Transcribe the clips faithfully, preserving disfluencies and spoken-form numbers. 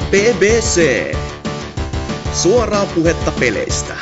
P B C. Suoraa puhetta peleistä.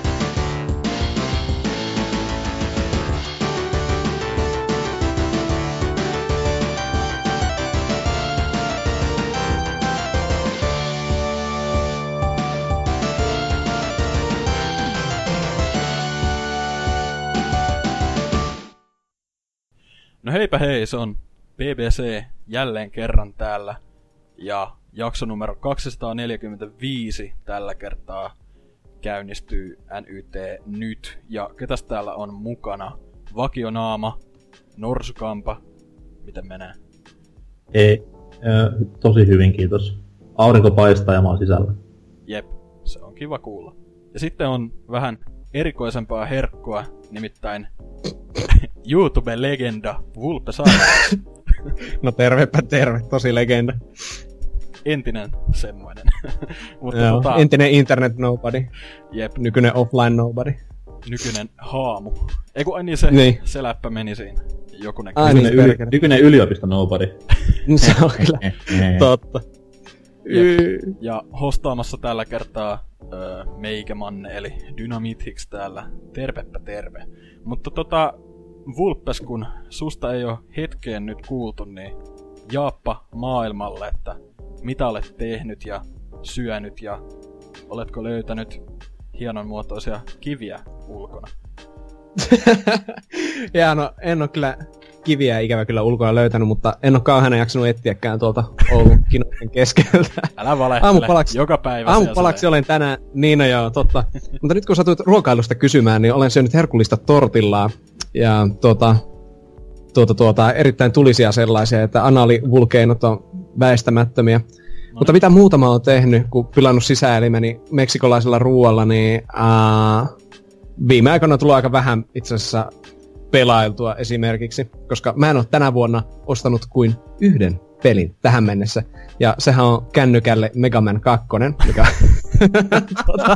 No heipä hei, se on B B C jälleen kerran täällä ja jakso numero kaksisataaneljäkymmentäviisi tällä kertaa käynnistyy N Y T nyt. Ja ketäs täällä on mukana? Vakionaama, Norsukampa, miten menee? Ei, äh, tosi hyvin kiitos. Aurinko paistaa ja mä oon sisällä. Jep, se on kiva kuulla. Ja sitten on vähän erikoisempaa herkkua, nimittäin YouTube-legenda Vulpe Saaras. No tervepä terve, tosi legenda. Entinen semmoinen. Mutta Joo, tota, entinen internet nobody. Jep. Nykyinen offline nobody. Nykyinen haamu. Eiku, ai niin se, niin. se läppä meni siinä. Joku näkyy. Ai Nykyinen, niin, yli, nykyinen yliopisto nobody. Se on kyllä totta. Jep. Ja hostaamassa tällä kertaa öö, meikämanne, eli Dynamitix täällä. Tervepä terve. Mutta tota, Vulpes, kun susta ei oo hetkeen nyt kuultu, niin jaappa maailmalle, että mitä olet tehnyt ja syönyt ja oletko löytänyt hienonmuotoisia kiviä ulkona? Ja no, en oo kyllä kiviä ikävä kyllä ulkona löytänyt, mutta en oo kauheana jaksanut etsiäkään tuolta Oulun kinojen keskeltä. Älä valehtele, Aamupalaksi, joka päivä. Aamupalaksi olen tänään, niin no joo, totta. Mutta nyt kun satuit ruokailusta kysymään, niin olen syönyt herkullista tortillaa. Ja tuota, tuota, tuota, erittäin tulisia sellaisia, että anaalivulkeinot on väistämättömiä. No. Mutta mitä muuta mä oon tehnyt, kun pilannut sisäelimeni meksikolaisella ruoalla, niin ää, viime aikoina on tullut aika vähän itse asiassa pelailtua esimerkiksi, koska mä en oo tänä vuonna ostanut kuin yhden pelin tähän mennessä. Ja sehän on kännykälle Mega Man kaksi, mikä tuota,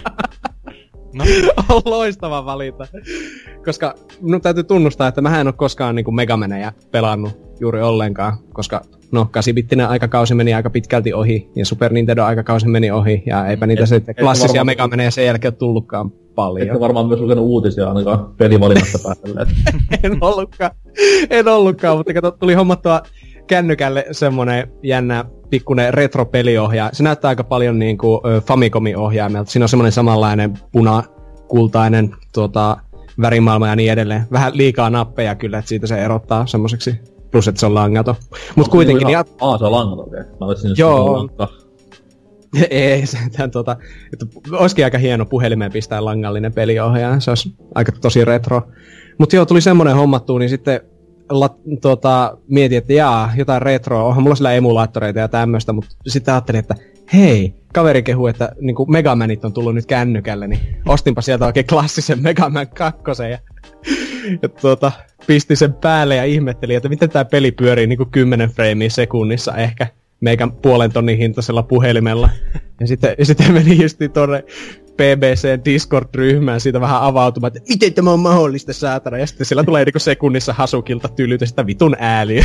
no. on loistava valinta. Koska minun täytyy tunnustaa, että mä en oo koskaan niinku Mega Maneja pelannut juuri ollenkaan, koska no, kahdeksanbittinen aikakausi meni aika pitkälti ohi, ja Super Nintendo aikakausi meni ohi, ja eipä niitä et, sitten klassisia Mega Maneja sen jälkeen ole tullutkaan paljon. Etkä varmaan myös lukenut uutisia ainakaan pelivalinnasta päätellen. en ollutkaan, en ollutkaan, mutta kato, tuli hommattua kännykälle semmonen jännä pikkunen retro-peliohjaaja. Se näyttää aika paljon niinku Famicomin ohjaimelta. Siinä on semmonen samanlainen punakultainen tuota, värimaailma ja niin edelleen. Vähän liikaa nappeja kyllä, että siitä se erottaa semmoiseksi. Plus, että se on langaton. Mut kuitenkin... Ihan... Ja... Aa, se on langaton, okei. Okay. Mä olisin Joo. Ei, se tämän, tuota, että olisikin aika hieno puhelimeen pistää langallinen peliohjaaja. Se olisi aika tosi retro. Mut joo, tuli semmonen hommattua, niin sitten la, tuota, mietin, että jaa, jotain retroa. Onhan mulla sillä emulaattoreita ja tämmöstä, mutta sitten ajattelin, että hei, kaveri kehu, että niinku Megamanit on tullut nyt kännykälle, niin ostinpa sieltä oikein klassisen Mega Man kaksi ja, ja tuota, pistin sen päälle ja ihmettelin, että miten tää peli pyörii niinku kymmenen freimiä sekunnissa ehkä meikän puolen tonnin hintaisella puhelimella. Ja sitten, ja sitten meni justiin tonne B B C Discord-ryhmään siitä vähän avautumaan, että miten tämä on mahdollista, saatana. Ja sitten siellä tulee niinku sekunnissa Hasukilta tylytä sitä vitun ääliä.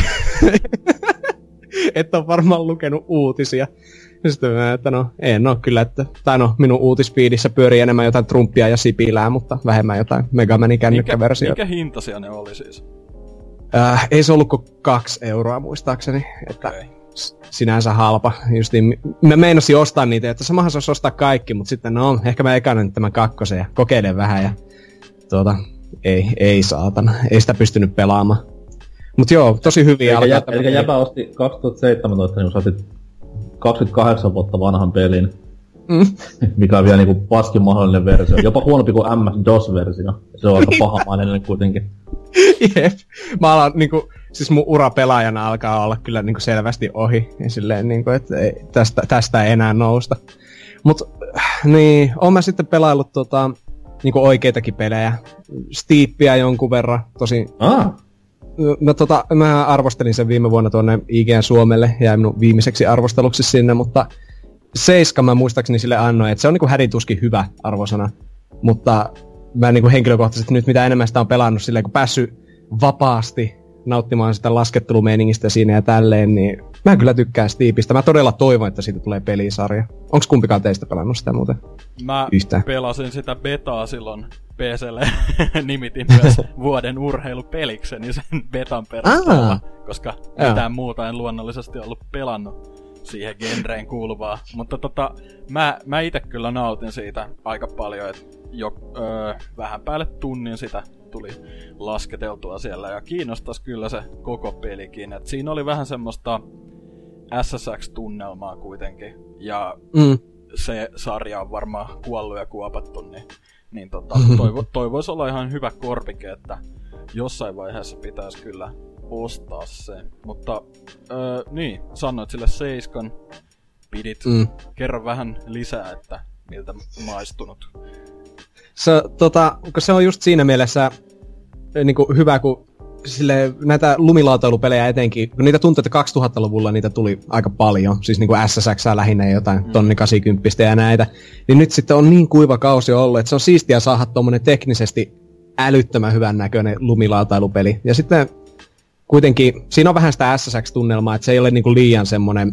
Et on varmaan lukenut uutisia. Ja sitten mä, että no, en oo kyllä, että, tai no, minun uutispiidissä pyörii enemmän jotain Trumpia ja Sipilää, mutta vähemmän jotain Mega Manin kännykkäversioita. Mikä hintaisia ne oli siis? Äh, ei se ollut kuin kaksi euroa muistaakseni, että okay. Sinänsä halpa. Justiin, mä meinasin ostaa niitä, että samahan se olisi ostaa kaikki, mutta sitten no, ehkä mä ekana nyt tämän kakkosen ja kokeilen vähän ja tuota, ei, ei saatana, ei sitä pystynyt pelaamaan. Mut joo, tosi hyviä alkaa. Eli, eli jäpä osti kaksituhattaseitsemäntoista, niin kun sä otit kaksikymmentäkahdeksan vuotta vanhan pelin, mm. mikä on vielä niinku paskin mahdollinen versio. Jopa huonompi kuin M S-DOS-versio. Se on aika pahamainen kuitenkin. Jep. Mä alan niinku, siis mun ura pelaajana alkaa olla kyllä niinku selvästi ohi. Ja silleen niinku, että ei, tästä, tästä ei enää nousta. Mut niin, oon mä sitten pelaillut tota, niinku oikeitakin pelejä. Steepia jonkun verran, tosi... Ah. No tota, mä arvostelin sen viime vuonna tuonne I G N Suomelle, jäi minun viimeiseksi arvosteluksi sinne, mutta Seiska mä muistaakseni sille annoin, että se on niinku hädintuskin hyvä arvosana, mutta mä niinku henkilökohtaisesti nyt mitä enemmän sitä on pelannut silleen, kun päässyt vapaasti nauttimaan sitä laskettelumeiningistä siinä ja tälleen, niin Mä kyllä tykkään Steepistä. Mä todella toivon, että siitä tulee pelisarja. Onks kumpikaan teistä pelannut sitä muuten? Mä Yhtään. pelasin sitä betaa silloin P C:lle. Nimitin myös vuoden urheilupelikseni sen betan perusteella, Aa, koska joo. mitään muuta en luonnollisesti ollut pelannut siihen genreen kuuluvaa. Mutta tota, mä, mä ite kyllä nautin siitä aika paljon, että jo öö, vähän päälle tunnin sitä tuli lasketeltua siellä, ja kiinnostas kyllä se koko pelikin. Et siinä oli vähän semmoista S S X-tunnelmaa kuitenkin, ja mm. se sarja on varmaan kuollut ja kuopattu, niin, niin tota, toivo, toivois olla ihan hyvä korvike, että jossain vaiheessa pitäisi kyllä ostaa se. Mutta öö, niin, sanoit sille seiskan, pidit. Mm. Kerro vähän lisää, että miltä maistunut. Se, tota, se on just siinä mielessä niin kuin hyvä, kun sille, näitä lumilautailupelejä etenkin, kun niitä tuntuu, että kaksituhattaluvulla niitä tuli aika paljon, siis niin kuin S S X lähinnä jotain mm. tonni kahdeksankymmentä ja näitä, niin nyt sitten on niin kuiva kausi ollut, että se on siistiä saada tommonen teknisesti älyttömän hyvän näköinen lumilautailupeli. Ja sitten kuitenkin, siinä on vähän sitä S S X-tunnelmaa, että se ei ole niin kuin liian semmonen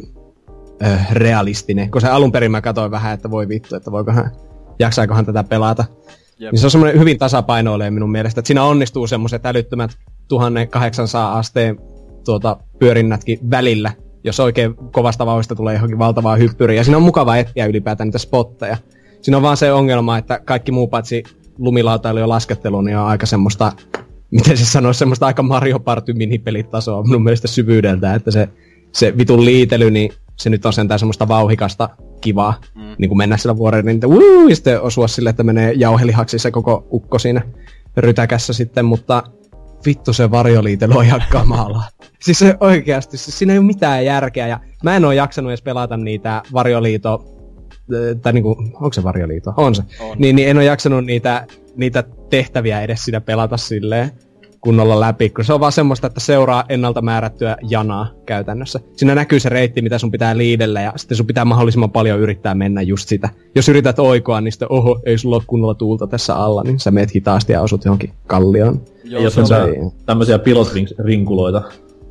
äh, realistinen, kun se alun perin mä katsoin vähän, että voi vittu, että voikohan, jaksaakohan tätä pelata. Jep. Niin se on semmoinen hyvin tasapainoilija minun mielestä, että siinä onnistuu semmoiset älyttömät tuhatkahdeksansataa asteen tuota, pyörinnätkin välillä, jos oikein kovasta vauhdista tulee johonkin valtavaa hyppyriä. Ja siinä on mukava etsiä ylipäätään niitä spotteja. Siinä on vaan se ongelma, että kaikki muu paitsi lumilautailu ja laskettelu, niin on aika semmoista, miten se sanoisi, semmoista aika Mario Party minipelitasoa minun mielestä syvyydeltä, että se, se vitun liitely, niin se nyt on sentään semmoista vauhikasta kivaa, mm. niin kuin mennä sillä vuoren, niin wuu, ja sitten osua sille, että menee jauhelihaksi se koko ukko siinä rytäkässä sitten, mutta vittu se varjoliitely on ihan kamalaa. Siis se oikeasti, siis siinä ei ole mitään järkeä, ja mä en oo jaksanut edes pelata niitä varjoliito, tai niinku, onko se varjoliito? On se. On. Niin, niin en oo jaksanut niitä, niitä tehtäviä edes siinä pelata silleen kunnolla läpi, kun se on vaan semmoista, että seuraa ennalta määrättyä janaa käytännössä. Siinä näkyy se reitti, mitä sun pitää liidellä, ja sitten sun pitää mahdollisimman paljon yrittää mennä just sitä. Jos yrität oikoa, niin sitten oho, ei sulla ole kunnolla tuulta tässä alla, niin sä meet hitaasti ja osut johonkin kallioon. Joo, jos on tämmöisiä pilot-rinkuloita.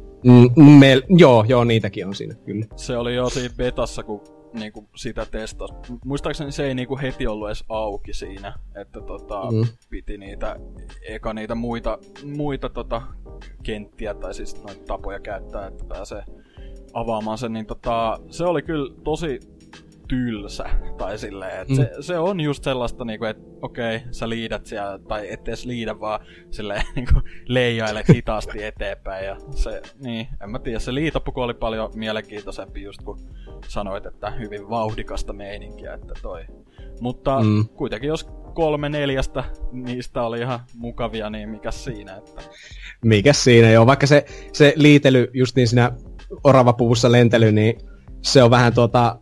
Mm, me, joo, joo, niitäkin on siinä, kyllä. Se oli jo siinä betassa, kun niinku sitä testasi. Muistaakseni se ei niinku heti ollut edes auki siinä, että tota, mm. piti niitä, eka niitä muita, muita tota, kenttiä tai siis noita tapoja käyttää, että pääsee avaamaan sen, niin tota, se oli kyllä tosi tylsä, tai silleen, että mm. se, se on just sellaista niinku, että okei, sä liidät siellä, tai et edes liidä, vaan silleen niinku leijailet hitaasti eteenpäin, ja se, niin, en mä tiedä, se liitopuku oli paljon mielenkiintoisempi just kun sanoit, että hyvin vauhdikasta meininkiä, että toi. Mutta mm. kuitenkin jos kolme neljästä niistä oli ihan mukavia, niin mikäs siinä, että... Mikäs siinä, joo, vaikka se, se liitely just niin siinä oravapuvussa lentely, niin se on vähän tuota...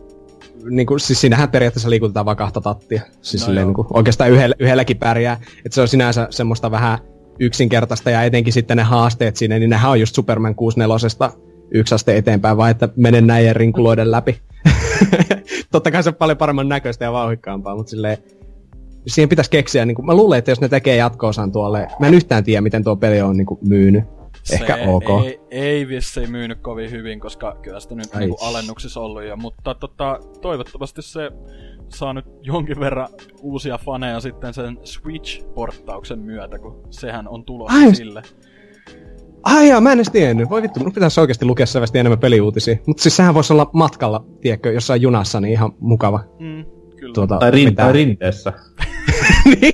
Niinku, siis siinähän periaatteessa liikutetaan vaan kahta tattia. Siis no silleen, niinku, oikeastaan yhdellä, yhdelläkin pärjää. Että se on sinänsä semmoista vähän yksinkertaista ja etenkin sitten ne haasteet siinä, niin nehän on just Superman kuusikymmentäneljä yksi aste eteenpäin, vaan että menen näiden rinkuloiden läpi. Totta kai se on paljon paremman näköistä ja vauhikkaampaa, mutta silleen, siihen pitäisi keksiä, niin kuin, mä luulen, että jos ne tekee jatko-osan tuolle, mä en yhtään tiedä, miten tuo peli on niin kuin, myynyt. Ehkä se ok. Ei, ei vissiin myynyt kovin hyvin, koska kyllä sitä nyt niinku alennuksissa ollut jo, mutta tota, toivottavasti se saa nyt jonkin verran uusia faneja sitten sen Switch-porttauksen myötä, kun sehän on tulossa Ai. sille. Ai jaa, mä en edes tiennyt. Voi vittu, mun pitäisi oikeesti lukea selvästi enemmän peliuutisia. Mutta siis sehän voisi olla matkalla, tiedätkö, jossain junassa, niin ihan mukava. Mm, kyllä. Tuota, tai, rin- tai rinteessä. Niin.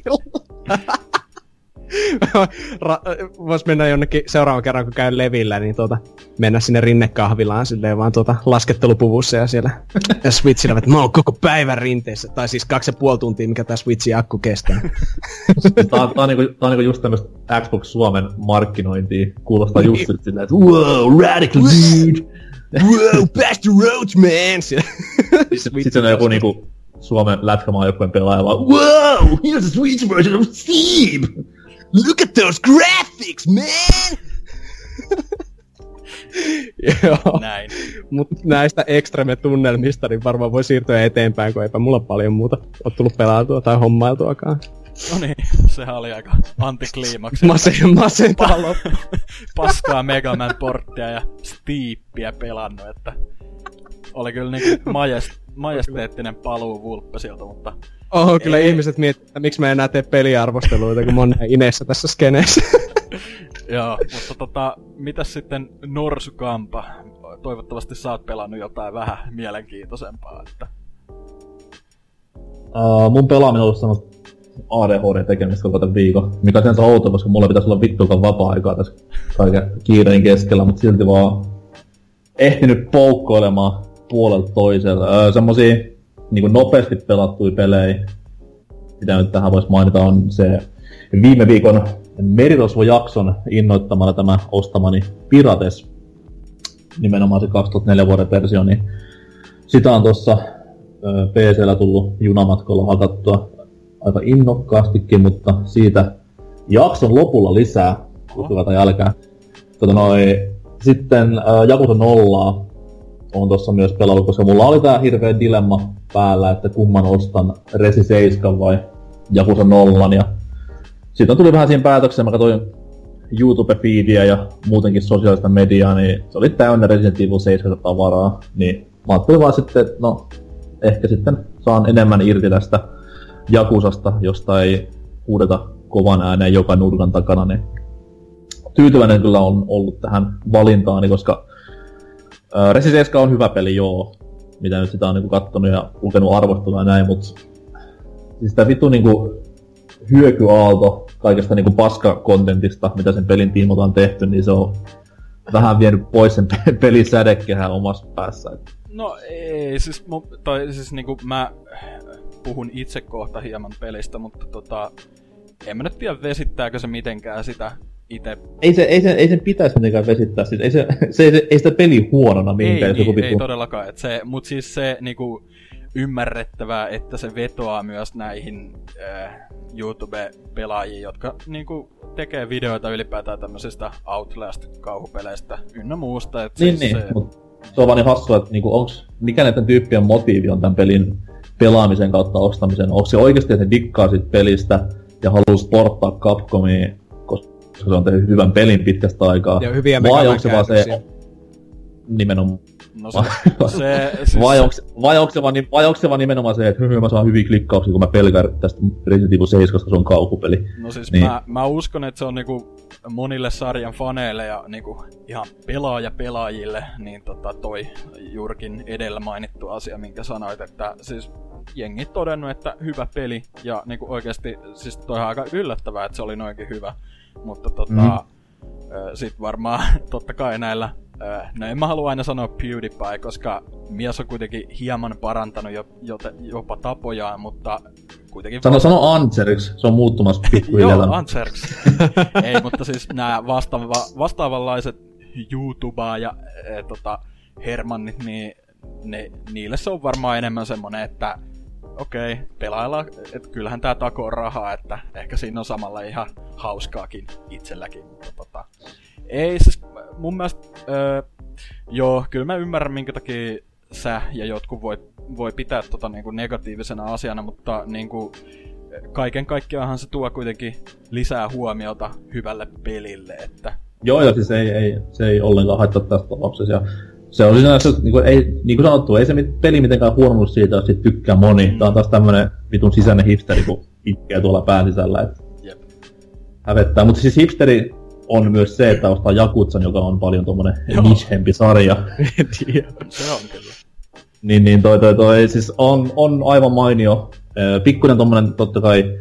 Ra- vois mennä jonnekin seuraavan kerran, kun käyn levillä, niin tuota, mennä sinne rinnekahvilaan silleen vaan tuota laskettelupuvussa ja siellä ja Switchillä, että mä oon koko päivän rinteessä. Tai siis kaksi ja puoli tuntia, mikä tää Switchin akku kestää. tää, on, tää, on niinku, tää on niinku just tämmöstä Xbox Suomen markkinointia. Kuulostaa just silleen, että wow, radical dude! Wow, back to roads, man! Sitten sit se on joku niinku Suomen lätkämaajoukkueen pelaaja vaan wow, here's a Switch version of Steam! Look at those graphics, man! Joo. Näin. Mut näistä Extreme-tunnelmista niin varmaan voi siirtyä eteenpäin, kun eipä mulla paljon muuta oo tullut pelaatua tai hommailtuakaan. No niin, sehän oli aika antikliimaksi. Mase- masentava loppu. Paskaa Mega Man -porttia ja Steepia pelannut, että oli kyllä niinku majest- majesteettinen paluu Vulppesilta, mutta... Oho, kyllä ei. Ihmiset miettii, että miksi mä en enää tee peliarvosteluita, kun mä oon ineessä tässä skeneessä. Joo, mutta tota, mitäs sitten Norsukampa? Toivottavasti sä oot pelannut jotain vähän mielenkiintoisempaa, että... Uh, mun pelaaminen on ollut sanonut A D H D tekemistä koko tämän viikon, mikä on sen outo, koska mulla pitäisi olla vittuakaan vapaa-aikaa tässä kaiken kiireen keskellä, mutta silti vaan ehtinyt poukkoilemaan puolelta toisella. Uh, semmosia niinku nopeasti pelattuja pelejä, mitä nyt tähän vois mainita, on se viime viikon Merirosvo-jakson innoittamalla tämä ostamani Pirates, nimenomaan se kaksituhattaneljä vuoden versio, niin sitä on tossa P C:llä tullut junamatkalla hakattua aika innokkaastikin, mutta siitä jakson lopulla lisää, kutukaa tai älkää. Tota noi, sitten äh, Yakuza nollaa on tossa myös pelannut, koska mulla oli tää hirveä dilemma päällä, että kumman ostan, Resi seitsemän vai Yakuza nollan. Ja sitten tuli vähän siihen päätökseen, mä katsoin YouTube-feedia ja muutenkin sosiaalista mediaa, niin se oli täynnä Resident Evil seitsemän tavaraa. Niin mä ajattelin vaan sitten, että no, ehkä sitten saan enemmän irti tästä Jakuzasta, josta ei huudeta kovan ääneen joka nurkan takana, niin tyytyväinen kyllä on ollut tähän valintaani, koska äh, Resi seitsemän on hyvä peli, joo, mitä nyt sitä on niinku kattonut ja lukenut arvostelua ja näin, mut siis tää vittu niinku hyökyaalto kaikesta niinku paskakontentista, mitä sen pelin tiimolta on tehty, niin se on vähän vienyt pois sen pelin sädekehän omassa päässä. No ei, siis, mu, tai, siis niinku mä puhun itse kohta hieman pelistä, mutta tota, en mä nyt tiedä vesittääkö se mitenkään sitä ite. Ei se, ei se, ei sen pitäisi mitenkään vesittää, siis ei, se, se, ei, ei sitä peli huonona mihinkään. Ei, niin, ei todellakaan, et se, mut siis se niinku ymmärrettävää, että se vetoaa myös näihin äh, YouTube-pelaajiin, jotka niinku tekee videoita ylipäätään tämmöisistä Outlast-kauhupeleistä ynnä muusta. Et niin, siis niin, se... mut se on vaan niin hassua, että niinku onks, mikä näiden tyyppien motiivi on tämän pelin pelaamisen kautta ostamisen. Onko se oikeasti, että ne dikkaa sit pelistä ja haluaa sporttaa Capcomiin, koska se on tehnyt hyvän pelin pitkästä aikaa. Ja hyviä vai onko se vaan se nimenomaan... No se, se, siis vai, onko, vai, onko se vaan, vai onko se vaan nimenomaan se, että hyvin mä saan hyviä klikkauksia, kun mä pelkään tästä Resident Evil seitsemän, koska se on kauhupeli. No siis niin. mä, mä uskon, että se on niinku monille sarjan faneille ja niinku ihan pelaaja pelaajille, niin tota toi juurikin edellä mainittu asia, minkä sanoit, että siis jengi todennut, että hyvä peli ja niinku oikeesti, siis toi on aika yllättävää, että se oli noinkin hyvä, mutta tota mm. sit varmaan totta kai näillä no en mä halua aina sanoa PewDiePie, koska mies on kuitenkin hieman parantanut jo, jopa tapojaan, mutta kuitenkin... Sano, vasta... sano Anserix, se on muuttumassa pikkuhiljaa. Joo, Anserix. Ei, mutta siis nämä vastaava, vastaavanlaiset YouTubea ja e, tota, Hermannit, niin ne, niille se on varmaan enemmän semmonen, että okei, okay, pelaillaan, että kyllähän tää takoo rahaa, että ehkä siinä on samalla ihan hauskaakin itselläkin, mutta tota... Ei, siis mun mielestä, öö, joo, kyllä mä ymmärrän minkä takia sä ja jotkut voi, voi pitää tota niinku negatiivisena asiana, mutta niinku kaiken kaikkiaanhan se tuo kuitenkin lisää huomiota hyvälle pelille, että... Joo, joo, siis ei, ei, se ei ollenkaan haittaa tässä tapauksessa, ja se on siis, niin kuin, ei, niin kuin sanottu, ei se peli mitenkään huononnut siitä, jos siitä tykkää moni. Mm. Tää on taas tämmönen vitun sisäinen hipsteri, kun itkee tuolla pään sisällä, et Jep. hävettää, mutta siis hipsteri on myös se, että ostaa Jakutsan, joka on paljon tommonen niche-hempi sarja. Se on kyllä. Niin, niin toi, toi, toi, siis on, on aivan mainio. Pikkuinen tommonen, totta kai,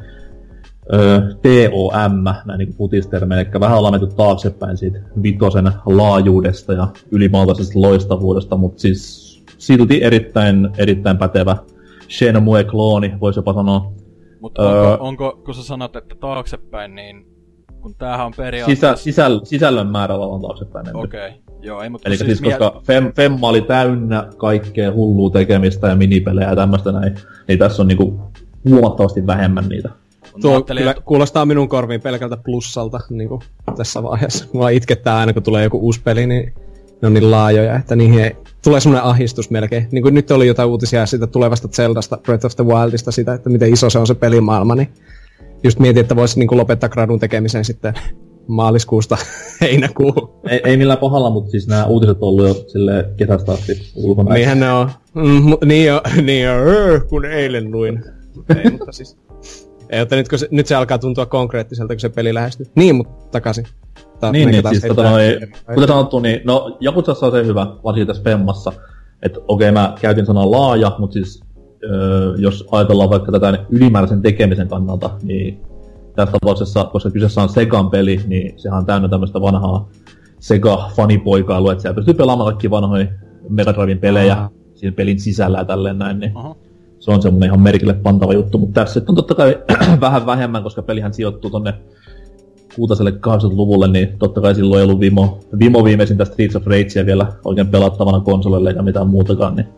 T O M, näin niinku futistermejä, eli vähän ollaan menty taaksepäin siitä vitosen laajuudesta ja ylimaltaisesta loistavuudesta, mutta siis silti erittäin, erittäin pätevä Shenmue-klooni, voisi jopa sanoa. Mutta onko, öö, onko, kun sä sanot, että taaksepäin, niin kun tämähän on periaatteessa... Sisä, sisäl, sisällön määrällä on taaksepäin. Okei, okay. Joo, ei mutta eli siis... siis koska Fem, Femma oli täynnä kaikkea hullua tekemistä ja minipelejä ja tämmöstä näin, niin tässä on niinku huomattavasti vähemmän niitä. Tuo kyllä että... kuulostaa minun korviin pelkältä plussalta niinku tässä vaiheessa. Mua itkettää aina, kun tulee joku uusi peli, niin ne on niin laajoja, että niihin ei... tulee semmoinen ahdistus melkein. Niin kuin nyt oli jotain uutisia siitä tulevasta Zeldasta, Breath of the Wildista, sitä, että miten iso se on se pelimaailma, niin just mietin, että voisi niinku lopettaa gradun tekemisen sitten maaliskuusta heinäkuuhun. Ei, ei millään pahalla, mutta siis nämä uutiset on ollut jo silleen kesästä asti ulkona. Niinhän ne on. Mm, niin on, niin on, öö, kun eilen luin. Ei, mutta siis... Ei, että nyt, se, nyt se alkaa tuntua konkreettiselta, kun se peli lähestyy. Niin, mutta takaisin. Ta- niin, niin siis tota noin, kuten sanottu, niin no Jakuzassa on se hyvä, varsinkin tässä Femmassa. Että okei, okay, mä käytin sanaa laaja, mutta siis öö, jos ajatellaan vaikka tätä ylimääräisen tekemisen kannalta, niin tässä tapauksessa, koska kyseessä on Segan peli, niin sehän on täynnä tämmöistä vanhaa Sega-fanipoikailua, että siellä pystyy pelaamaan kaikki vanhoja Mega Driven pelejä Aha. siinä pelin sisällä ja tälleen näin, niin Aha. se on semmonen ihan merkille pantava juttu, mutta tässä on totta kai vähän vähemmän, koska pelihän sijoittuu tonne kuutaselle kahdeksankymmentäluvulle, niin totta kai silloin ei ollut Vimo, Vimo viimeisintä Streets of Ragea vielä oikein pelattavana konsolille eikä mitään muutakaan, niin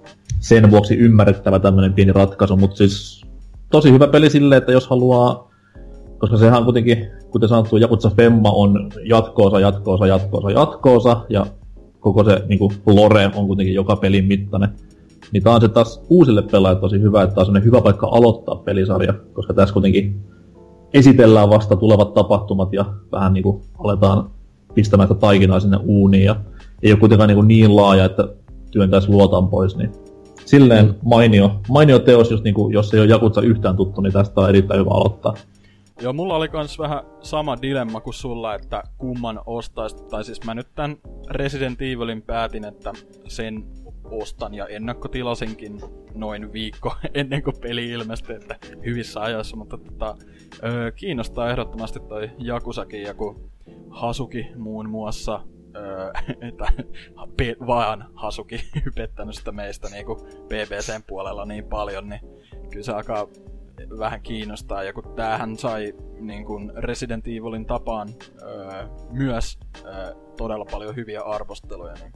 sen vuoksi ymmärrettävä tämmönen pieni ratkaisu, mutta siis tosi hyvä peli silleen, että jos haluaa, koska sehän kuitenkin, kuten sanottu, Yakuza Femma on jatkoosa, jatkoosa, jatkoosa, jatkoosa, ja koko se niinku lore on kuitenkin joka pelin mittainen. Niin tää on se taas uusille pelaajille tosi hyvä, että tää on semmonen hyvä paikka aloittaa pelisarja, koska tässä kuitenkin esitellään vasta tulevat tapahtumat ja vähän niinku aletaan pistämään sitä taikinaa sinne uuniin ja ei oo kuitenkaan niinku niin laaja, että työntäis luotan pois, niin silleen mm. mainio, mainio teos, just niinku, jos ei oo Yakuza yhtään tuttu, niin tästä on erittäin hyvä aloittaa. Joo, mulla oli kans vähän sama dilemma kuin sulla, että kumman ostais, tai siis mä nyt tän Resident Evilin päätin, että sen ostan ja ennakkotilasinkin noin viikko ennen kuin peli ilmestyi, että hyvissä ajoissa, mutta tota, öö, kiinnostaa ehdottomasti toi Yakuzakin ja kun Hasuki muun muassa, öö, että pe- vaan Hasuki hypettänyt sitä meistä niinku B B C:n puolella niin paljon, niin kyllä se alkaa vähän kiinnostaa, ja kun tämähän sai niin kuin Resident Evilin tapaan öö, myös öö, todella paljon hyviä arvosteluja, niin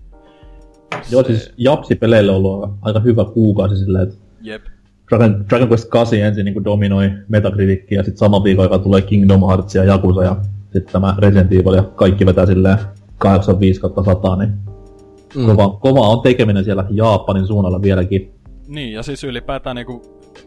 joo, se... siis Japsi-peleille on ollut aika hyvä kuukausi silleen, että Jep. Dragon, Dragon Quest kahdeksan ensin niin dominoi Metacriticin, ja sitten sama viikon joka tulee Kingdom Hearts ja Yakuza, ja sitten tämä Resident Evil, ja kaikki vetää silleen kahdeksankymmentäviisi kautta sata, niin mm. kova, kova on tekeminen siellä Japanin suunnalla vieläkin. Niin, ja siis ylipäätään niinku,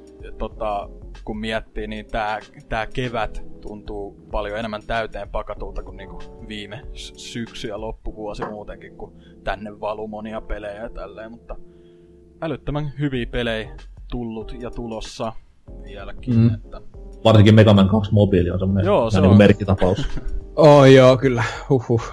tota, kun miettii, niin tää, tää kevät tuntuu paljon enemmän täyteen pakatulta kuin niinku viime syksy ja loppuvuosi muutenkin, kun tänne valuu monia pelejä ja tälleen, mutta älyttömän hyviä pelejä tullut ja tulossa vieläkin, mm. että... Varsinkin Mega Man kaksi mobiili on semmonen joo, se niin on merkkitapaus. Oh joo, kyllä. Huhhuh.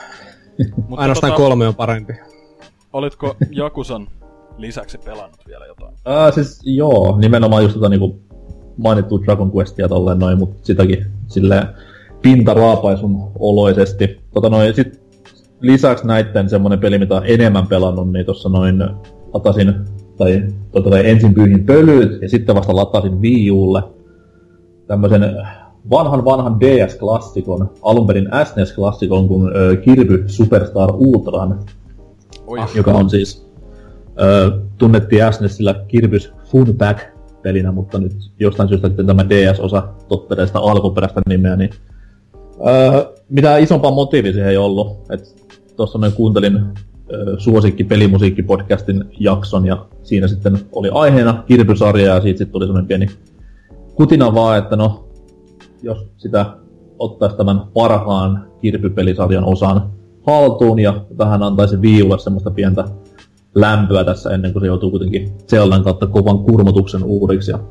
Ainoastaan tota, kolme on parempi. Olitko Yakuzan lisäksi pelannut vielä jotain? Äh, siis joo, nimenomaan just tota niinku mainittu Dragon Questia tolleen noin, mut sitäkin silleen pintaraapaisun oloisesti. Tota noin, sit lisäksi näitten semmonen peli, mitä on enemmän pelannut, niin tossa noin latasin, tai tota tai ensin pyyhin pölyt, ja sitten vasta latasin Wii Ulle tämmösen vanhan vanhan D S-klassikon, alunperin S N E S-klassikon, kun ö, Kirby Superstar Ultran, Oi. joka on siis ö, tunnettiin S N E Sillä Kirby's Fun Pack-pelinä, mutta nyt jostain syystä sitten tämä D S-osa tottelee sitä alkuperäistä nimeä, niin ö, mitään isompaa motiivia siihen ei ollut. Et tossa noin kuuntelin ö, suosikki pelimusiikkipodcastin jakson, ja siinä sitten oli aiheena Kirby-sarja, ja siitä sitten tuli semmonen pieni kutina vaan, että no, jos sitä ottaisi tämän parhaan Kirby-pelisarjan osan haltuun ja tähän antaisi Wii Ulle semmoista pientä lämpöä tässä ennen kuin se joutuu kuitenkin Zeldan kautta kovan kurmotuksen uhriksi. Ja,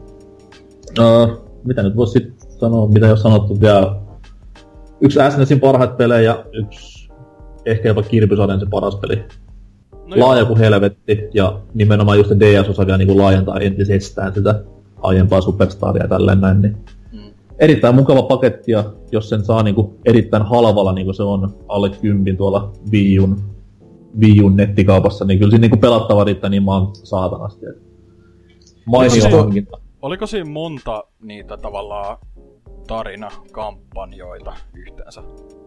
uh, mitä nyt voisi sitten sanoa, mitä jos sanottu vielä, yksi S N E Sin parhaita pelejä ja yksi ehkä jopa Kirby-sarjan se paras peli. No laaja kuin helvetti, ja nimenomaan just se D S-osa vielä niin laajentaa entisestään sitä aiempaa Superstaria ja tälleen näin, niin mm. erittäin mukava paketti, ja jos sen saa niinku erittäin halvalla, niin kuin se on alle kympin tuolla Wii U:n, Wii U:n nettikaupassa, niin kyllä siinä niinku pelattava riittää niin maan saatanasti. Mainio hankinta. Oliko siinä monta niitä tavallaan tarinakampanjoita yhteensä?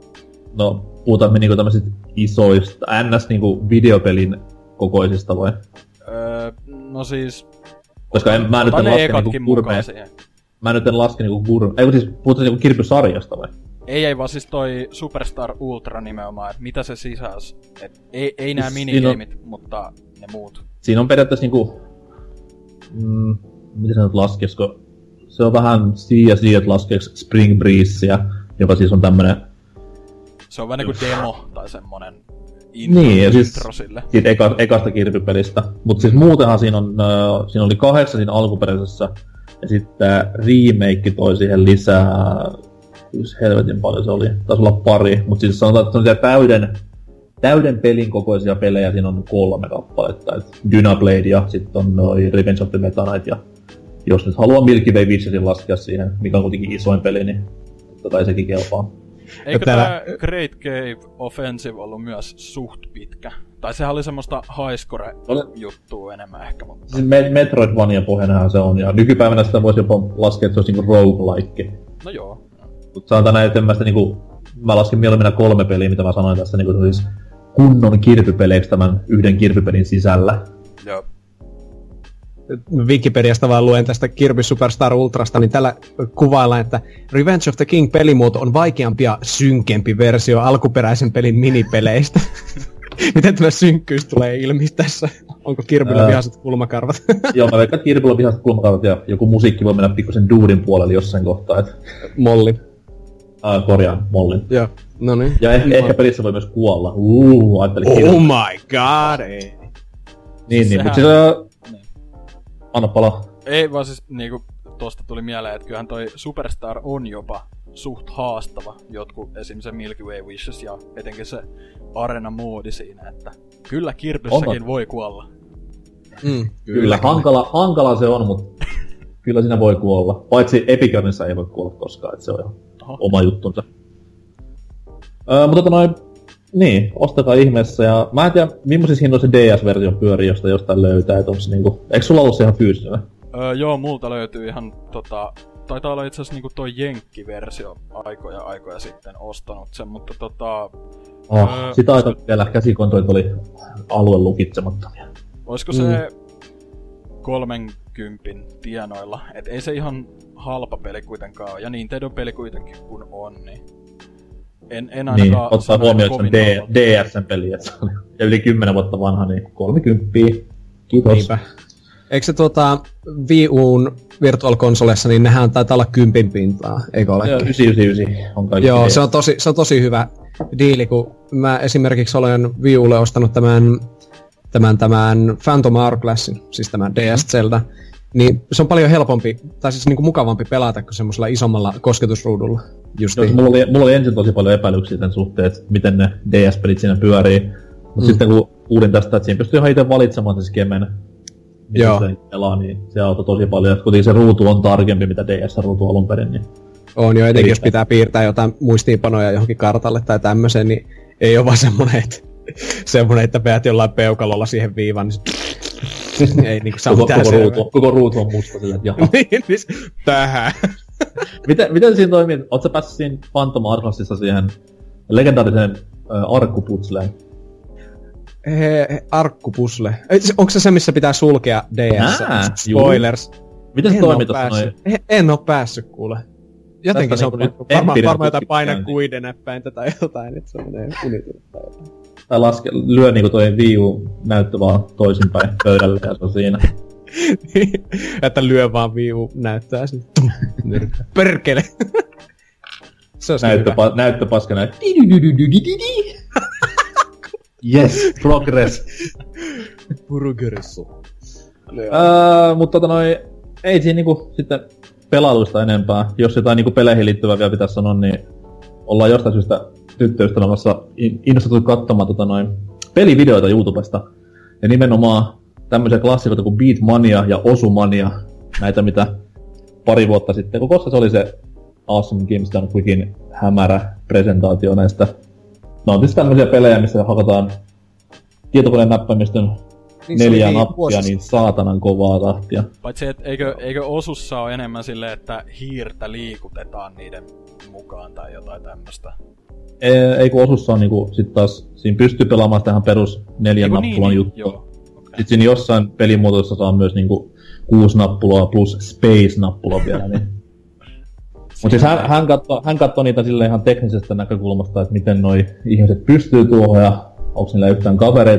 No, puhutaan me niinku tämmöisistä isoista, ns niinku videopelin kokoisista vai? Öö, no siis... Koska en, mä nyt en laske niinku kurmeen. Mä nyt en laske niinku kurmeen. Ei, siis puhutaan niinku Kirby-sarjasta vai? Ei, ei vaan siis toi Superstar Ultra nimenomaan, että mitä se sisälsi. Et ei, ei nää siis minigameit, on, mutta ne muut. Siinä on periaatteessa niinku... Mm, miten sä nyt laskis, kun se on vähän Sea Sea, että laskeeks Spring Breezea, joka siis on tämmönen... Se on vähän niinku demo tai semmonen intro, niin, ja siis intro sille. Siitä eka, ekasta kirpipelistä. Mut siis muutenhan siinä on, äh, siinä oli kahdeksan siinä alkuperäisessä, ja sitten remake toi siihen lisää... Yksi helvetin paljon se oli, taisi olla pari, mut siis sanotaan, että se on täyden, täyden pelin kokoisia pelejä, siinä on kolme kappaletta, et Dynablade ja sitten on noi Revenge of the Meta Knight, ja jos nyt haluaa Milky Way Witcherin laskea siihen, mikä on kuitenkin isoin peli, niin totta kai sekin kelpaa. Eikö tää Great Cave Offensive ollut myös suht pitkä? Tai sehän oli semmoista highscore-juttua enemmän ehkä, mutta... Siis Metroidvania pohjanahan se on, ja nykypäivänä sitä voisi jopa laskea, että se olisi niinku roguelike. No joo. Mut sanotaan näin, että mä sitä niinku... Mä lasken mieluummin kolme peliä, mitä mä sanoin tässä, niinku siis kunnon kirpipeleiksi tämän yhden kirpipelin sisällä. Joo. Wikipediasta vaan luen tästä Kirby Superstar Ultrasta, niin tällä kuvaillaan, että Revenge of the King pelimuoto on vaikeampi ja synkempi versio alkuperäisen pelin minipeleistä. Miten tämä synkkyys tulee ilmi tässä? Onko Kirbyllä Ää... vihaiset kulmakarvat? Joo, mä veikkaan, että Kirbyllä on vihaiset kulmakarvat ja joku musiikki voi mennä pikkusen duudin puolelle jossain kohtaa. Et... Molli. Ää, korjaan, mollin. Joo, no niin. Ja eh- ehkä pelissä voi myös kuolla. Uuu, ajattelin Oh Kirby. my god, ei. Niin, niin, Sehän... mutta siis... Niin. Anna palaa. Ei vaan siis niinku tosta tuli mieleen, että kyllähän toi Superstar on jopa suht haastava. Jotkut esim. Se Milky Way Wishes ja etenkin se arena-moodi siinä, että kyllä Kirpyssäkin on. Voi kuolla. Mm, kyllä, kyllä. Hankala, hankala se on, mutta kyllä siinä voi kuolla. Paitsi Epicernissa ei voi kuolla koskaan, että se on ihan Oho. oma juttunsa. Öö, mutta noin, niin, ostakaa ihmeessä ja mä en tiedä, millaisissa hinnoissa D S-versio pyörii, josta jostain löytää, et onks niinku, eikö sulla ollut se ihan fyysinen? Öö, joo, multa löytyy ihan tota, taitaa olla itse asiassa niinku toi Jenkki-versio aikoja aikoja sitten ostanut sen, mutta tota... Oh, öö, sitä aikaa olisiko... vielä käsikontolit oli alue lukitsemattomia. Olisiko mm. se kolmenkympin tienoilla, et ei se ihan halpa peli kuitenkaan ole, ja Nintendo-peli kuitenkin kun on, niin... En, en ainakaan... Niin, ottaa huomioon, että se on D- D S N-peli, että se on ja yli kymmenen vuotta vanha, niin kolmekymppiä. Kiitos. Niinpä. Eikö se tuota Wii U:n Virtual Consolessa, niin nehän taitaa olla kympin pintaa, eikö ole? Joo, yhdeksän yhdeksän yhdeksän on kaikki. Joo, se on, tosi, se on tosi hyvä diili, kun mä esimerkiksi olen Wii Ulle ostanut tämän, tämän, tämän Phantom Hourglassin, siis tämän D S Zelda, niin se on paljon helpompi, tai siis niinku mukavampi pelata kuin semmoisella isommalla kosketusruudulla. Joo, mulla, oli, mulla oli ensin tosi paljon epäilyksiä sen suhteen, että miten ne D S-pelit siinä pyörii. Mutta mm. sitten kun kuulin tästä, että siinä pystyy ihan itse valitsemaan se skemen, mitä se pelaa, niin se auttoi tosi paljon. Kuitenkin se ruutu on tarkempi, mitä D S-ruutu alun perin. Niin on jo, etenkin jos pitää piirtää jotain muistiinpanoja johonkin kartalle tai tämmöiseen, niin ei ole vaan semmonen, että, semmonen, että peät jollain peukalolla siihen viivaan, niin ei niinku saa koko, mitään koko ruutu, koko ruutu on musta sille, että jaha. niin, niin, tähän. miten, miten siinä toimii? Oot sä päässyt siinä Phantom Hourglassissa siihen legendaariseen äh, arkkuputsleen? He, arkkupusle. Onko se se, missä pitää sulkea D S? Nää, Spoilers. Miten se toimii tossa noin? En, en oo päässyt kuule. Jotenkin tästä se on niinku varmaan varma jotain painakuidenäppäintä tai jotain, että se menee unityllä tai jotain. Tai laske, lyö niinku toi Wii U-näyttö vaan toisinpäin pöydälle ja se on siinä. Että lyö vaan Wii U-näyttöä sinne. Perkele! Se on Näyttöpa- hyvä. Näyttöpaska näin. Yes, progress. Progress. Öö, mutta tota noi, ei siinä niinku sitten pelailuista enempää. Jos jotain niinku peleihin liittyvää vielä pitäis sanoa, niin ollaan jostain syystä tyttöystävässä innostutu katsomaan tota noin pelivideoita YouTubesta. Ja nimenomaan tämmöisiä klassikoita kuin Beatmania ja Osumania. Näitä mitä pari vuotta sitten, kun koska se oli se Awesome Games Done Quickin hämärä presentaatio näistä. No on tietysti tämmöisiä pelejä, missä hakataan tietokoneen näppäimistön niin neljää nappia, vuosista. Niin saatanan kovaa tahtia. Paitsi, et eikö, eikö Osussa ole enemmän silleen, että hiirtä liikutetaan niiden mukaan tai jotain tämmöstä? Ei, ei kun Osussa on niinku sit taas, siinä pystyy pelaamaan tähän perus neljän eiku nappulan niin, juttu. Joo. Okay. Sitten siinä jossain pelimuotoissa saa myös niinku kuusi nappulaa plus space-nappula vielä, niin. Mut siis hän, hän, katsoo, hän katsoo niitä silleen ihan teknisestä näkökulmasta, että miten noi ihmiset pystyy tuohon ja onko niillä yhtään kavereita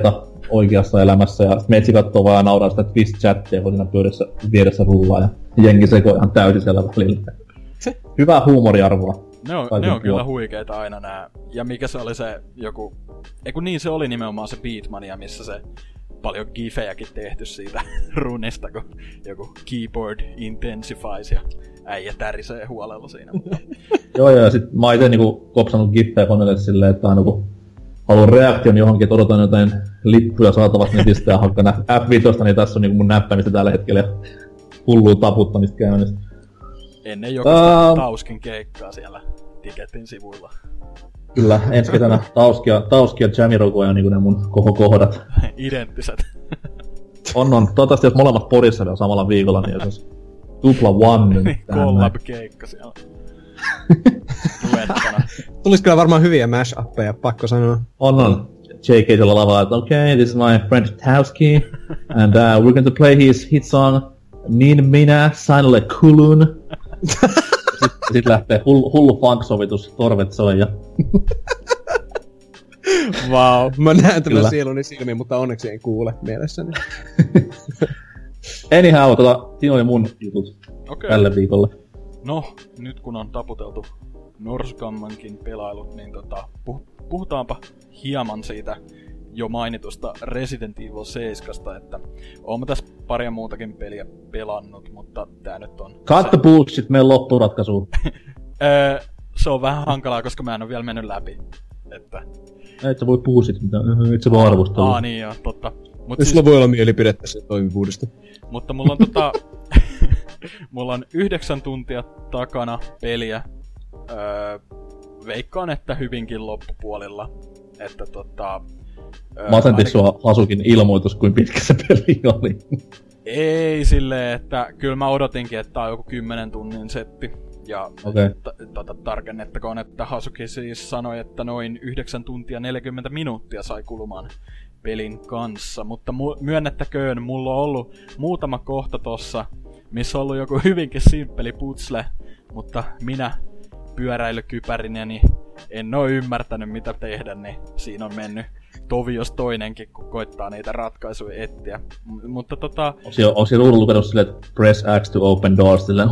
oikeassa elämässä, ja sit meitsi kattoo vaan ja nauraa sitä Twitch-chattia, kun siinä pöydässä vieressä rullaa, ja jengi sekoo ihan täysin siellä välillä. Hyvää huumoriarvoa. Ne on, ne on kyllä huikeita aina nää. Ja mikä se oli se joku... Eiku niin, se oli nimenomaan se Beatmania, missä se paljon gifejäkin tehty siitä runista, kun joku keyboard intensifies ja äijä tärisee huolella siinä. Joo, ja sit mä oon ite niinku kopsannut giffejä koneelle silleen, että aina kun haluan reaktion johonkin, että odotan jotain lippuja saatavasti netistä ja hakkaan F viisi, niin tässä on niinku mun näppämistä tällä hetkellä ja hullua taputtamista käynnistä. Ennen jokaista uh, Tauskin keikkaa siellä Tiketin sivuilla. Kyllä, ensi kesänä Tauski ja, Tauski ja Jamiroquai on niinku ne mun koko kohdat. Identtiset. On, on. Toivottavasti jos molemmat Porissa vielä samalla viikolla, niin jos tupla one nyt. Collab-keikka siellä. Luettuna. Tulis kyllä varmaan hyviä mash-appeja, pakko sanoa. On, on. J K siellä lavalla, että okay, this is my friend Tauski, and uh, we're going to play his hit song Niin minä, Sainalle Kulun. Sitten sit lähtee hullu, hullu funk-sovitus, torvet soi ja... Vau, wow. Mä näen tämän sieluni silmiin, mutta onneksi en kuule mielessäni. Anyhow, tota, siinä oli mun jutut okay. Tälle viikolle. No, nyt kun on taputeltu Norsukammankin pelailut, niin tota, puh- puhutaanpa hieman siitä jo mainitusta Resident Evil seitsemän, että oon mä tässä paria muutakin peliä pelannut, mutta tää nyt on... Cut se... the bullshit, meidän loppuratkaisuun. Se on vähän hankalaa, koska mä en oo vielä mennyt läpi, että... Et sä voi puhua sit mitään, et sä voi arvostella. Aa niin joo, totta. Mut siis... Sulla voi olla mielipidettä sen toimivuudesta. Mutta mulla on tota... mulla on yhdeksän tuntia takana peliä. Öö, veikkaan, että hyvinkin loppupuolilla. Että tota... Öö, Masentis ainakin... sua Hasukin ilmoitus, kuin pitkä se peli oli. Ei silleen, että kyllä mä odotinkin, että tää on joku kymmenen tunnin setti. Ja okay. t- tota, tarkennettakoon, että Hasuki siis sanoi, että noin yhdeksän tuntia neljäkymmentä minuuttia sai kulumaan pelin kanssa. Mutta mu- myönnettäköön, mulla on ollut muutama kohta tossa, missä on ollut joku hyvinkin simppeli putsle, mutta minä pyöräilykypärineni en oo ymmärtänyt mitä tehdä, niin siinä on mennyt tovi jos toinenkin, kun koittaa niitä ratkaisuja etsiä. M- mutta tota... Onko se ruudun lukenut silleen, että press X to open doors, silleen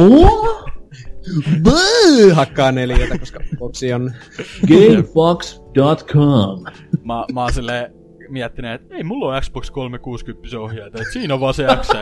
hakkaa neliötä, koska boksi on gamefox dot com. Mä, mä oon silleen miettinyt, että ei mulla on Xbox kolmesataakuusikymmentä ohjaita, että siinä on vaan se X.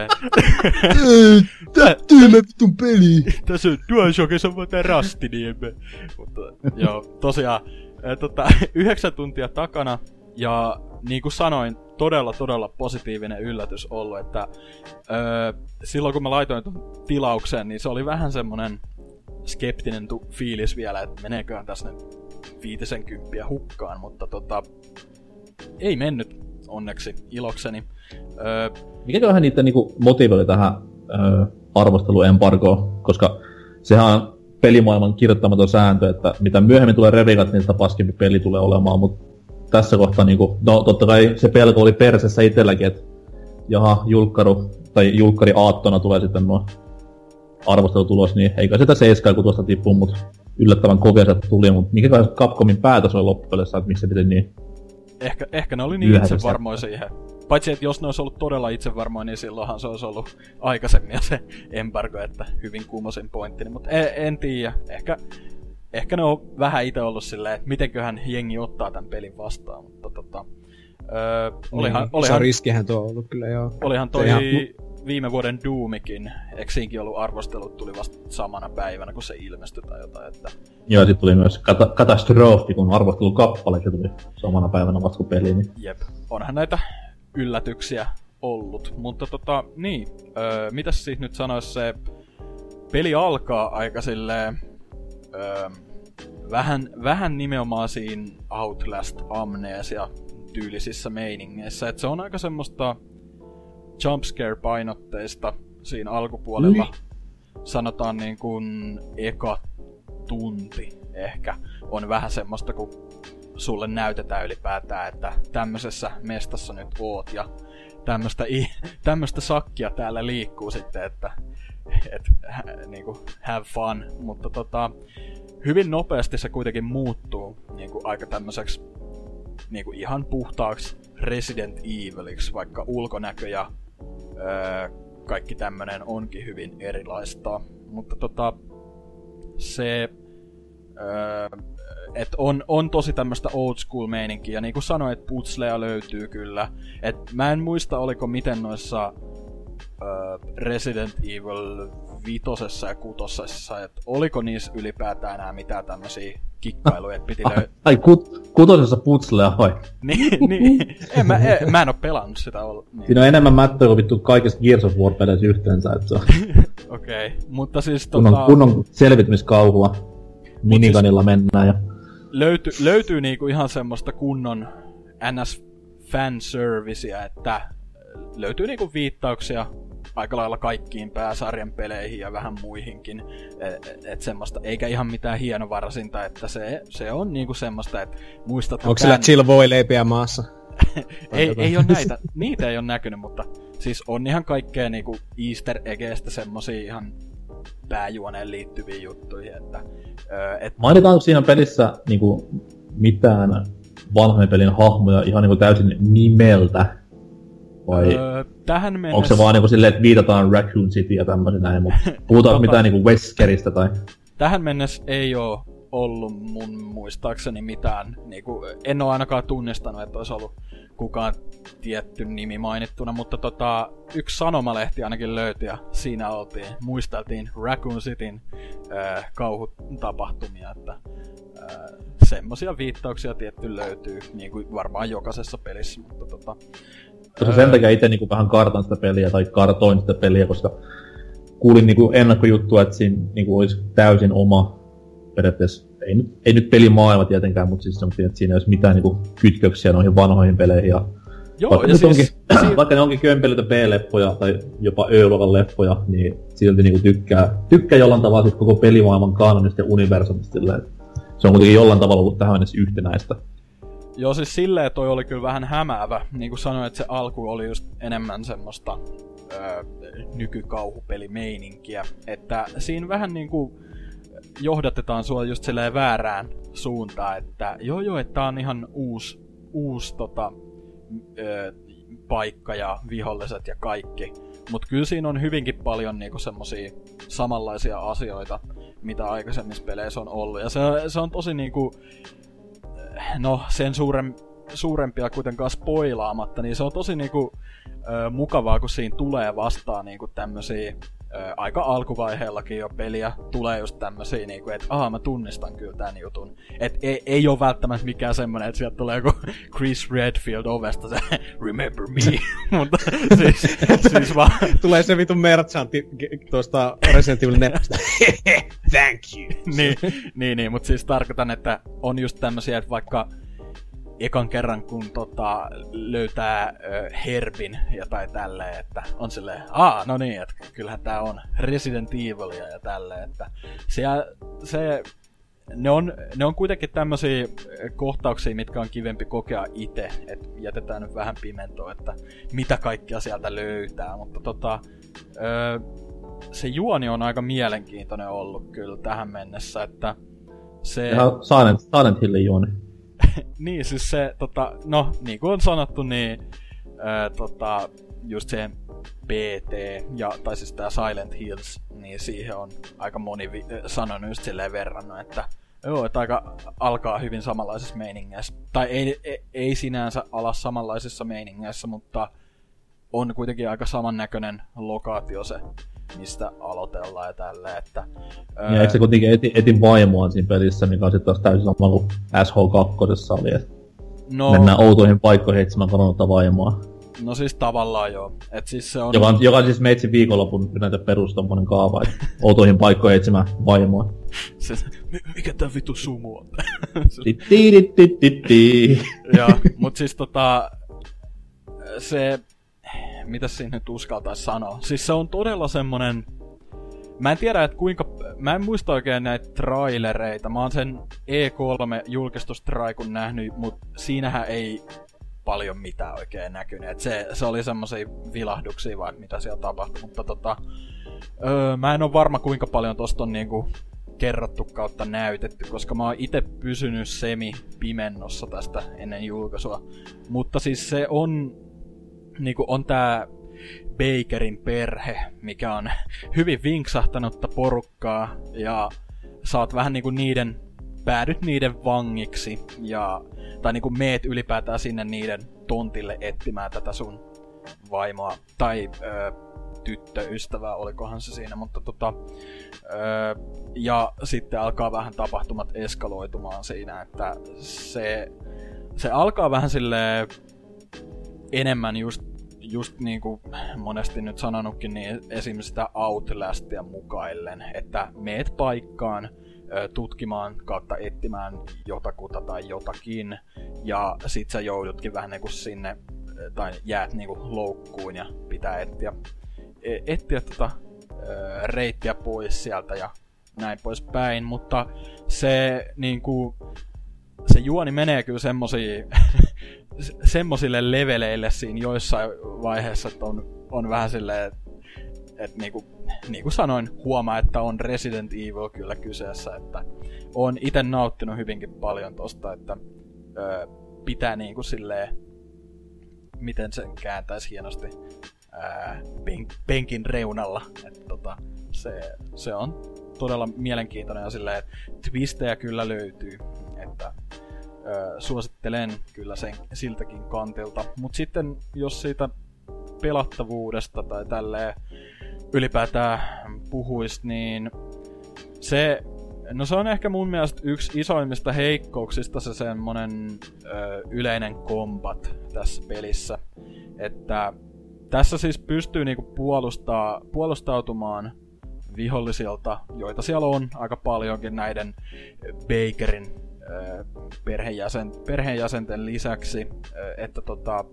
Tää tyymä vittun peli. Tässä on DualShockissa on vaan tää rasti, niin mutta joo, tosiaan tota, yhdeksän tuntia takana ja niin kuin sanoin, todella todella positiivinen yllätys ollut, että öö, silloin kun mä laitoin ton tilaukseen, niin se oli vähän semmonen skeptinen tu- fiilis vielä, että meneeköhän tässä nyt viitisenkymppiä hukkaan, mutta tota, ei mennyt onneksi ilokseni. Öö, Mikäköhän niitä niinku motiivi oli tähän öö, arvosteluembargoon, koska sehän on pelimaailman kirjoittamaton sääntö, että mitä myöhemmin tulee revikat, niin sitä paskempi peli tulee olemaan, mutta tässä kohtaa niinku, no totta kai se pelko oli persessä itselläkin, että jaha, julkkaru, tai julkkari aattona tulee sitten nuo arvostelutulos, niin eikä sitä seiskaa, kun tuosta tippuu, mutta yllättävän kokeessa tuli, mutta mikä kai Capcomin päätös oli loppupeleissä, että miksi se piti niin... Ehkä, ehkä ne oli niin itsevarmoja siihen. Paitsi, että jos ne olisi ollut todella itsevarmoja, niin silloinhan se olisi ollut aikaisemmin se embargo, että hyvin kuumosin pointti. Mutta en, en tiedä. Ehkä, ehkä ne on vähän itse ollut silleen, että mitenköhän jengi ottaa tämän pelin vastaan. Mutta tota... Öö, olihan, niin, olihan, riskihän tuo on ollut kyllä, joo. Olihan toi ihan... viime vuoden Doomikin, eikö siinkin ollut arvostelut, tuli vasta samana päivänä, kun se ilmestyi tai jotain, että... Joo, sit tuli myös kat- katastrofi, kun arvostelukappale, se tuli samana päivänä vasta kuin peli, niin... Jep, onhan näitä yllätyksiä ollut, mutta tota, niin, öö, mitäs siis nyt sanois se... Peli alkaa aika silleen... Öö, vähän, vähän nimenomaan siinä Outlast Amnesia tyylisissä meiningeissä, että se on aika semmoista... jumpscare-painotteista siinä alkupuolella. Mm. Sanotaan niin kuin eka tunti ehkä on vähän semmoista, kun sulle näytetään ylipäätään, että tämmöisessä mestassa nyt oot ja tämmöistä, tämmöistä sakkia täällä liikkuu sitten, että et, niin kuin have fun, mutta tota, hyvin nopeasti se kuitenkin muuttuu niin kuin aika tämmöiseksi niinku ihan puhtaaksi Resident Eviliksi, vaikka ulkonäkö ja öö, kaikki tämmönen onkin hyvin erilaista. Mutta tota, se, öö, että on, on tosi tämmöstä old school meininkiä, ja niin kuin sanoin, että putsleja löytyy kyllä. Et mä en muista, oliko miten noissa öö, Resident Evil vitosessa ja kutosessa, että oliko niissä ylipäätään enää mitään tämmösiä kikkailuja, että piti löytää. Ai, kut, kutosessa putsleja vai? niin, niin. En, mä, en, mä en oo pelannut sitä ollut. Niin. Siinä on enemmän mättöä kuin vittu kaikista Gears of War-peleissä yhteensä, et se on. Okei, okay. Mutta siis kunnon, tota... kunnon selvitymiskauhua. Miniganilla siis mennään ja... Löyty, löytyy niinku ihan semmoista kunnon N S-fanserviceä, että löytyy niinku viittauksia aika lailla kaikkiin pääsarjan peleihin ja vähän muihinkin. Et, et semmoista, eikä ihan mitään hienovarasinta, että se, se on niinku semmoista, että muistatko... Onko sillä chill voi leipiä maassa? ei, ei oo näitä, niitä ei oo näkynyt, mutta siis on ihan kaikkea niinku easter eggeistä semmosia ihan pääjuoneen liittyviä juttuja, että... Et... Mainitaanko siinä pelissä niinku mitään vanhojen pelin hahmoja ihan niinku täysin nimeltä? Vai öö, tähän mennessä... onko se vaan niinku silleen, että viitataan Raccoon City ja tämmösen näin, mutta puhutaanko tota... mitään niinku Weskeristä tai... Tähän mennessä ei oo ollut mun muistaakseni mitään, niinku, en oo ainakaan tunnistanut, että olisi ollut kukaan tietty nimi mainittuna, mutta tota, yksi sanomalehti ainakin löytyi ja siinä oltiin, muisteltiin Raccoon Cityn äh, kauhutapahtumia, että äh, semmosia viittauksia tietty löytyy, niin kuin varmaan jokaisessa pelissä, mutta tota... Koska sen takia itse niinku vähän kartan sitä peliä tai kartoin sitä peliä, koska kuulin niinku ennakkojuttua, että siinä niinku olisi täysin oma periaatteessa, ei nyt, ei nyt pelimaailma tietenkään, mutta siis sanottiin, että siinä ei olisi mitään niinku kytköksiä noihin vanhoihin peleihin. Ja Joo, vaikka, ja siis, onkin, si- vaikka ne onkin kömpelöitä B-leppoja tai jopa Ö-luokan leppoja, niin silti niinku tykkää, tykkää jollain tavalla sit koko pelimaailman kanonista ja universumista. Se on kuitenkin jollain tavalla ollut tähän mennessä yhtenäistä. Joo, siis silleen toi oli kyllä vähän hämäävä. Niin kuin sanoin, että se alku oli just enemmän semmoista öö, nykykauhupelimeininkiä. Että siinä vähän niinku johdatetaan sua just silleen väärään suuntaan, että joo joo, että tää on ihan uusi, uusi tota, öö, paikka ja viholliset ja kaikki. Mut kyllä siinä on hyvinkin paljon niinku semmosia samanlaisia asioita, mitä aikaisemmissa peleissä on ollut. Ja se, se on tosi niinku... No, sen suurem, suurempia kuitenkaan spoilaamatta, niin se on tosi niinku, ö, mukavaa, kun siinä tulee vastaan niinku tämmösiä, ö, aika alkuvaiheellakin jo peliä, tulee just tämmösiä, niinku, että aah, mä tunnistan kyllä tän jutun. Et ei, ei oo välttämättä mikään semmonen, että sieltä tulee joku Chris Redfield ovesta se remember me, mutta siis, siis vaan... Tulee se vitun merchantti tuosta Resident Evil neljästä. Thank you! niin, niin, niin, mutta siis tarkoitan, että on just tämmösiä, että vaikka ekan kerran kun tota, löytää ö, herbin jotain tälleen, että on silleen, aa, no niin, että kyllähän tää on Resident Evilia ja tälleen, että se, se ne, on, ne on kuitenkin tämmösiä kohtauksia, mitkä on kivempi kokea itse, että jätetään nyt vähän pimentoa, että mitä kaikkea sieltä löytää, mutta tota, ö, se juoni on aika mielenkiintoinen ollut kyllä tähän mennessä, että se... Ihan Silent, Silent Hillin juoni. niin, siis se, tota, no, niin kuin on sanottu, niin ää, tota, just se B T, ja, tai siis tää Silent Hills, niin siihen on aika moni vi- sanonut just silleen verrannut, että joo, että aika alkaa hyvin samanlaisessa meiningeissä. Tai ei, ei, ei sinänsä ala samanlaisissa meiningeissä, mutta on kuitenkin aika samannäköinen lokaatio se, mistä aloitellaan ja tälleen, että... Ja öö... eikö se kuitenkin eti, etin vaimoa siinä pelissä, mikä on sitten taas täysin sama kuin S H kaksi oli, että no... mennään outoihin paikkoihin etsimään kadonnutta vaimoa. No siis tavallaan joo, et siis se on... Joka on, joka on siis meitsi viikonlopun näitä perus tommonen kaava, että outoihin paikkoihin etsimään vaimoa. Se, mikä tää vitu sumu on? Joo, mut siis tota... Se... Mitäs siinä nyt uskaltais sanoa? Siis se on todella semmonen... Mä en tiedä, että kuinka... Mä en muista oikein näitä trailereita. Mä oon sen E kolme julkistustraikun nähnyt, mut siinähän ei paljon mitään oikein näkynyt. Et se, se oli semmosia vilahduksia vai mitä siellä tapahtui, mutta tota... Öö, mä en oo varma kuinka paljon tosta on niinku kerrottu kautta näytetty, koska mä oon ite pysynyt semi-pimennossa tästä ennen julkaisua. Mutta siis se on, niinku on tää Bakerin perhe, mikä on hyvin vinksahtanutta porukkaa, ja sä oot vähän niinku niiden, päädyt niiden vangiksi, ja, tai niinku meet ylipäätään sinne niiden tontille etsimään tätä sun vaimoa, tai ö, tyttöystävää, olikohan se siinä, mutta tota, ö, ja sitten alkaa vähän tapahtumat eskaloitumaan siinä, että se, se alkaa vähän silleen enemmän just, just niin kuin monesti nyt sanonutkin, niin esimerkiksi sitä Outlastia mukaillen, että meet paikkaan ö, tutkimaan kautta etsimään jotakuta tai jotakin, ja sit sä joudutkin vähän niinku sinne, tai jäät niinku loukkuun ja pitää etsiä etsiä tota ö, reittiä pois sieltä ja näin pois päin, mutta se niinku se juoni menee kyllä semmosia semmosille leveleille siinä joissain vaiheessa, että on, on vähän silleen, että et niinku, niinku sanoin, huomaa, että on Resident Evil kyllä kyseessä, että on ite nauttinut hyvinkin paljon tosta, että ö, pitää niinku silleen, miten sen kääntäisi hienosti, ää, pen- penkin reunalla. Et tota, se, se on todella mielenkiintoinen ja silleen, että twistejä kyllä löytyy. Että, ää, suosittelen kyllä sen siltäkin kantilta. Mut sitten jos siitä pelattavuudesta tai tälleen ylipäätään puhuis, niin se, no se on ehkä mun mielestä yksi isoimmista heikkouksista se semmonen ö, yleinen combat tässä pelissä. Että tässä siis pystyy niinku puolustaa, puolustautumaan vihollisilta, joita siellä on aika paljonkin näiden Bakerin ö, perheenjäsen, perheenjäsenten lisäksi, ö, että tota,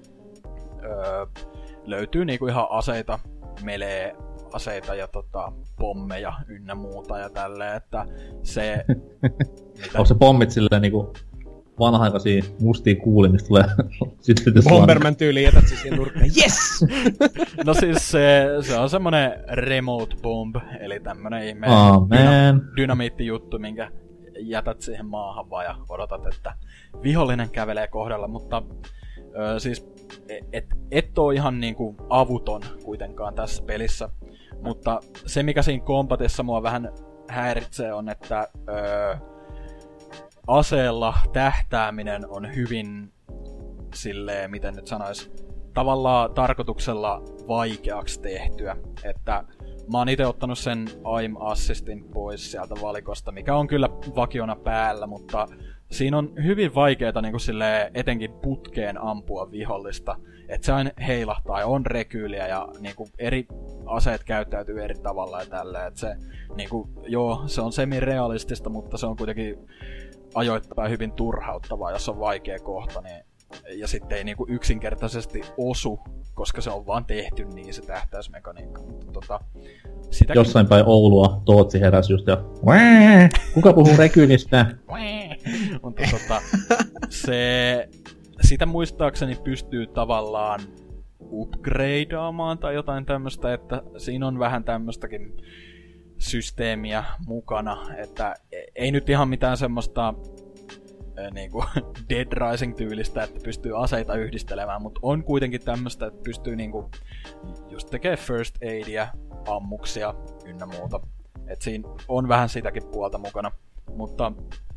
ö, löytyy niinku ihan aseita, melee aseita ja tota, pommeja ynnä muuta ja tälleen, että se... Onko se pommit silleen niinku vanhaikaisia mustia kuulia, mistä tulee sytytyslanka? Bomberman tyyliin jätät siis siihen nurkkaan. Yes! No siis se, se on semmonen remote bomb, eli tämmönen ihme oh, dyna- dynamiittijuttu, minkä jätät siihen maahan vaan ja odotat, että vihollinen kävelee kohdalla, mutta ö, siis et, et oo ihan niinku avuton kuitenkaan tässä pelissä. Mutta se, mikä siinä kombatissa mua vähän häiritsee, on, että öö, aseella tähtääminen on hyvin silleen, miten nyt sanois, tavallaan tarkoituksella vaikeaksi tehtyä. Että mä oon ite ottanut sen aim assistin pois sieltä valikosta, mikä on kyllä vakiona päällä, mutta siinä on hyvin vaikeeta niin kuin silleen, etenkin putkeen ampua vihollista. Että se aina heilahtaa ja on rekyyliä ja niin kuin eri aseet käyttäytyy eri tavalla ja tälleen. Että se, niin kuin, joo, se on semi-realistista, mutta se on kuitenkin ajoittain hyvin turhauttavaa, jos on vaikea kohta. Niin, ja sitten ei niin kuin yksinkertaisesti osu, koska se on vaan tehty niin se tähtäysmekaniikka. Mutta tota, sitäkin... Jossain päin Oulua Tootsi heräsi just ja Wää! Kuka puhuu rekyynistä? Mutta tota, se, sitä muistaakseni pystyy tavallaan upgradeaamaan tai jotain tämmöstä, että siinä on vähän tämmöstäkin systeemiä mukana, että ei nyt ihan mitään semmoista niinku Dead Rising-tyylistä, että pystyy aseita yhdistelemään, mutta on kuitenkin tämmöstä, että pystyy niinku just tekee first aidia, ammuksia ynnä muuta. Et siinä on vähän sitäkin puolta mukana, mutta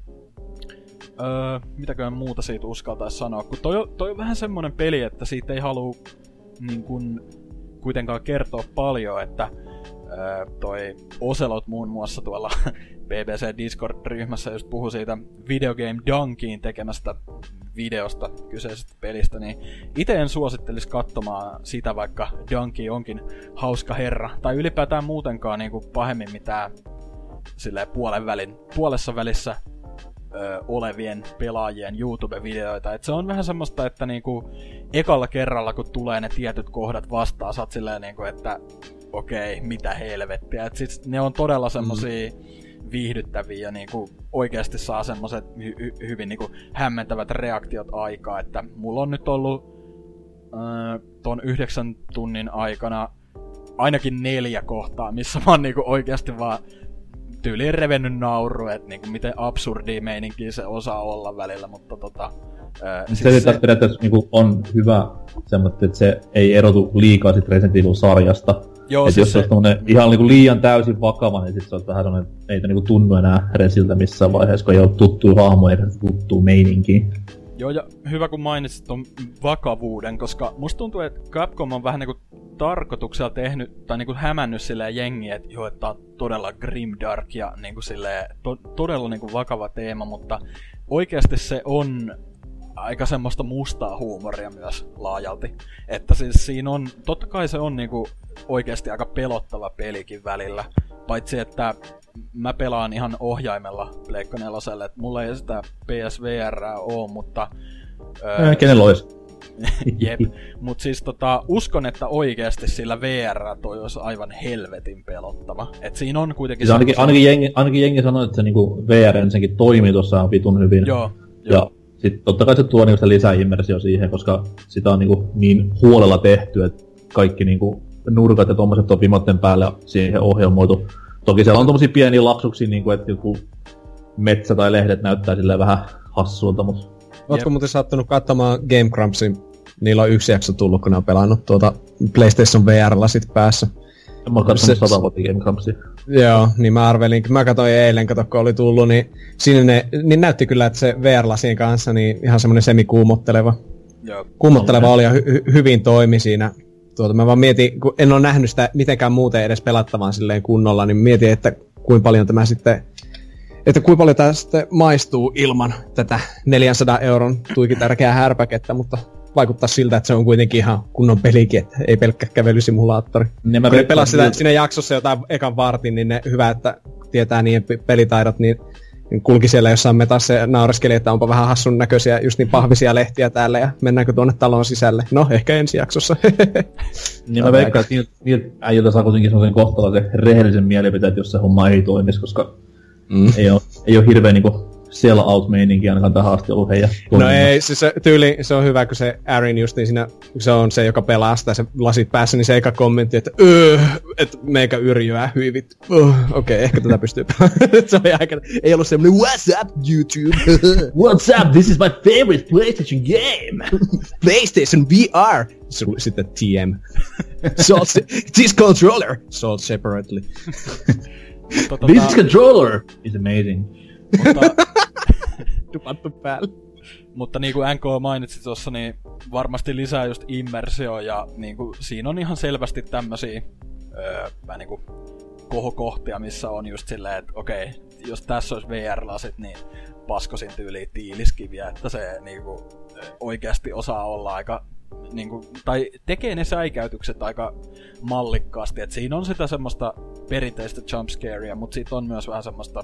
öö, mitäköhän muuta siitä uskaltaisi sanoa, kun toi, toi on vähän semmonen peli, että siitä ei halua niin kun, kuitenkaan kertoa paljon, että öö, toi Ocelot muun muassa tuolla B B C Discord-ryhmässä just puhui siitä Video Game Dunkiin tekemästä videosta kyseisestä pelistä, niin ite en suosittelisi katsomaan sitä, vaikka Dunki onkin hauska herra, tai ylipäätään muutenkaan niin kuin pahemmin mitään silleen puolen välin, puolessa välissä ö, olevien pelaajien YouTube-videoita. Et se on vähän semmoista, että niinku ekalla kerralla kun tulee ne tietyt kohdat vastaan, sä oot silleen niinku, että okei, okay, mitä helvettiä. Et sit ne on todella semmosia mm. viihdyttäviä ja niinku oikeasti saa semmoset hy- hy- hyvin niinku hämmentävät reaktiot aikaa, että mulla on nyt ollut äh, ton yhdeksän tunnin aikana ainakin neljä kohtaa, missä mä oon niinku oikeasti vaan tyyliin revennyt nauru, että niinku miten absurdia meininkiä se osaa olla välillä, mutta tota... Ää, se, siis se periaatteessa niinku on hyvä semmoinen, että se ei erotu liikaa sit Resident Evil-sarjasta. Joo, et siis jos se on tommonen ihan niinku liian täysin vakava, niin sit se on vähän semmonen, ei niinku tunnu enää Resiltä missään vaiheessa, kun ei ole tuttua hahmoja eikä tuttua meininkiä. Joo, ja hyvä kun mainitsit ton vakavuuden, koska musta tuntuu, että Capcom on vähän niinku tarkoituksella tehnyt, tai niinku hämännyt silleen jengiä, että joo, että tää on todella grimdark ja niinku silleen, to, todella niinku vakava teema, mutta oikeasti se on aika semmoista mustaa huumoria myös laajalti. Että siis siinä on, totta kai se on niinku oikeasti aika pelottava pelikin välillä, paitsi että mä pelaan ihan ohjaimella Pleikka neloselle, että mulla ei sitä P S V R oo, mutta... Öö, kenellä ois? Jep, mut siis tota, uskon, että oikeesti sillä V R toi olisi aivan helvetin pelottava. Et siinä on kuitenkin... Siis ainakin, ainakin, jengi, ainakin jengi sanoi, että se niinku V R ensinnäkin toimii tuossa vitun hyvin. Joo, ja joo. Sitten totta kai se tuo niinku sitä lisäimmersio siihen, koska sitä on niinku niin huolella tehty, että kaikki niinku nurkat ja tommoset on vimotten päälle siihen ohjelmoitu. Toki siellä on tommosia pieniä lapsuksia, niinku että joku metsä tai lehdet näyttää silleen vähän hassulta, mut... Ootko muuten sattunut katsomaan Game Grumpsin? Niillä on yksi jakso tullut, kun ne on pelannut tuota PlayStation V R-lasit päässä. Mä oon katsonut sata vuotta Game Grumpsia. Joo, niin mä arvelin, mä katsoin eilen, kato kun oli tullut, niin siinä ne, niin näytti kyllä, että se V R-lasien kanssa niin ihan semmonen semikuumotteleva. Joo. Kuumotteleva okay. Oli ja hy- hy- hyvin toimi siinä. Tuota, mä vaan mietin, kun en oo nähnyt sitä mitenkään muuten edes pelattavan silleen kunnolla, niin mietin, että kuinka paljon tämä sitten... Että kuinka paljon tää sitten maistuu ilman tätä neljänsadan euron tuikin tärkeää härpäkettä, mutta vaikuttaa siltä, että se on kuitenkin ihan kunnon pelikin, että ei pelkkä kävelysimulaattori. Niin kun ne pelasi sitä siinä jaksossa jotain ekan vartin, niin ne hyvä, että tietää niiden pelitaidot, niin, niin kulki siellä jossain metassa ja naureskeli, että onpa vähän hassun näköisiä, just niin pahvisia lehtiä täällä ja mennäänkö tuonne talon sisälle. No, ehkä ensi jaksossa. Niin mä veikkaan, että niiltä, niiltä äijiltä saa kuitenkin sellaisen kohtalaisen rehellisen mielipiteen, jos se homma ei toimisi, koska Mm. Ei oo, ei oo hirveen niinku sell out meininki ainakaan tähän asti ollut heidän. No ei, siis se tyyli, se on hyvä, kun se Aaron just niin siinä, se on se, joka pelastaa se lasit päässä, niin se eka kommentti, että öö, että meikä yrjyää hyvit. Oh, okei, okay, ehkä tätä pystyy pelaamaan. Se oli aika, ei ollut semmonen, what's up YouTube? What's up, this is my favorite PlayStation game! PlayStation V R! Sitten T M. Salt, this controller! Sold separately. Tota, This controller is amazing. Mutta, Tupattu päälle. Mutta niin kuin N K mainitsi tuossa, niin varmasti lisää just immersio ja niin kuin, siinä on ihan selvästi tämmösiä öö, vähän niin kuin kohokohtia, missä on just silleen, että okei, jos tässä olisi V R-lasit, niin paskosin tyyliin tiiliskiviä, että se niin kuin, oikeasti osaa olla aika niinku, tai tekee ne säikäytykset aika mallikkaasti, että siinä on sitä semmoista perinteistä jumpscarea, mutta siitä on myös vähän semmoista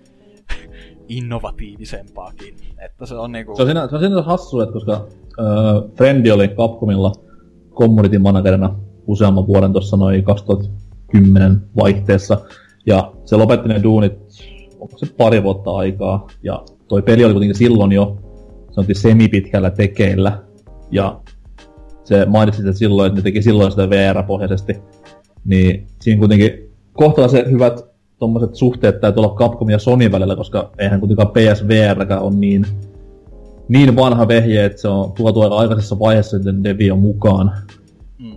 innovatiivisempaakin, että se on niinku... Se on siinä, se on siinä hassu, että koska äh, Frendi oli Capcomilla community managerina useamman vuoden tuossa noin kaksituhattakymmenen vaihteessa, ja se lopetti ne duunit, onko se pari vuotta aikaa, ja toi peli oli kuitenkin silloin jo, sanottiin semipitkällä tekeillä, ja se mainitsi sitä silloin, että ne teki silloin sitä V R-pohjaisesti, niin siinä kuitenkin kohtalaisen hyvät tommoset suhteet täytyy olla Capcom ja Sony välillä, koska eihän kuitenkaan P S V R:kään on niin, niin vanha vehje, että se on tuotu aika aikaisessa vaiheessa sitten Devio mukaan. Mm.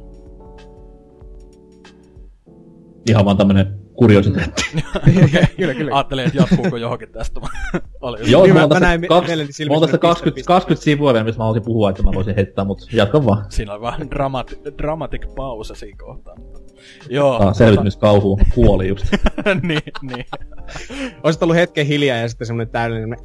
Ihan vaan tämmönen kuriositeetti. Okay. Kyllä, kyllä. Ajattelin, että jatkuuko johonkin tästä. Joo, niin, mä oon tässä kaksikymmentä sivua vielä, missä mä haluaisin puhua, että mä voisin heittää, mut jatka vaan. Siinä on vähän dramatic, dramatic pause siinä kohtaa. Joo. Ah, selvitymiskauhu kuoli just. niin, niin. Oisit ollut hetken hiljaa ja sitten semmonen täydellinen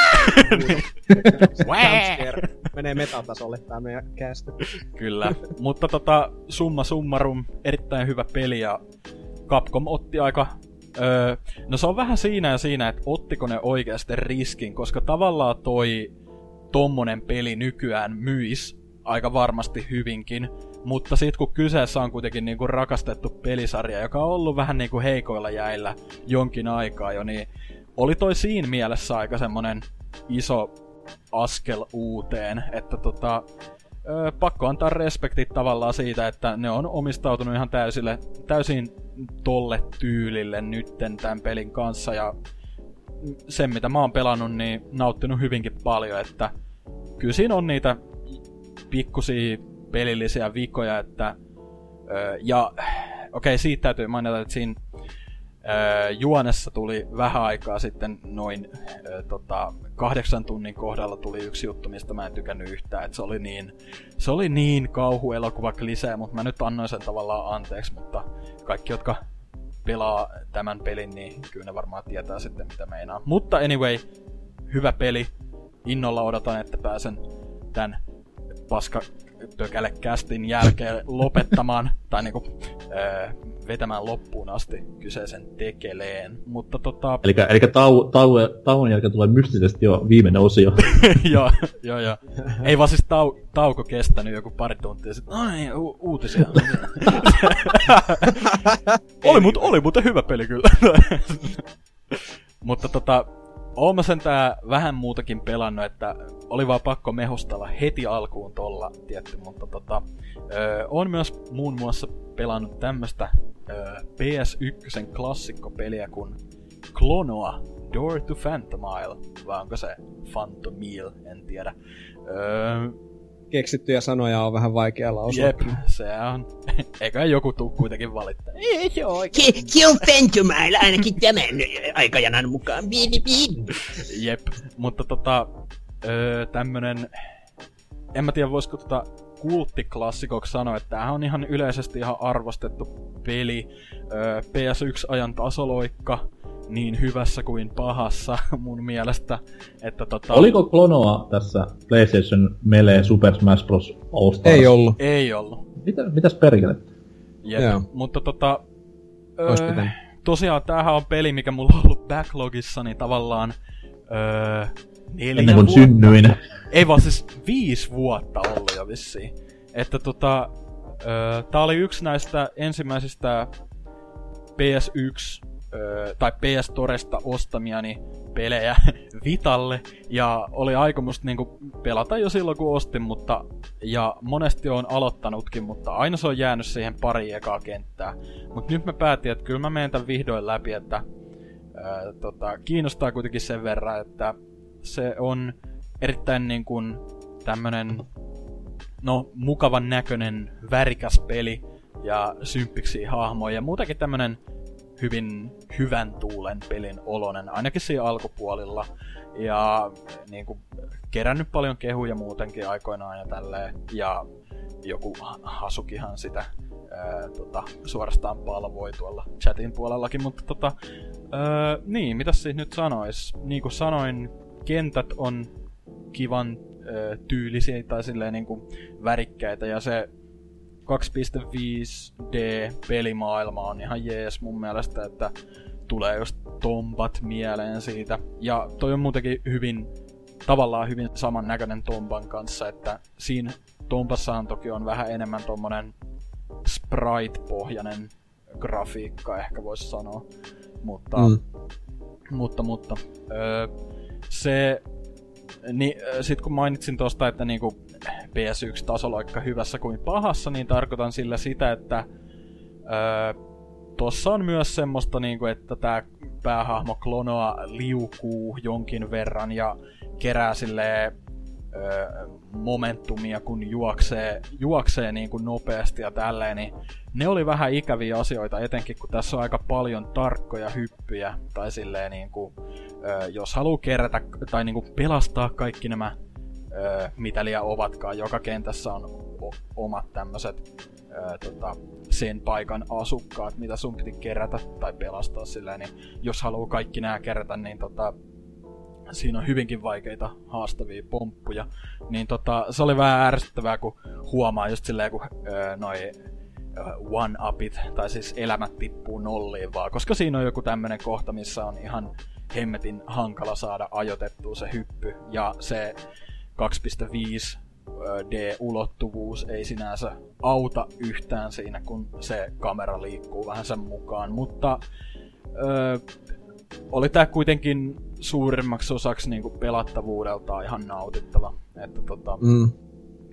menee metatasolle tää meidän kästä. Kyllä, mutta tota, summa summarum, erittäin hyvä peli ja Capcom otti aika... Öö, no se on vähän siinä ja siinä, että ottiko ne oikeasti riskin, koska tavallaan toi tommonen peli nykyään myis aika varmasti hyvinkin, mutta sit kun kyseessä on kuitenkin niinku rakastettu pelisarja, joka on ollut vähän niinku heikoilla jäillä jonkin aikaa jo, niin oli toi siinä mielessä aika semmonen iso askel uuteen, että tota... öö, pakko antaa respektit tavallaan siitä, että ne on omistautunut ihan täysille, täysin tolle tyylille nytten tämän pelin kanssa, ja sen mitä mä oon pelannut, niin nauttinut hyvinkin paljon, että kyllä siinä on niitä pikkusia pelillisiä vikoja, että öö, ja okei, okay, siitä täytyy mainita, että siinä öö, juonessa tuli vähän aikaa sitten noin öö, tota, kahdeksan tunnin kohdalla tuli yksi juttu, mistä mä en tykännyt yhtään, että se oli niin, se oli niin kauhuelokuva klisee, mutta mä nyt annoin sen tavallaan anteeksi, mutta kaikki, jotka pelaa tämän pelin, niin kyllä ne varmaan tietää sitten, mitä meinaa. Mutta anyway, hyvä peli. Innolla odotan, että pääsen tän paska pökälekästin jälkeen lopettamaan, tai niinku öö, vetämään loppuun asti kyseisen tekeleen. Mutta tota... Elikkä, elikkä tau, tau, tauon jälkeen tulee mystisesti jo viimeinen osio. joo, joo, joo. Ei vaan siis tau, tauko kestänyt joku pari tuntia sitten. Ai, u- uutisia. oli, mut, oli muuten hyvä peli kyllä. Mutta tota... Oon mä sentään vähän muutakin pelannut, että oli vaan pakko mehustella heti alkuun tolla, tietty, mutta tota... Öö, oon myös muun muassa pelannut tämmöstä öö, P S yksi klassikkopeliä kuin Klonoa Door to Phantomile, vai onko se Phantomile, en tiedä. Öö, Keksittyjä sanoja on vähän vaikea lausua. Jep, se on. Eiköhän joku tuu kuitenkin valittaa. Ei se oikein. Se, se on Phantomile ainakin tämän aikajanan mukaan. Jep, mutta tota, öö, tämmönen, en mä tiedä voisiko tota kulttiklassikoksi sanoa, että tämähän on ihan yleisesti ihan arvostettu peli. Öö, P S yksi-ajan tasoloikka, niin hyvässä kuin pahassa mun mielestä. Että tota... Oliko Klonoa tässä PlayStation Melee Super Smash Bros. All Stars? Ei ollut. Ei ollut. Mitä, mitäs perkelettä? Jep, Joo. Mutta tota... Öö, tosiaan tämähän on peli, mikä mulla on ollut backlogissani tavallaan... Öö, neljä Ennen kuin vuotta. synnyin. Ei vaan siis viisi vuotta ollut jo vissiin. Että tota... Öö, tää oli yksi näistä ensimmäisistä P S yksi... Öö, tai P S Storesta ostamiani pelejä Vitalle, ja oli aikomus niinku pelata jo silloin kun ostin, mutta ja monesti on aloittanutkin, mutta aina se on jäänyt siihen pari ekaa kenttää. Mut nyt mä päätin, että kyllä mä menen tän vihdoin läpi, että öö, tota, kiinnostaa kuitenkin sen verran, että se on erittäin niinku tämmönen no mukavan näköinen värikäs peli ja symppiksi hahmoja ja muutenkin tämmönen hyvin hyvän tuulen pelin olonen, ainakin siinä alkupuolilla. Ja niinku kerännyt paljon kehuja muutenkin aikoinaan ja tälleen. Ja joku Hasukihan sitä ää, tota, suorastaan palvoi tuolla chatin puolellakin, mutta tota, ää, niin, mitäs siis nyt sanois? Niin kuin sanoin, kentät on kivan ää, tyylisiä tai silleen niinku värikkäitä ja se kaksi pilkku viisi D-pelimaailma on ihan jees mun mielestä, että tulee just tombat mieleen siitä. Ja toi on muutenkin hyvin, tavallaan hyvin samannäköinen tomban kanssa, että siinä tombassahan toki on vähän enemmän tommonen sprite-pohjainen grafiikka, ehkä vois sanoa. Mutta, mm. mutta, mutta, öö, se, niin, sit kun mainitsin tosta, että niinku P S yksi tasoloikka hyvässä kuin pahassa, niin tarkoitan sillä sitä, että öö, tossa on myös semmoista, niinku, että tää päähahmo Klonoa liukuu jonkin verran ja kerää silleen öö, momentumia, kun juoksee, juoksee niinku nopeasti ja tälleen, niin ne oli vähän ikäviä asioita, etenkin kun tässä on aika paljon tarkkoja hyppyjä, tai silleen niinku, öö, jos haluaa kerätä tai niinku pelastaa kaikki nämä Öö, mitä liian ovatkaan. Joka kentässä on o- omat tämmöset öö, tota, sen paikan asukkaat, mitä sun piti kerätä tai pelastaa silleen, niin jos haluaa kaikki nää kerätä, niin tota, siinä on hyvinkin vaikeita haastavia pomppuja. Niin tota, se oli vähän ärsyttävää, kun huomaa just silleen, kun öö, noi one-upit, tai siis elämät tippuu nolliin vaan, koska siinä on joku tämmönen kohta, missä on ihan hemmetin hankala saada ajoitettua se hyppy, ja se kaksi pilkku viisi D-ulottuvuus ei sinänsä auta yhtään siinä, kun se kamera liikkuu vähän sen mukaan, mutta öö, oli tää kuitenkin suurimmaksi osaksi niinku pelattavuudeltaan ihan nautittava. Että tota, mm.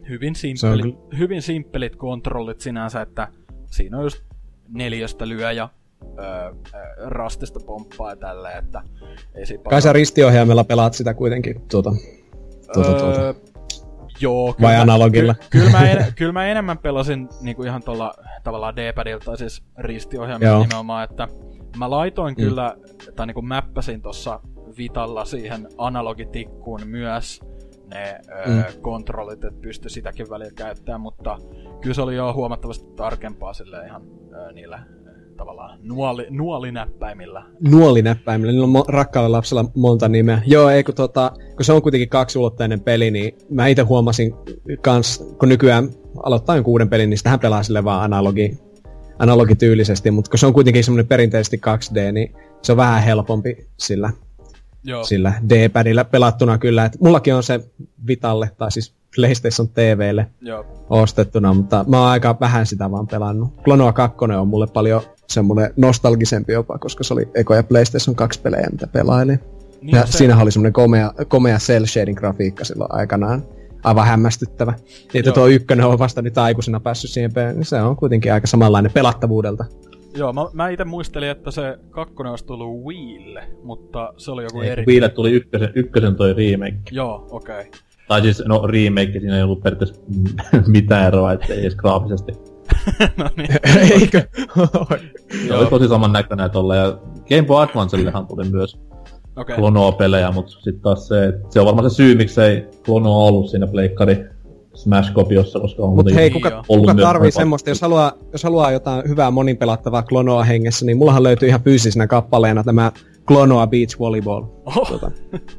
hyvin, simppelit, hyvin simppelit kontrollit sinänsä, että siinä on just neljästä lyö ja öö, rastista pomppaa ja tälleen, että ei siinä Kai sä ristiohjaimella pelaat sitä kuitenkin tuota, tuota, tuota. Öö, joo, vai kyllä analogilla? Ky, kyllä, mä en, kyllä mä enemmän pelasin niinku ihan tuolla tavallaan D-padilla, tai siis ristiohjaimella nimenomaan, että mä laitoin mm. kyllä, tai niinku mäppäsin tossa Vitalla siihen analogitikkuun myös ne mm. ö, kontrollit, että pystyi sitäkin välillä käyttämään, mutta kyllä se oli jo huomattavasti tarkempaa silleen ihan ö, niillä tavallaan nuoli, nuolinäppäimillä. Nuolinäppäimillä, niillä on mo- rakkaalla lapsella monta nimeä. Joo, ei kun, tota, kun se on kuitenkin kaksiulotteinen peli, niin mä itse huomasin kans, kun nykyään aloittaa jonkun uuden pelin, niin sitähän pelaa sille vaan analogi, analogityylisesti, mutta kun se on kuitenkin semmoinen perinteisesti kaksi D, niin se on vähän helpompi sillä, Joo. sillä D-padilla pelattuna kyllä. Et mullakin on se Vitalle, tai siis PlayStation T V:lle Joo. ostettuna, mutta mä oon aika vähän sitä vaan pelannut. Klonoa kaksi on mulle paljon semmoinen nostalgisempi jopa, koska se oli ekoja PlayStation kaksi pelejä, mitä pelailin. Niin ja se... Siinähän oli semmoinen komea, komea cel-shading grafiikka silloin aikanaan. Aivan hämmästyttävä. Että tuo ykkönen on vasta nyt aikuisena päässyt siihen peliin, niin se on kuitenkin aika samanlainen pelattavuudelta. Joo, mä, mä ite muistelin, että se kakkonen olisi tullut Wiille, mutta se oli joku ei, eri... Wiille tuli ykkösen, ykkösen toi remake. Joo, okei. Okay. Tai siis, no remake, siinä ei ollut periaatteessa mitään eroa, ettei edes graafisesti. No niin. Eikö? Se oli tosi saman näköinen tolle, ja Game Boy Advancellehan tuli myös okay. Klonoa-pelejä, mutta sitten taas se, se on varmaan se syy, miksei Klonoa ollut siinä pleikkari Smash-kopiossa, koska on Mut hei, kuka, kuka tarvii semmoista, jos haluaa, jos haluaa jotain hyvää moninpelattavaa Klonoa hengessä, niin mullahan löytyy ihan fyysisenä kappaleena tämä Klonoa Beach Volleyball. Oh. Tuota.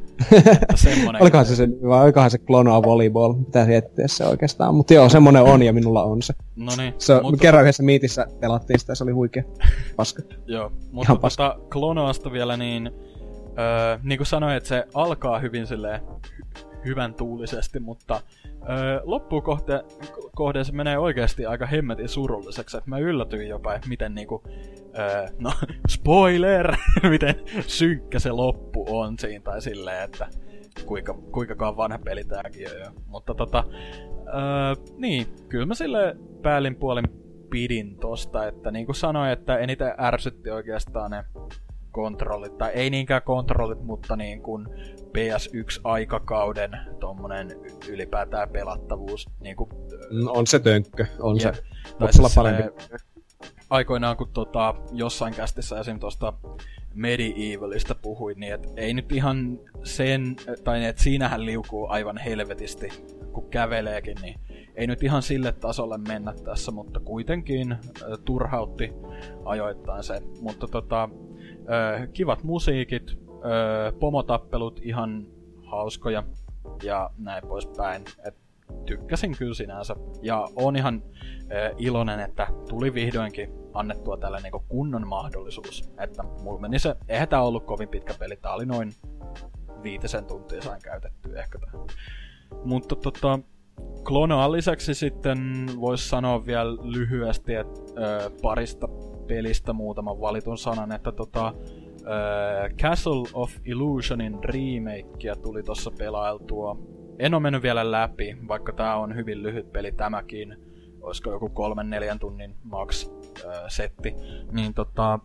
olikohan se se, vai olikohan se Klonoa Volleyball, mitä etsiä se oikeastaan, mutta joo, semmonen on ja minulla on se. No niin. Se, mutta... kerran yhdessä miitissä pelattiin sitä, se oli huikea paska. Joo, mutta tota Klonoasta vielä niin, öö, niin kuin sanoin, että se alkaa hyvin silleen hy- hyvän tuulisesti, mutta öö, loppuun kohde, kohde se menee oikeasti aika hemmetin surulliseksi, että mä yllätyin jopa, että miten niinku, öö, no spoiler, miten synkkä se loppu on siinä, tai silleen, että kuinka, kuinkakaan vanha peli tääkin on jo. Mutta tota, öö, niin, kyllä mä silleen päälin puolin pidin tosta, että niinku sanoin, että eniten ärsytti oikeastaan ne kontrollit, tai ei niinkään kontrollit, mutta niin kuin P S yksi aikakauden tommonen ylipäätään pelattavuus. Niin kuin, no, on se tönkkö, on jep. Se. Tai siis parempi. Aikoinaan kun tota, jossain kästissä esim. Tosta Medievalista puhuin, niin et ei nyt ihan sen, tai että siinähän liukuu aivan helvetisti, kun käveleekin, niin ei nyt ihan sille tasolle mennä tässä, mutta kuitenkin äh, turhautti ajoittain se. Mutta tota, äh, kivat musiikit, äh, pomotappelut ihan hauskoja ja näin poispäin. Et tykkäsin kyllä sinänsä ja on ihan äh, iloinen, että tuli vihdoinkin annettua tällä niinku kunnon mahdollisuus. Että mulla meni se, eihän tää ollut kovin pitkä peli, tää oli noin viitisen tuntia sain käytettyä ehkä tähän. Mutta tota, Klonoan lisäksi sitten vois sanoa vielä lyhyesti, että äh, parista pelistä muutaman valitun sanan, että tota, äh, Castle of Illusionin remakea tuli tossa pelailtua. En oo mennyt vielä läpi, vaikka tää on hyvin lyhyt peli tämäkin. Oisko joku kolmen neljän tunnin max äh, setti. Niin tota,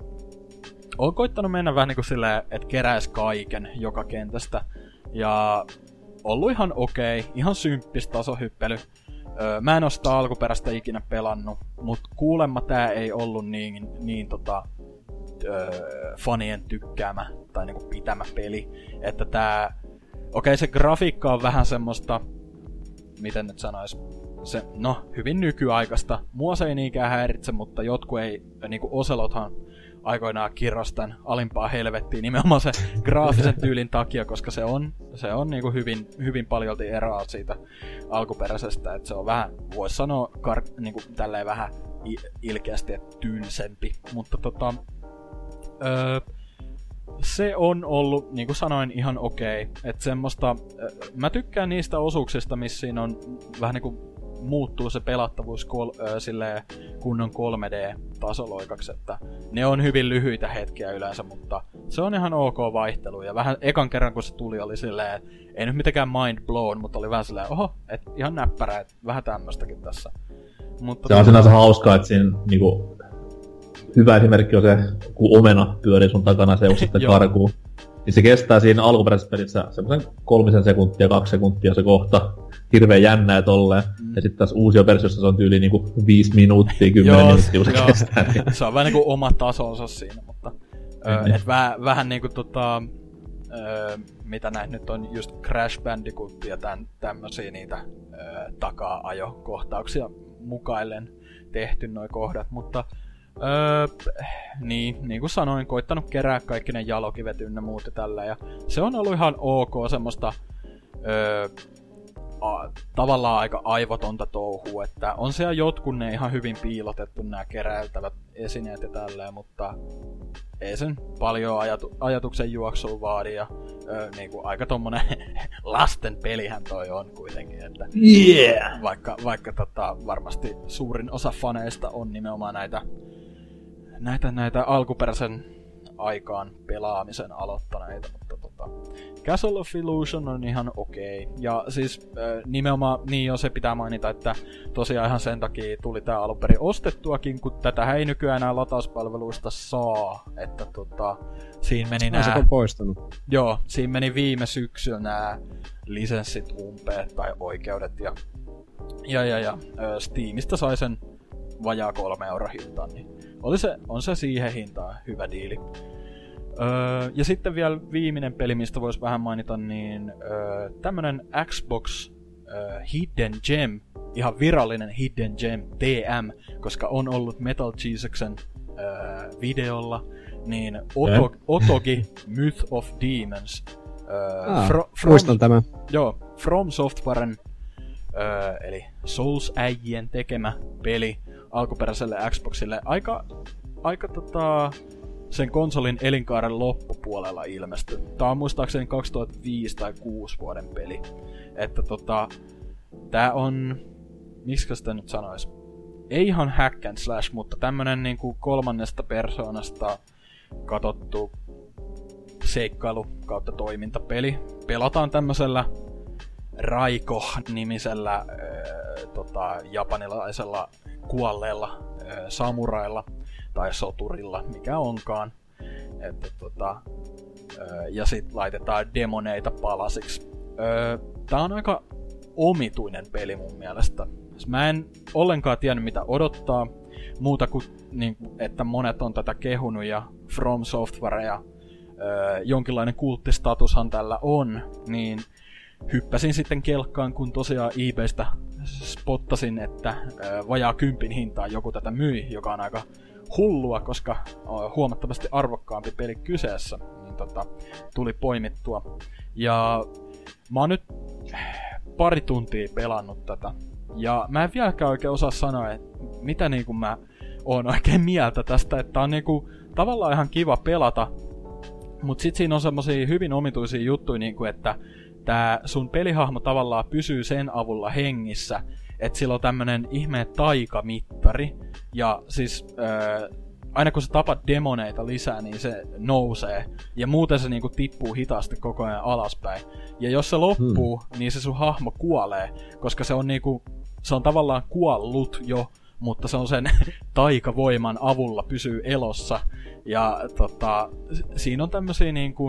oon koittanut mennä vähän niinku silleen, että keräis kaiken joka kentästä. Ja ollut ihan okei, okay, ihan symppis tasohyppely. Öö, mä en oo sitä alkuperäistä ikinä pelannut, mut kuulemma tää ei ollut niin, niin tota, öö, fanien tykkäämä tai niinku pitämä peli. Että tää, okei okay, se grafiikka on vähän semmoista, miten nyt sanois, se, no hyvin nykyaikaista. Mua se ei niinkään häiritse, mutta jotkut ei, niinku Ocelothan aikoinaan kirros tän alimpaa helvettiin nimenomaan se graafisen tyylin takia, koska se on, se on niinku hyvin, hyvin paljolti eroa siitä alkuperäisestä, että se on vähän, vois sanoa kar- niinku tälleen vähän ilkeästi, että tylsempi, mutta tota, öö, se on ollut, niin kuin sanoin, ihan okei, okay. Että semmoista, öö, mä tykkään niistä osuuksista, missä siinä on vähän niinku muuttuu se pelattavuus kol- äh, silleen kunnon kolme D-tasoloikaksi, että ne on hyvin lyhyitä hetkiä yleensä, mutta se on ihan ok vaihtelu. Ja vähän ekan kerran kun se tuli oli silleen, ei nyt mitenkään mind blown, mutta oli vähän silleen, oho, et ihan näppärä, et vähän tämmöstäkin tässä. Mutta se on sinänsä hauskaa, että siinä niinku, hyvä esimerkki on se, kun omena pyörii sun takana se sitten karkuun. Niin se kestää siinä alkuperäisessä pelissä semmoisen kolmisen sekuntia, kaksi sekuntia se kohta. Hirveen jännää tolleen. Mm. Ja sitten tässä uusia versiossa se on tyyli niinku viisi minuuttia, kymmenen minuuttia, kun se joo. kestää. Niin. Se on vähän niinku oma tasonsa siinä, mutta mm-hmm. et vähän, vähän niinku tota, ö, mitä näin nyt on just Crash Bandicoot ja tän, tämmösiä niitä ö, takaa-ajokohtauksia mukaillen tehty noi kohdat, mutta Öö, niin, niin kuin sanoin, koittanut kerää kaikki ne jalokivet ynnä muut ja tällä, ja se on ollut ihan ok semmoista öö, a, tavallaan aika aivotonta touhua, että on siellä jotkut ne ihan hyvin piilotettu nämä keräiltävät esineet ja tälleen, mutta ei sen paljon ajatu, ajatuksen juoksua vaadi, ja öö, niin kuin aika tommonen lasten pelihän toi on kuitenkin, että yeah. vaikka, vaikka tota, varmasti suurin osa faneista on nimenomaan näitä Näitä, näitä alkuperäisen aikaan pelaamisen aloittaneita, mutta tota, Castle of Illusion on ihan okei. Okay. Ja siis äh, nimenomaan niin jo se pitää mainita, että tosiaan ihan sen takia tuli tää alunperin ostettuakin, kun tätä ei nykyään enää latauspalveluista saa. Että tota, siinä meni nää... Se on poistunut. Joo, siinä meni viime syksyllä nää lisenssit umpeet tai oikeudet ja, ja, ja, ja äh, Steamista sai sen vajaa kolme euro hintaan, niin oli se, on se siihen hintaan hyvä diili. Öö, ja sitten vielä viimeinen peli, mistä vois vähän mainita, niin öö, tämmönen Xbox öö, Hidden Gem, ihan virallinen Hidden Gem D M, koska on ollut Metal Jesus'en öö, videolla, niin Oto, Otogi Myth of Demons. Öö, ah, fro, from, muistan tämän. Joo, From Softwaren, öö, eli Souls-äijien tekemä peli alkuperäiselle Xboxille. Aika, aika tota, sen konsolin elinkaaren loppupuolella ilmestyi. Tää on muistaakseni kaksituhattaviisi tai kuusi vuoden peli. Että tota, tää on, miksikä sitä nyt sanois, ei ihan hack and slash, mutta tämmönen niinku kolmannesta persoonasta katsottu seikkailu kautta toimintapeli. Pelataan tämmösellä Raiko-nimisellä äh, tota, japanilaisella kuolleella äh, samurailla tai soturilla, mikä onkaan. Että, tota, äh, ja sit laitetaan demoneita palasiksi. Äh, tää on aika omituinen peli mun mielestä. Mä en ollenkaan tiennyt mitä odottaa, muuta kuin, niin, että monet on tätä kehunut ja From Software ja äh, jonkinlainen kulttistatushan tällä on, niin hyppäsin sitten kelkkaan, kun tosiaan eBaystä spottasin, että äh, vajaa kympin hintaan joku tätä myi, joka on aika hullua, koska on huomattavasti arvokkaampi peli kyseessä, niin tota, tuli poimittua. Ja mä oon nyt pari tuntia pelannut tätä, ja mä en vieläkään oikein osaa sanoa, että mitä niinku mä oon oikein mieltä tästä, että on niinku tavallaan ihan kiva pelata, mut sit siinä on semmosia hyvin omituisia juttuja, niinku että tää sun pelihahmo tavallaan pysyy sen avulla hengissä, että sillä on tämmönen ihmeen taikamittari, ja siis ää, aina kun sä tapat demoneita lisää, niin se nousee, ja muuten se niinku tippuu hitaasti koko ajan alaspäin. Ja jos se loppuu, hmm. niin se sun hahmo kuolee, koska se on niinku, se on tavallaan kuollut jo, mutta se on sen taikavoiman avulla pysyy elossa. Ja tota, siinä on tämmösiä niinku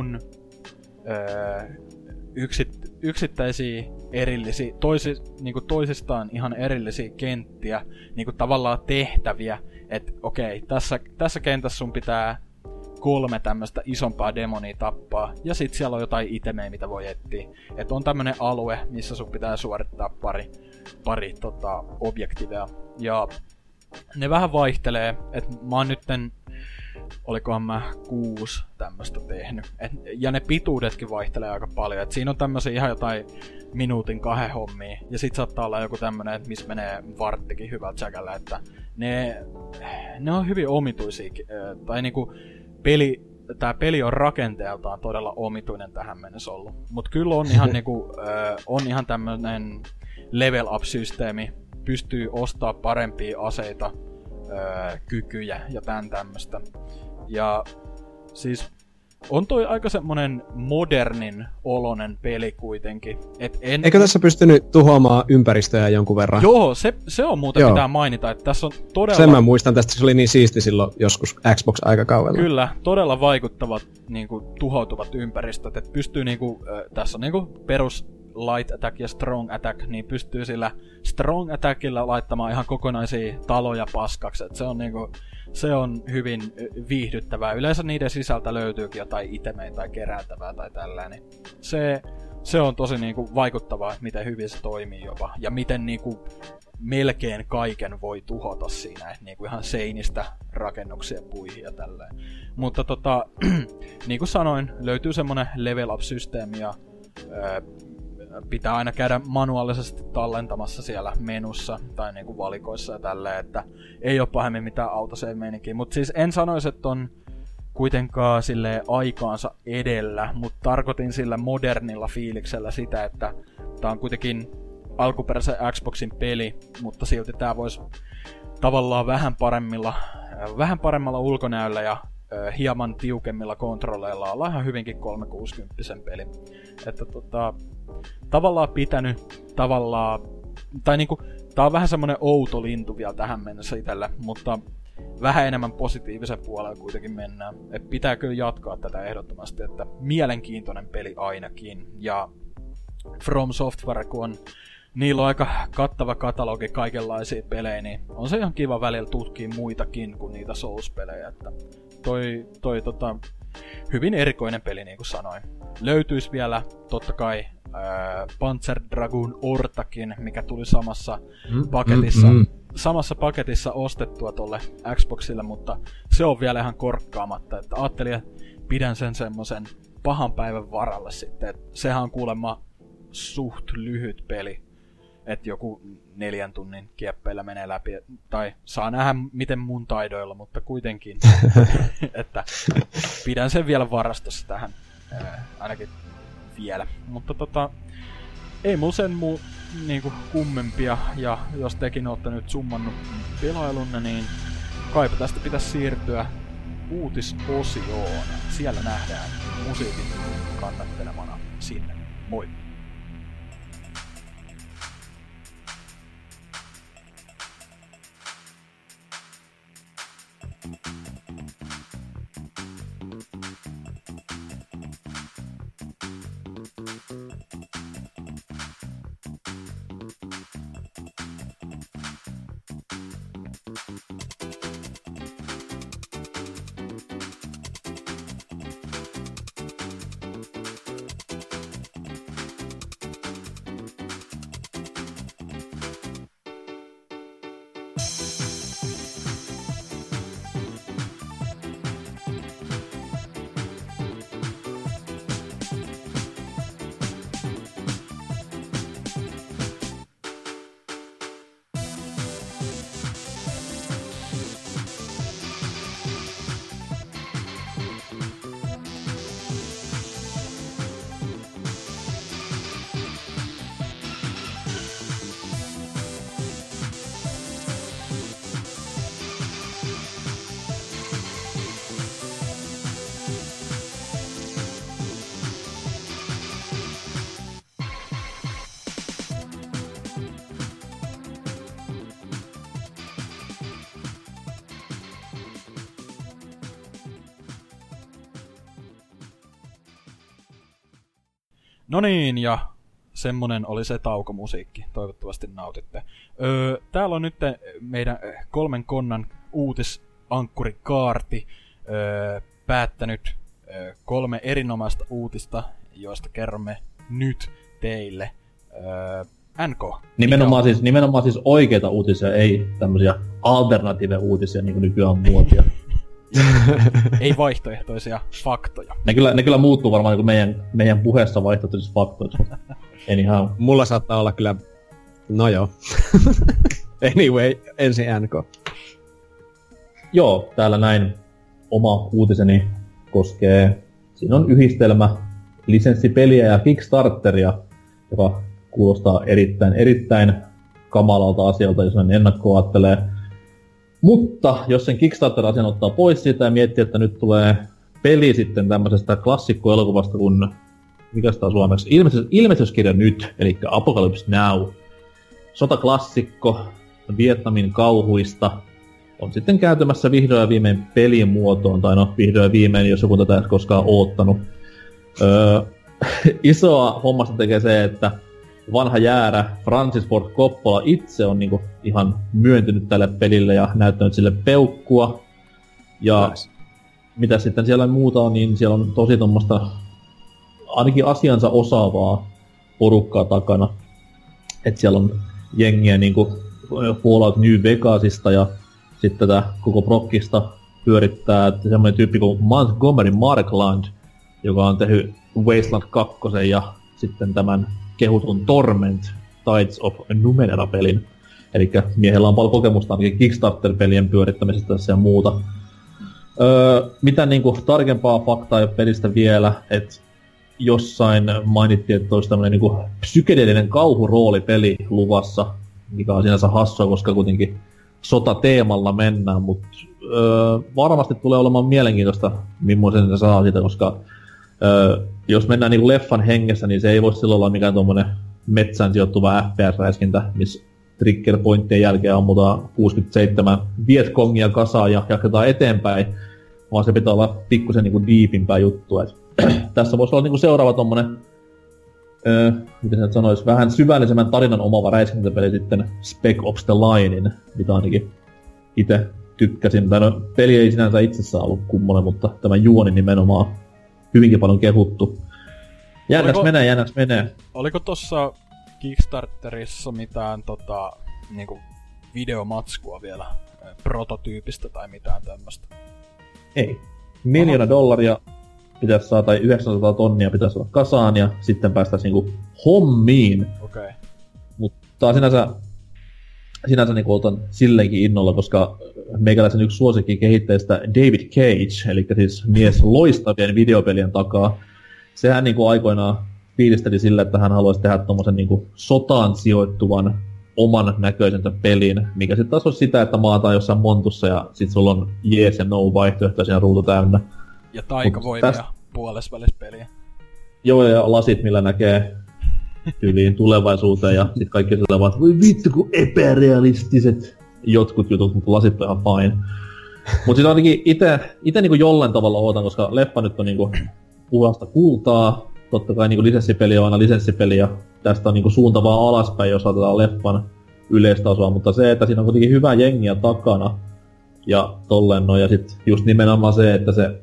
Öö, Yksit, yksittäisiä erillisiä, toisi, niinku toisistaan ihan erillisiä kenttiä, niinku tavallaan tehtäviä, että okei, tässä, tässä kentässä sun pitää kolme tämmöistä isompaa demonia tappaa, ja sit siellä on jotain itemejä, mitä voi etsiä. Että on tämmönen alue, missä sun pitää suorittaa pari, pari tota, objektiivia, ja ne vähän vaihtelee, että mä oon nytten olikohan mä kuusi tämmöstä tehnyt. Et, ja ne pituudetkin vaihtelee aika paljon. Et siinä on tämmösiä ihan jotain minuutin kahden hommia. Ja sit saattaa olla joku tämmönen, että missä menee varttikin hyvällä tsäkällä. Että ne, ne on hyvin omituisia. Tai niinku peli, tää peli on rakenteeltaan todella omituinen tähän mennessä ollut. Mut kyllä on ihan niinku, on ihan tämmönen level up systeemi. Pystyy ostaa parempia aseita, Öö, kykyjä ja tän tämmöstä. Ja siis on toi aika semmonen modernin olonen peli kuitenkin. Et en... Eikö tässä pystynyt tuhoamaan ympäristöjä jonkun verran? Joo, se, se on muuten Joo. pitää mainita, että tässä on todella... Sen mä muistan tästä, se oli niin siisti silloin joskus Xbox-aikakaudella. Kyllä, todella vaikuttavat niinku, tuhoutuvat ympäristöt, että pystyy niinku, äh, tässä on niinku perus light attack ja strong attack, niin pystyy sillä strong attackilla laittamaan ihan kokonaisia taloja paskaksi, että se on niinku... Se on hyvin viihdyttävää. Yleensä niiden sisältä löytyykin jotain itemeitä tai kerääntävää tai tällainen. Se, se on tosi niinku vaikuttavaa, miten hyvin se toimii jopa. Ja miten niinku melkein kaiken voi tuhota siinä. Et niinku ihan seinistä rakennuksia puihin ja tälleen. Mutta tota, niin kuin sanoin, löytyy semmonen level up-systeemi ja ää, pitää aina käydä manuaalisesti tallentamassa siellä menussa tai niinku valikoissa ja tälleen, että ei oo pahemmin mitään autosave-meininkiä. Mut siis en sanoisi, että on kuitenkaan silleen aikaansa edellä, mutta tarkoitin sillä modernilla fiiliksellä sitä, että tää on kuitenkin alkuperäisen Xboxin peli, mutta silti tää vois tavallaan vähän paremmilla, vähän paremmalla ulkonäöllä ja hieman tiukemmilla kontrolleilla olla ihan hyvinkin kolmesataakuusikymmentä peli. Että tota, tavallaan pitänyt, tavallaan, tai niinku, tää on vähän semmonen outo lintu vielä tähän mennessä itellä, mutta vähän enemmän positiivisen puolella kuitenkin mennään. Et pitää kyllä jatkaa tätä ehdottomasti, että mielenkiintoinen peli ainakin. Ja From Software, kun on, niillä on aika kattava katalogi kaikenlaisia pelejä, niin on se ihan kiva välillä tutkia muitakin kuin niitä Souls-pelejä, että toi, toi tota, hyvin erikoinen peli, niin kuin sanoin. Löytyisi vielä totta kai ää, Panzer Dragoon Ortakin, mikä tuli samassa mm, paketissa, mm, mm. samassa paketissa ostettua tolle Xboxille, mutta se on vielä ihan korkkaamatta, että ajattelin, että pidän sen semmosen pahan päivän varalle sitten, että sehän on kuulemma suht lyhyt peli, että joku neljän tunnin kieppeillä menee läpi, tai saa nähdä miten mun taidoilla, mutta kuitenkin, että pidän sen vielä varastossa tähän, ää, ainakin vielä. Mutta tota, ei mulla sen muu niinku kummempia, ja jos tekin ootte nyt summannut pelailunne, niin kaipa tästä pitäisi siirtyä uutisosioon. Siellä nähdään musiikin kannattelemana sinne. Moi! No niin, ja semmonen oli se taukomusiikki. Toivottavasti nautitte. Öö, täällä on nyt meidän kolmen konnan uutisankkuri-kaarti öö, päättänyt öö, kolme erinomaista uutista, joista kerromme nyt teille. Öö, N K. Nimenomaan siis, nimenomaan siis oikeita uutisia, ei tämmösiä alternative-uutisia, niin kuin nykyään on muotia. Ei vaihtoehtoisia faktoja. Ne kyllä, ne kyllä muuttuu varmaan niin meidän, meidän puheessa vaihtoehtoisissa faktoissa, mutta anyhow. Mulla saattaa olla kyllä... No joo. Anyway, ensin N K. Joo, täällä näin oma uutiseni koskee... Siinä on yhdistelmä lisenssipeliä ja Kickstarteria, joka kuulostaa erittäin, erittäin kamalalta asialta, jos näin ennakkoa ajattelee. Mutta jos sen Kickstarter-asian ottaa pois siitä ja miettii, että nyt tulee peli sitten tämmöisestä klassikkoelokuvasta kuin, mikä sitä on suomeksi, Ilmestys, ilmestyskirja nyt, eli Apocalypse Now. Sotaklassikko Vietnamin kauhuista on sitten kääntymässä vihdoin ja viimein pelin muotoon, tai no vihdoin ja viimein, jos joku tätä ei koskaan oottanut. Öö, isoa hommasta tekee se, että vanha jäärä Francis Ford Coppola itse on niinku ihan myöntynyt tälle pelille ja näyttänyt sille peukkua. Ja nice. Mitä sitten siellä muuta on, niin siellä on tosi tommoista ainakin asiansa osaavaa porukkaa takana. Et siellä on jengiä niinku Fallout New Vegasista ja sitten tätä koko prokkista pyörittää semmoinen tyyppi kuin Montgomery Markland, joka on tehnyt Wasteland kaksi ja sitten tämän kehutun Torment Tides of Numenera-pelin. Elikkä miehellä on paljon kokemusta ainakin Kickstarter-pelien pyörittämisestä tässä ja muuta. Öö, mitä niinku tarkempaa faktaa ei ole pelistä vielä, että jossain mainittiin, että olisi tämmönen niinku psykedeellinen kauhuroolipeli luvassa, mikä on sinänsä hassua, koska kuitenkin sotateemalla mennään, mutta öö, varmasti tulee olemaan mielenkiintoista, millaisen se saa siitä, koska öö, jos mennään niinku leffan hengessä, niin se ei voi silloin olla mikään tommonen metsään sijoittuva F P S-räiskintä, missä trigger-pointtien jälkeen ammutaan kuusikymmentäseitsemän Vietcongia kasaan ja jatketaan eteenpäin, vaan se pitää olla pikkusen niinku diipimpää juttua. Et tässä voisi olla niinku seuraava tommonen, öö, miten se nyt sanois, vähän syvällisemmän tarinan omava räiskintäpeli sitten Spec Ops The Linein, mitä ainakin itse tykkäsin. Tai no, peli ei sinänsä itsessään ollut kummonen, mutta tämä juoni nimenomaan hyvinkin paljon kehuttu. Jännäks oliko, menee, jännäks menee. Oliko tossa Kickstarterissa mitään tota, niinku videomatskua vielä prototyypistä tai mitään tämmöstä? Ei. Miljoona dollaria pitäisi saada, tai yhdeksänsataa tonnia pitäisi olla kasaan, ja sitten päästäisiin niinku hommiin. Okei. Okay. Mutta sinänsä, sinänsä niinku otan silleenkin innolla, koska meikäläisen yksi suosikki kehittäjistä David Cage, eli siis mies loistavien videopelien takaa, sehän niinku aikoinaan fiilisteli sillä, että hän haluaisi tehdä tommosen niinku sotaan sijoittuvan oman näköisensä pelin, mikä sitten taas on sitä, että maataan jossain montussa ja sit sulla on jees ja no vaihtoehtoja siinä ruutu täynnä. Ja taikavoimia täst... puolesvälis peliä. Joo, ja lasit, millä näkee tyyliin tulevaisuuteen ja sit kaikki sillä vaan, voi vittu kun epärealistiset jotkut jutut, mutta lasit on ihan fine. Mut sit ainakin ite, ite niinku jollain tavalla ootan, koska leffa nyt on niinku puhasta kultaa. Totta kai niinku lisenssipeli on aina lisenssipeli ja tästä on niinku suunta vaan alaspäin, jos otetaan leffan yleistasoa, mutta se, että siinä on kuitenkin hyvä jengiä takana ja tolleen no, ja sit just nimenomaan se, että se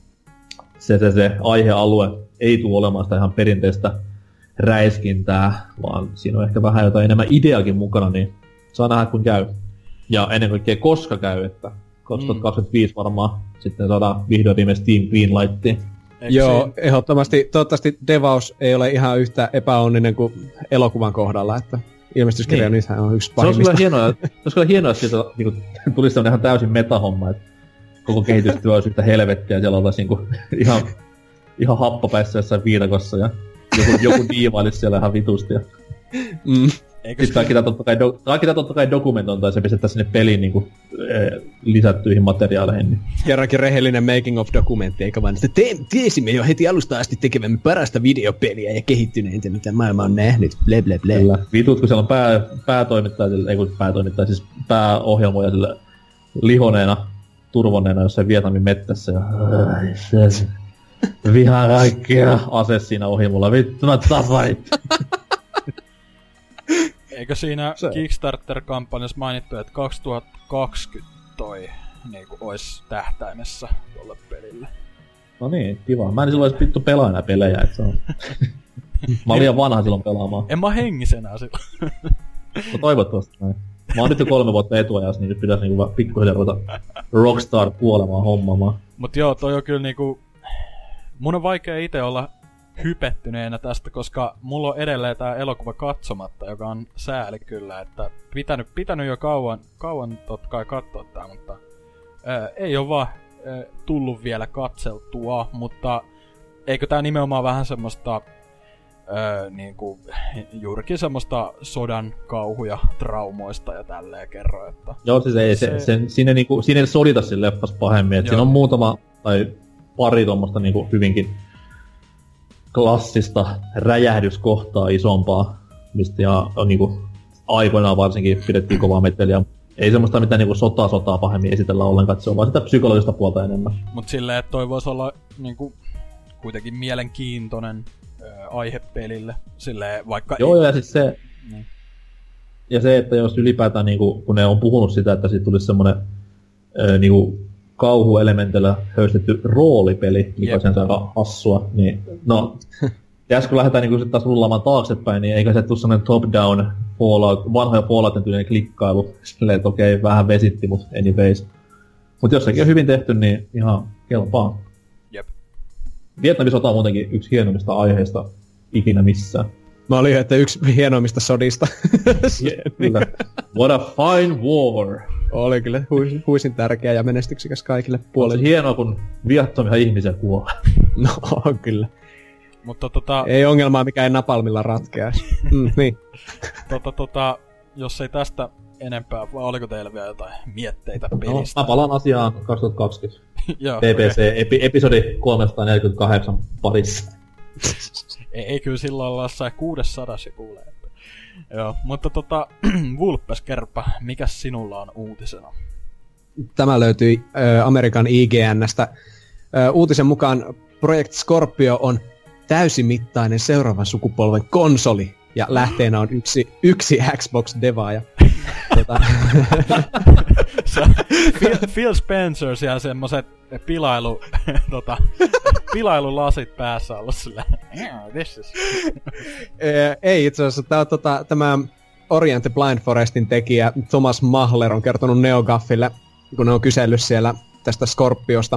se, se, se aihealue ei tule olemaan sitä ihan perinteistä räiskintää, vaan siinä on ehkä vähän jotain enemmän ideakin mukana, niin saa nähdä kun käy. Ja ennen kaikkea koska käy, että kaksituhattakaksikymmentäviisi varmaan sitten saadaan vihdoin viimein Steam Greenlightiin. Joo, siinä? Ehdottomasti. Toivottavasti devaus ei ole ihan yhtä epäonninen kuin elokuvan kohdalla, että ilmestyskirja niin. Niissä on yksi pahimmista. Se olisi kyllä hienoa, se olisi kyllä hienoa, että siitä niin kuin, tulisi tämmöinen ihan täysin metahomma, että koko kehitystyö olisi yhtä helvettiä ja siellä oltaisiin niin ihan, ihan happapäissä jossain viidakossa ja joku, joku diivailisi siellä ihan vitusti. Ja... Mm. Sitten kaikki tämä totta kai, do, totta kai dokumentointa ja se pistettäisiin sinne peliin niin kuin, eh, lisättyihin materiaaleihin. Niin. Kerrankin rehellinen making of dokumentti, eikä vaan, että te, tiesimme jo heti alusta asti tekevämme parasta videopeliä ja kehittyneintä, mitä maailma on nähnyt, ble ble ble. Kyllä. Vitut, kun siellä on pää, päätoimittaja, ei kun päätoimittaja, siis pääohjelmoja sille lihoneena, turvoneena jossain Vietnamin mettässä ja vihaa kaikkia ase siinä ohjelmolla, vittu noit taparit. Eikö siinä se Kickstarter-kampanjassa mainittu, että kaksituhattakaksikymmentä toi niinku ois tähtäimessä tolle pelille? No niin, kiva. Mä en silloin edes vittu pelaa enää pelejä, et se on... Mä oon liian vanha silloin pelaamaan. En mä hengisenä silloin. No toivottavasti näin. Mä oon nyt jo kolme vuotta etuajassa, niin nyt pitäis niinku vaan pikkuhiljaa ruveta Rockstar kuolemaan hommaamaan. Mut joo, toi on kyllä niinku... Mun on vaikea ite olla hypettyneenä tästä, koska mulla on edelleen tää elokuva katsomatta, joka on sääli kyllä, että pitänyt, pitänyt jo kauan, kauan totta kai katsoa tää, mutta ää, ei oo vaan ää, tullut vielä katseltua, mutta eikö tää nimenomaan vähän semmoista ää, niinku, juurikin semmoista sodan kauhuja traumoista ja tälleen kerro, että... Joo, siis ei, se, se, se, siinä, niinku, siinä ei sodita siinä leffassa pahemmin, että siinä on muutama, tai pari tommoista niinku hyvinkin klassista räjähdyskohtaa isompaa, mistä ja niinku aikoinaan varsinkin pidettiin kovaa meteliä. Ei semmoista mitään niinku sotaa-sotaa pahemmin esitellä ollenkaan, se on vaan sitä psykologista puolta enemmän. Mut silleen, että toi vois olla niinku kuitenkin mielenkiintoinen ö, aihe pelille. Silleen vaikka... Joo, ei... ja siis se... Niin. Ja se, että jos ylipäätään niinku, kun ne on puhunut sitä, että siitä tulisi semmonen ö, niinku kauhuelementillä höystetty roolipeli, mikä on sen aika hassua, niin no... Tässä kun lähdetään niinku sit taas rullaamaan taaksepäin, niin eikä se tule semmonen top-down Fallout, vanhoja Falloutin tyylinen klikkailu. Silleen, että okei, vähän vesitti, mut anyways. Mut jos sekin on hyvin tehty, niin ihan kelpaa. Jep. Vietnamin sota on muutenkin yksi hienoimmista aiheista ikinä missään. Mä olin, että yksi hienoimmista sodista. Kyllä. What a fine war! Oli kyllä huisin, huisin tärkeä ja menestyksikäs kaikille puolille. On se hienoa, kun viattomia ihmisiä kuolee. No, kyllä. Mutta tota... Ei ongelmaa, mikä ei napalmilla ratkeaisi. Mm, niin. tota, tota, jos ei tästä enempää, vai oliko teillä vielä jotain mietteitä pelistä? No, mä palaan asiaan kaksituhattakaksikymmentä. Joo, B B C, okay. epi, episodi kolmesataaneljäkymmentäkahdeksan parissa. ei, ei kyllä silloin olla jossain kuusisataa kuulee. Joo, mutta tota, Vulpes, kerropa, mikäs sinulla on uutisena? Tämä löytyi äh, Amerikan I G N:stä. Äh, uutisen mukaan Project Scorpio on täysimittainen seuraavan sukupolven konsoli, ja lähteenä on yksi, yksi Xbox-devaaja. tota. Phil, Phil Spencer siellä semmoset pilailu, tota, pilailulasit päässä ollut sillä. Yeah, this is... Ei itse asiassa, tää, tota, tämä Orient Blind Forestin tekijä Thomas Mahler on kertonut NeoGAFille, kun ne on kysellyt siellä tästä Scorpiosta.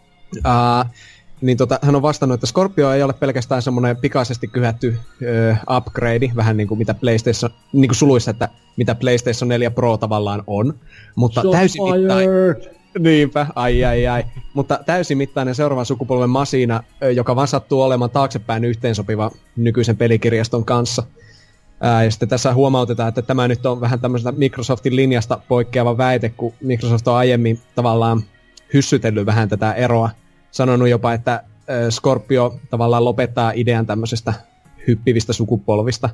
Uh, niin tota, hän on vastannut, että Scorpio ei ole pelkästään semmoinen pikaisesti kyhätty ö, upgrade, vähän niin kuin mitä PlayStation, niin kuin suluissa, että mitä PlayStation neljä Pro tavallaan on, mutta täysimittainen, niinpä, ai ai ai, mutta täysimittainen seuraavan sukupolven masina, ö, joka vaan sattuu olemaan taaksepäin yhteensopiva nykyisen pelikirjaston kanssa. Ää, ja sitten tässä huomautetaan, että tämä nyt on vähän tämmöisestä Microsoftin linjasta poikkeava väite, kun Microsoft on aiemmin tavallaan hyssytellyt vähän tätä eroa, sanonut jopa, että Scorpio tavallaan lopettaa idean tämmöisestä hyppivistä sukupolvista.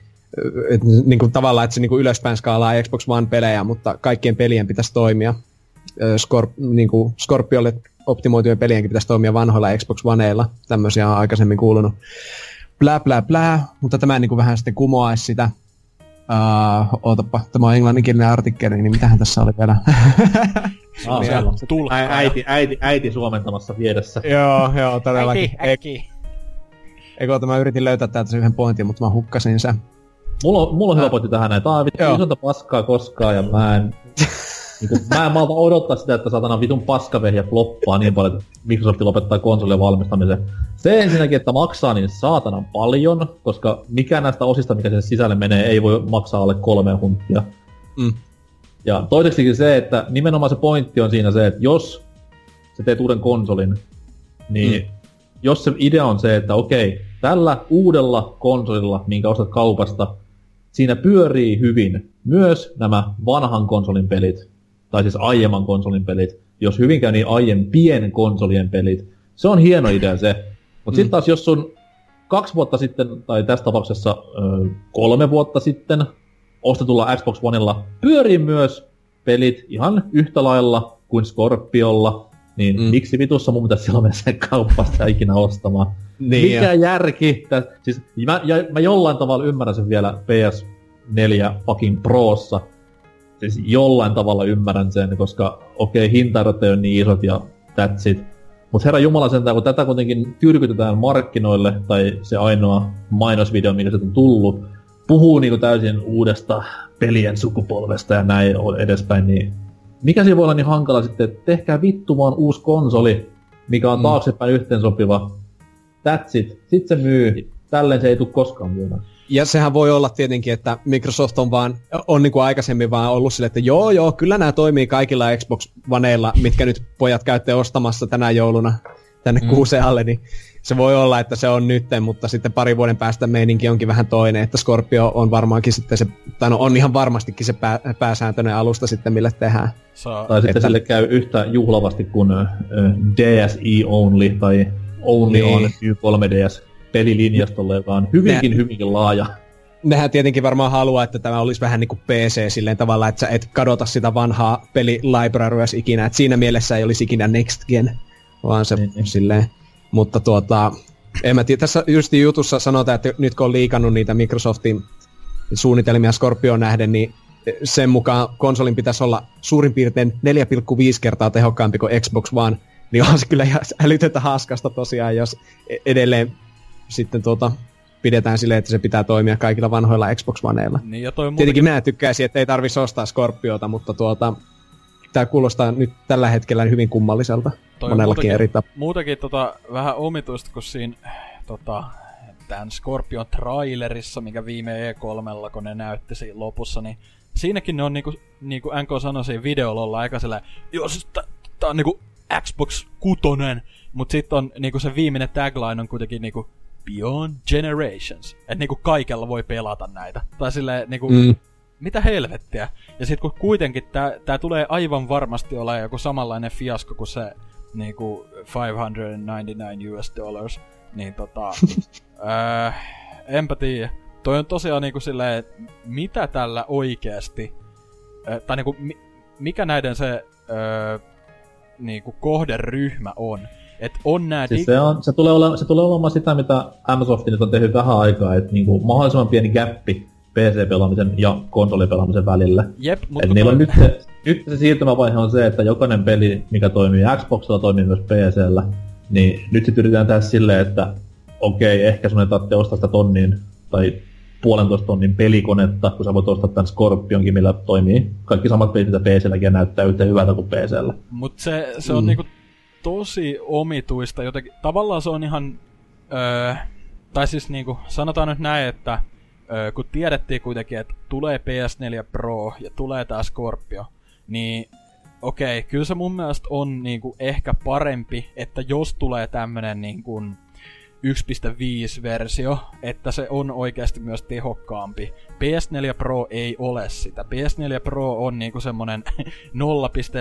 Et, niin kuin, tavallaan, että se niin kuin ylöspäin skaalaa Xbox One-pelejä, mutta kaikkien pelien pitäisi toimia. Scorp, niin kuin Scorpiolle optimoitujen pelienkin pitäisi toimia vanhoilla Xbox Oneilla. Tämmöisiä on aikaisemmin kuulunut. Blää, blää, blää. Mutta tämä niin kuin vähän sitten kumoaisi sitä. Uh, ootapa, tämä on englanninkielinen artikkeli, niin mitähän tässä oli vielä? Ah, Ä- äiti, äiti, äiti suomentamassa vieressä. Joo, joo, todellakin. Äiti, äiti. Eikö, mä yritin löytää täältä yhden pointin, mutta mä hukkasin sen. Mulla on, mulla on hyvä pointti tähän näin. Tää on vittu isonta paskaa koskaan ja mä en... Niinku, mä en malta odottaa sitä, että saatana vitun paskavehjä floppaa niin paljon, että Microsoft lopettaa konsolien valmistamisen. Se ensinnäkin, että maksaa niin saatanan paljon, koska mikään näistä osista, mikä sen sisälle menee, ei voi maksaa alle kolme hunttia. Mm. Ja toiseksikin se, että nimenomaan se pointti on siinä se, että jos sä teet uuden konsolin, niin mm. jos se idea on se, että okei, tällä uudella konsolilla, minkä ostat kaupasta, siinä pyörii hyvin myös nämä vanhan konsolin pelit, tai siis aiemman konsolin pelit, jos hyvin käy niin aiempien konsolien pelit. Se on hieno idea se. Mutta mm. sitten taas jos sun kaksi vuotta sitten, tai tässä tapauksessa ö, kolme vuotta sitten, ostetulla Xbox Onella pyörii myös pelit ihan yhtä lailla kuin Scorpiolla, niin mm. miksi vitussa mun pitäisi silloin mennä sen kauppasta ikinä ostamaan? Niin mikä ja. järki? Täs, siis mä, ja, mä jollain tavalla ymmärrän sen vielä P S neljä fucking Prossa. Siis jollain tavalla ymmärrän sen, koska okei, okay, hintaerot ei ole niin isot ja that's it. Mut herra jumala sentään, kun tätä kuitenkin tyrkytetään markkinoille, tai se ainoa mainosvideo, mikä se on tullut, puhuu niinku täysin uudesta pelien sukupolvesta ja näin edespäin, niin mikä siinä voi olla niin hankala sitten, että tehkää vittu vaan uusi konsoli, mikä on mm. taaksepäin yhteensopiva. That's it. Sitten se myy. Tälleen se ei tule koskaan myymään. Ja sehän voi olla tietenkin, että Microsoft on vaan, on niin kuin aikaisemmin vaan ollut silleen, että joo joo, kyllä nämä toimii kaikilla Xbox Oneilla, mitkä nyt pojat käytte ostamassa tänä jouluna. tänne Mm. kuuseen alle, niin se voi olla, että se on nytten, mutta sitten pari vuoden päästä meininki onkin vähän toinen, että Scorpio on varmaankin sitten se, tai no on ihan varmastikin se pää, pääsääntöinen alusta sitten, mille tehdään. So, Tai sitten että... sille käy yhtä juhlavasti kuin uh, D S I Only tai Only niin. on Y kolme D S pelilinjastolla, joka on hyvinkin, Nä... hyvinkin laaja. Nehän tietenkin varmaan haluaa, että tämä olisi vähän niinku P C silleen tavalla, että sä et kadota sitä vanhaa pelilibraryäs ikinä, että siinä mielessä ei olisi ikinä Next Gen, vaan se niin, niin. silleen. Mutta tuota, en mä tiedä, tässä just jutussa sanotaan, että nyt kun on liikannut niitä Microsoftin suunnitelmia Scorpioon nähden, niin sen mukaan konsolin pitäisi olla suurin piirtein neljä pilkku viisi kertaa tehokkaampi kuin Xbox One, niin on se kyllä ihan älytöntä haaskasta tosiaan, jos edelleen sitten tuota, pidetään silleen, että se pitää toimia kaikilla vanhoilla Xbox Oneilla. Niin, ja toi muutenkin... Tietenkin mä tykkäisin, että ei tarvitsisi ostaa Scorpiota, mutta tuota, tää kuulostaa nyt tällä hetkellä hyvin kummalliselta toi monellakin muutenkin, eri tapaa. Muutenkin tota, vähän omituista, kun siinä tota, tämän Scorpion trailerissa, mikä viime E kolmella, kun ne näytti siinä lopussa, niin siinäkin ne on niinku, niinku N K sanoi siinä videolla olla aika sellainen, joo siis tää, tää on niinku Xbox kutonen, mut sit on niinku se viimeinen tagline on kuitenkin niinku Beyond Generations, et niinku kaikella voi pelata näitä. Tai silleen niinku, mm. mitä helvettiä. Ja sit kun kuitenkin tää, tää tulee aivan varmasti olla joku samanlainen fiasko kuin se niinku viisisataayhdeksänkymmentäyhdeksän U S dollars, niin tota, ää, enpä tiedä. Toi on tosiaan niinku silleen, mitä tällä oikeesti, ää, tai niinku, mi, mikä näiden se ää, niinku kohderyhmä on. Et on nää siis dig- se, on, se, tulee ole, se tulee olemaan sitä, mitä Amazon nyt on tehnyt vähän aikaa, että niinku mahdollisimman pieni gappi P C-pelaamisen ja konsolipelaamisen välillä. Jep, mutta et niillä on nyt se, nyt se siirtymävaihe on se, että jokainen peli, mikä toimii Xboxilla, toimii myös P C:llä. Niin nyt sit yritetään tehdä silleen, että okei, ehkä semmonen tarvitsee ostaa sitä tonnin tai puolentoista tonnin pelikonetta, kun sä voit ostaa tän Scorpionkin, millä toimii kaikki samat pelit, mitä P C:lläkin ja näyttää yhtä hyvältä kuin P C:llä. Mut se, se on mm. niinku tosi omituista jotenkin. Tavallaan se on ihan... Öö, tai siis niinku, sanotaan nyt näin, että öö, kun tiedettiin kuitenkin, että tulee P S neljä Pro ja tulee tää Scorpio, niin okei, okay, kyllä se mun mielestä on niinku ehkä parempi, että jos tulee tämmönen niinku yksi pilkku viisi versio, että se on oikeasti myös tehokkaampi. P S neljä Pro ei ole sitä. P S neljä Pro on niinku semmonen nolla pilkku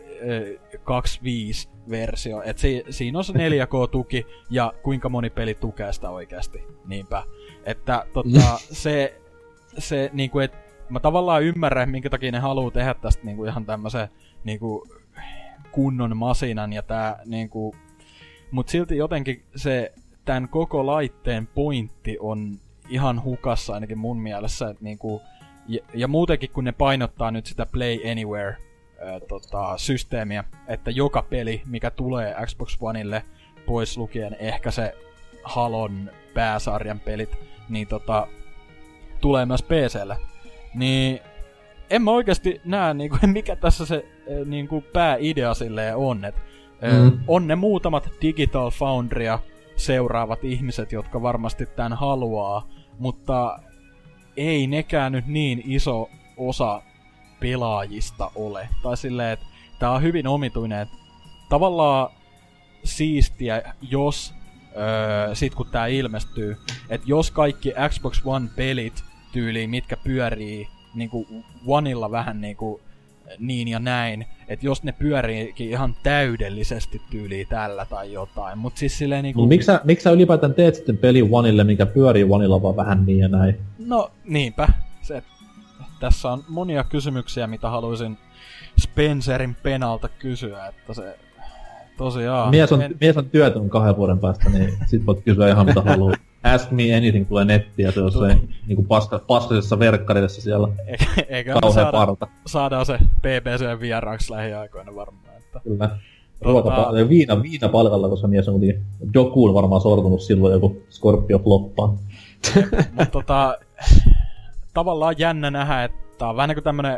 kaksikymmentäviisi versio. Et si- siinä on se neljä K-tuki ja kuinka moni peli tukee sitä oikeasti. Niinpä. Että tota, se, se niinku, et mä tavallaan ymmärrän, minkä takia ne haluu tehdä tästä niinku ihan tämmösen niinku kunnon masinan ja tää niinku, mut silti jotenkin se tän koko laitteen pointti on ihan hukassa ainakin mun mielessä, et niinku, ja, ja muutenkin kun ne painottaa nyt sitä Play Anywhere ää, tota, systeemiä, että joka peli, mikä tulee Xbox Oneille, pois lukien ehkä se Halon pääsarjan pelit, niin tota, tulee myös P C:lle. Niin en mä oikeesti näe, niinku, mikä tässä se niinku, pääidea silleen on. Et, mm. On ne muutamat Digital Foundrya seuraavat ihmiset, jotka varmasti tän haluaa, mutta ei nekään nyt niin iso osa pelaajista ole. Tai silleen, että tää on hyvin omituinen. Tavallaan siistiä, jos öö, sit kun tää ilmestyy, että jos kaikki Xbox One-pelit tyyliin, mitkä pyörii niinku Oneilla vähän niinku niin ja näin, että jos ne pyöriikin ihan täydellisesti tyyliin tällä tai jotain, mut siis silleen niinku... Miksi sä, miksi sä ylipäätään teet sitten peli Oneille, mikä pyörii Oneilla vaan vähän niin ja näin? No niinpä. Se, tässä on monia kysymyksiä, mitä haluaisin Spencerin penalta kysyä, että se tosiaan... Mies on, en... mies on työtön kahden vuoden päästä, niin sit voit kysyä ihan mitä haluaa. Ask me anything tulee nettiin ja se on se niinku paska, paskasessa verkkarilassa siellä. Eikä me saada, saadaan se B B C vieraaksi lähiaikoina varmaan. Että... Kyllä. Ruokapa- tota... viina, viina palkalla, koska mies on kuitenkin jokuun varmaan sortunut silloin joku Scorpio floppaa. Mutta tota, tavallaan jännä nähdä, että on vähän niin kuin tämmönen,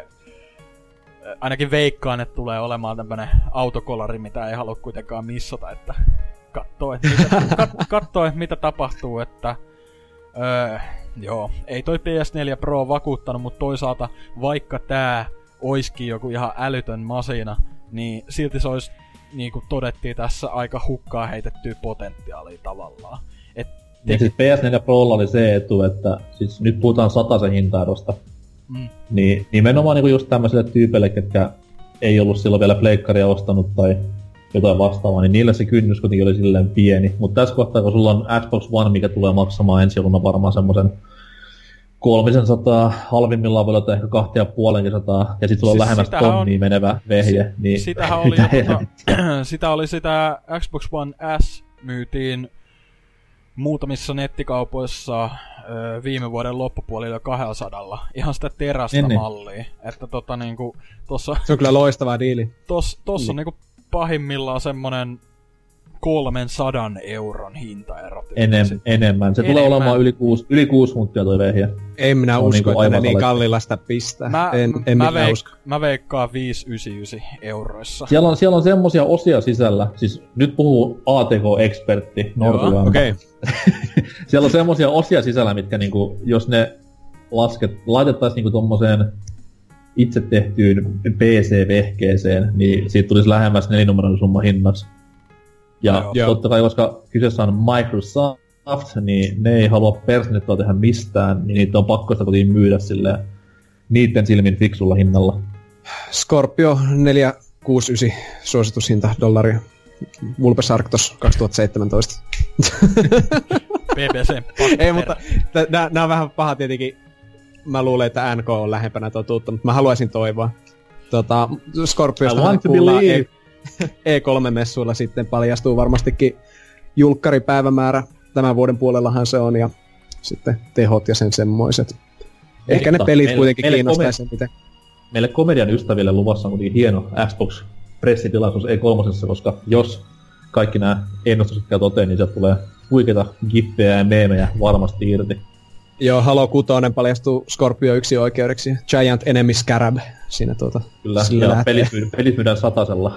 ainakin veikkaan, että tulee olemaan tämmönen autokolari, mitä ei halua kuitenkaan missata, että kattoo, että mitä, kat, kattoo, että mitä tapahtuu, että öö, joo, ei toi P S neljä Pro vakuuttanut, mutta toisaalta vaikka tää oiskin joku ihan älytön masina, niin silti se olisi niinku todettiin tässä aika hukkaa heitettyä potentiaalia tavallaan. Et ja siis P S neljä Prolla oli se etu, että siis nyt puhutaan satasen hintaerosta. Mm. Niin nimenomaan niinku just tämmöisille tyypeille, ketkä ei ollut silloin vielä pleikkaria ostanut tai jotain vastaavaa, niin niillä se kynnys kuitenkin oli silleen pieni. Mutta tässä kohtaa, kun sulla on Xbox One, mikä tulee maksamaan ensi jouluna varmaan semmoisen kolmisensataa, halvimmillaan voi olla ehkä kahti ja puolenkin sataa, ja sit sulla on siis lähemmäs tonniin on, menevä vehje, si- niin... Sitähän oli, tota, sitä oli sitä Xbox One S myytiin muutamissa nettikaupoissa ö, viime vuoden loppupuolilla kaksisataa. Ihan sitä terästä Ennen. mallia. Että tota niinku... Tossa, se on kyllä loistava diili. Tos, tossa mm. niinku pahimmillaan semmonen kolmensadan euron hintaero. Enem, enemmän. Se enemmän. Tulee olemaan yli kuusi, yli kuusi hunttia toi vehje. En minä on usko, niinku että ne niin kallilla sitä pistää. Mä, en, en mä, veik, usko. mä veikkaan viisi yhdeksänkymmentäyhdeksän euroissa. Siellä on, siellä on semmosia osia sisällä. Siis nyt puhuu A T K-ekspertti Nordilanda. Okay. Siellä on semmosia osia sisällä, mitkä niinku, jos ne lasket, laitettaisiin niinku tommoseen itse tehtyyn P C-vehkeeseen, niin siitä tulisi lähemmäs nelinumeroinen summa hinnaksi. Ja Joo. totta kai, koska kyseessä on Microsoft, niin ne ei halua persnettoa tehdä mistään, niin niitä on pakko sitä kotiin myydä silleen niitten silmin fiksulla hinnalla. Scorpio neljä kuusikymmentäyhdeksän suositushinta dollaria. Vulpes Arctos kaksituhattaseitsemäntoista. B B C. Ei, mutta nää on vähän paha tietenkin. Mä luulen, että N K on lähempänä totuutta, mutta mä haluaisin toivoa. Tota, Scorpiosta kuullaan E- E kolme -messuilla sitten paljastuu varmastikin julkkaripäivämäärä. Tämän vuoden puolellahan se on, ja sitten tehot ja sen semmoiset. Ehkä mutta ne pelit meille, kuitenkin meille kiinnostaisi kom- miten. Meille komedian ystäville luvassa on kuitenkin hieno Xbox-pressitilaisuus E kolme, koska jos kaikki nämä ennustukset käy toteen, niin sieltä tulee huikeita giffejä ja meemejä varmasti irti. Joo, Halo kuusi paljastuu Scorpio yksi oikeudeksi. Giant Enemy Scarab siinä tuota. Kyllä, ja pelit, pelit myydään satasella.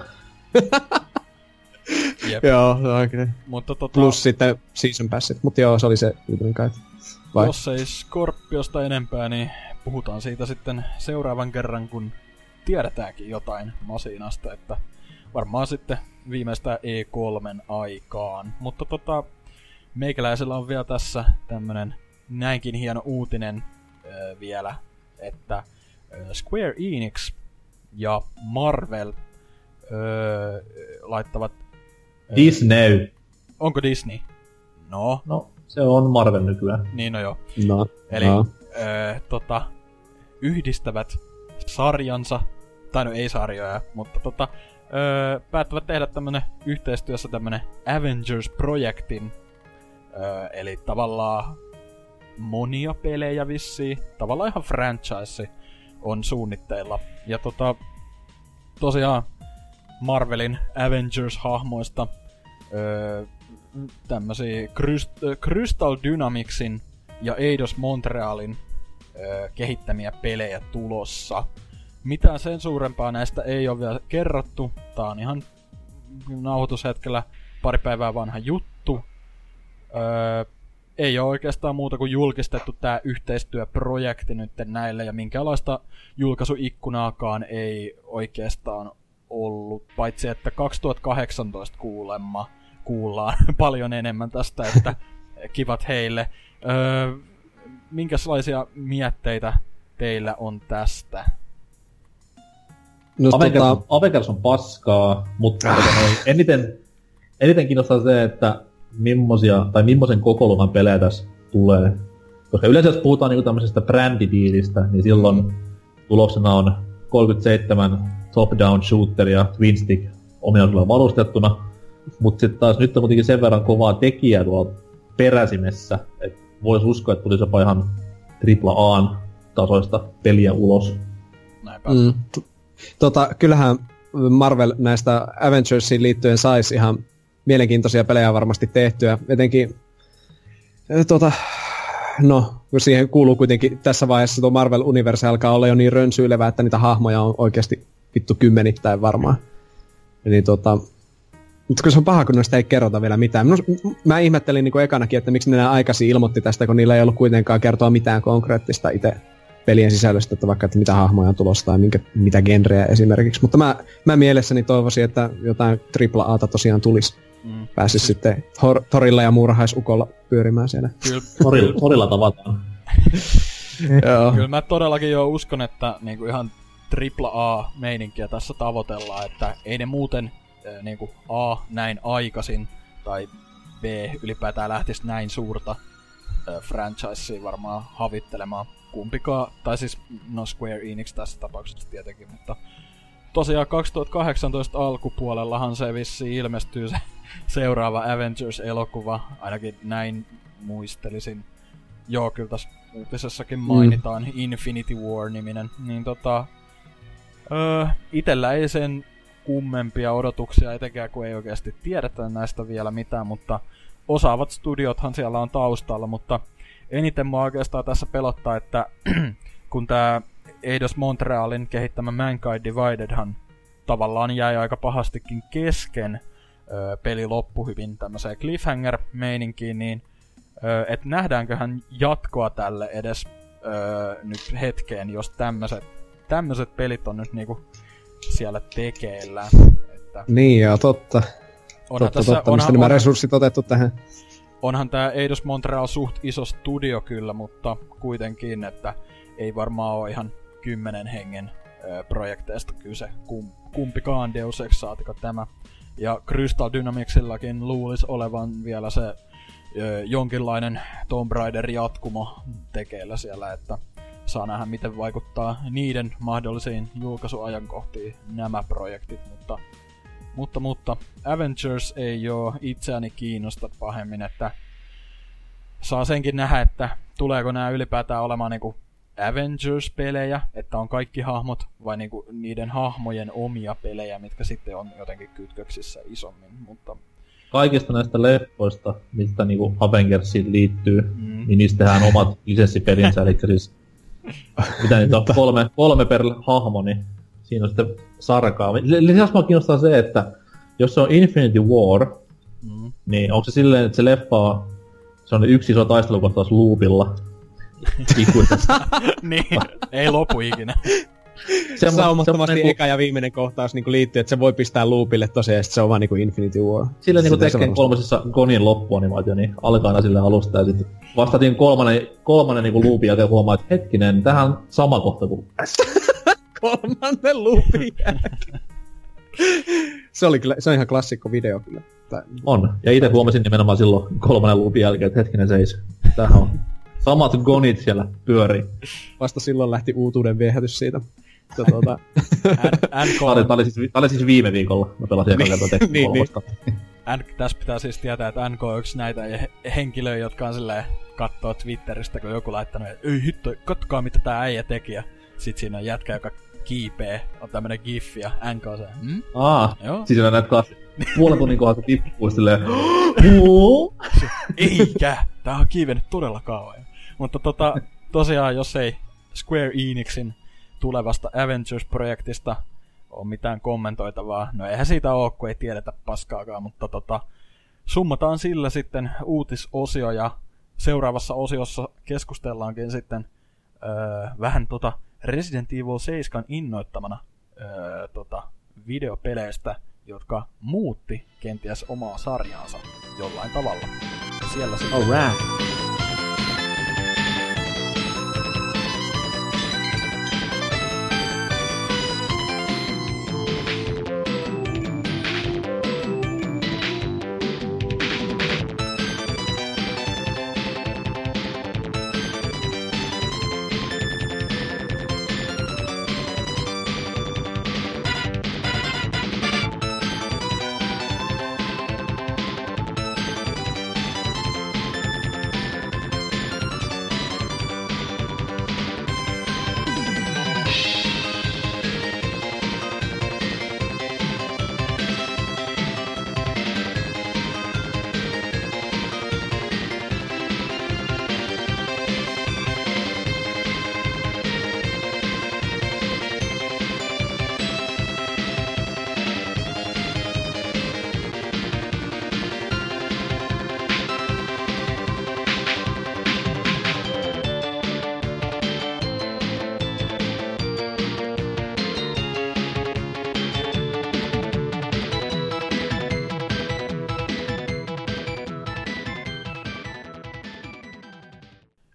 Joo, oikein. Mutta tota... Plus sitten Season Passit, mutta joo, se oli se yhden kai. Vai? Jos ei Scorpiosta enempää, niin puhutaan siitä sitten seuraavan kerran, kun tiedetäänkin jotain Masinasta, että varmaan sitten viimeistään E kolme aikaan. Mutta tota, meikäläisellä on vielä tässä tämmönen näinkin hieno uutinen äh, vielä, että äh, Square Enix ja Marvel Öö, laittavat... Öö, Disney. Onko Disney? No. No, se on Marvel nykyään. Niin, no joo. No. Eli no. Öö, tota, yhdistävät sarjansa, tai no ei sarjoja, mutta tota, öö, päättävät tehdä tämmönen yhteistyössä tämmönen Avengers-projektin. Öö, eli tavallaan monia pelejä vissiin, tavallaan ihan franchise on suunnitteilla. Ja tota, tosiaan Marvelin Avengers-hahmoista öö, tämmösiä Crystal, Crystal Dynamicsin ja Eidos Montrealin öö, kehittämiä pelejä tulossa. Mitään sen suurempaa näistä ei ole vielä kerrottu. Tää on ihan nauhoitushetkellä pari päivää vanha juttu. Öö, ei ole oikeastaan muuta kuin julkistettu tää yhteistyöprojekti nyt näille, ja minkäänlaista julkaisuikkunaakaan ei oikeastaan ollut, paitsi että kaksituhattakahdeksantoista kuulemma kuullaan paljon enemmän tästä, että kivat heille. Öö, minkälaisia mietteitä teillä on tästä? No, Avengers, tota... Avengers on paskaa, mutta ah. eniten, eniten kiinnostaa se, että mimmosia, tai mimmosen kokoluokan pelejä tässä tulee. Koska yleensä jos puhutaan niinku tämmöisestä brändidiilistä, niin silloin mm. tuloksena on kolmekymmentäseitsemän top-down shooteria Twin Stick ominaisuudella varustettuna. Mut sit taas nyt on kuitenkin sen verran kovaa tekijää tuolla peräsimessä, että vois uskoa, että tulisi jopa ihan tripla A tasoista peliä ulos. Näinpä. Mm. Tota, kyllähän Marvel näistä Avengersiin liittyen saisi ihan mielenkiintoisia pelejä varmasti tehtyä. Etenkin, tota, no, siihen kuuluu kuitenkin tässä vaiheessa tuo Marvel Universe alkaa olla jo niin rönsyilevä, että niitä hahmoja on oikeasti vittu kymmenittäin varmaan. Eli tota, mutta kun se on paha, kun noista ei kerrota vielä mitään. Minus, mä ihmettelin niin kuin ekanakin, että miksi ne aikaisin ilmoitti tästä, kun niillä ei ollut kuitenkaan kertoa mitään konkreettista itse pelien sisällöstä, että vaikka että mitä hahmoja on tulossa tai minkä, mitä genrejä esimerkiksi. Mutta mä, mä mielessäni toivoisin, että jotain tripla A:ta tosiaan tulisi. Mm. Pääsis sitten tor- torilla ja muurahaisukolla pyörimään siellä. Kyllä. Torilla, torilla tavataan. Kyllä mä todellakin jo uskon, että niinku ihan tripla A-meininkiä tässä tavoitellaan, että ei ne muuten äh, niinku A näin aikaisin tai B ylipäätään lähtisi näin suurta äh, franchisea varmaan havittelemaan kumpikaan, tai siis no Square Enix tässä tapauksessa tietenkin, mutta tosiaan kaksituhattakahdeksantoista alkupuolellahan se vissiin ilmestyy se seuraava Avengers-elokuva, ainakin näin muistelisin. Joo, kyllä tässä uutisessakin mainitaan mm. Infinity War-niminen, niin tota... Öö, itellä ei sen kummempia odotuksia, etenkään kun ei oikeasti tiedetä näistä vielä mitään, mutta osaavat studiothan siellä on taustalla, mutta eniten mua oikeastaan tässä pelottaa, että kun tää Eidos Montrealin kehittämä Mankind Dividedhan tavallaan jäi aika pahastikin kesken, öö, peli loppu hyvin tämmöiseen cliffhanger-meininkiin, niin öö, et nähdäänköhän jatkoa tälle edes öö, nyt hetkeen, jos tämmöiset tämmöiset pelit on nyt niinku siellä tekeillä. Että niin joo, totta. Onhan totta, tässä, totta. onhan, mistä nämä onhan, resurssit otettu tähän? Onhan tää Eidos Montreal suht iso studio kyllä, mutta kuitenkin, että ei varmaan ole ihan kymmenen hengen ö, projekteista kyse. Kum, kumpikaan Deus Ex saatika tämä. Ja Crystal Dynamicsillakin luulisi olevan vielä se ö, jonkinlainen Tomb Raider jatkumo tekeillä siellä, että saa nähdä, miten vaikuttaa niiden mahdollisiin julkaisuajankohtiin nämä projektit, mutta, mutta, mutta Avengers ei oo itseäni kiinnosta pahemmin, että saa senkin nähdä, että tuleeko nämä ylipäätään olemaan niinku Avengers-pelejä, että on kaikki hahmot, vai niinku niiden hahmojen omia pelejä, mitkä sitten on jotenkin kytköksissä isommin, mutta... Kaikista näistä leffoista, mistä niinku Avengersiin liittyy, mm. niin niistä tehdään omat lisenssipelinsä, eli siis mitä niitä on, kolme, kolme per hahmo, niin siinä on sitten sarkaa. Lisäksi mua kiinnostaa se, että jos se on Infinity War, mm. niin onko se silleen, että se leffa on, se on yksi iso taistelukohtaus loopilla. Ikuisesti. Niin, ei lopu ikinä. Semmo, Saumattomasti niinku, eka ja viimeinen kohtaus niinku liittyy, että se voi pistää loopille tosiaan, ja se on vaan niinku Infinity War. Silleen niinku Tekken kolmosessa Gonin loppuanimaatio, niin alkaa aina silleen alusta, ja sitten vastatiin kolmannen, kolmannen niinku loopin jälkeen huomaa, että hetkinen, tähän on sama kohta kuin kolmannen loopin jälkeen. Se oli kyllä, se on ihan klassikko video kyllä. Tää... On, ja itse huomasin nimenomaan silloin kolmannen loopin jälkeen, että hetkinen seis, tämähän on samat Gonit siellä pyörii. Vasta silloin lähti uutuuden viehätys siitä. Tuota... N- Tää oli, siis, oli siis viime viikolla, mä pelasin ekan kertaa Tekken niin, kolmosta. N- tässä pitää siis tietää, että N K on yksi näitä henkilöitä, jotka on silleen kattoo Twitteristä, kun joku laittanut, että ei hitto, kattokaa mitä tää äijä teki. Ja sit siinä on jätkä, joka kiipee, on tämmönen gif ja N K se, hmm? Aa, joo. Siis on näitä klassi. Puolen tunnin kohdassa tippuu silleen, eikä, tää on kiivennyt todella kauan. Mutta tota, tosiaan, jos ei Square Enixin tulevasta Avengers-projektista ole mitään kommentoitavaa, no eihän siitä oo, kun ei tiedetä paskaakaan, mutta tota, summataan sillä sitten uutisosio, ja seuraavassa osiossa keskustellaankin sitten öö, vähän tota Resident Evil seitsemän innoittamana öö, tota, videopeleistä, jotka muutti kenties omaa sarjaansa jollain tavalla. Ja siellä sitten... Alright.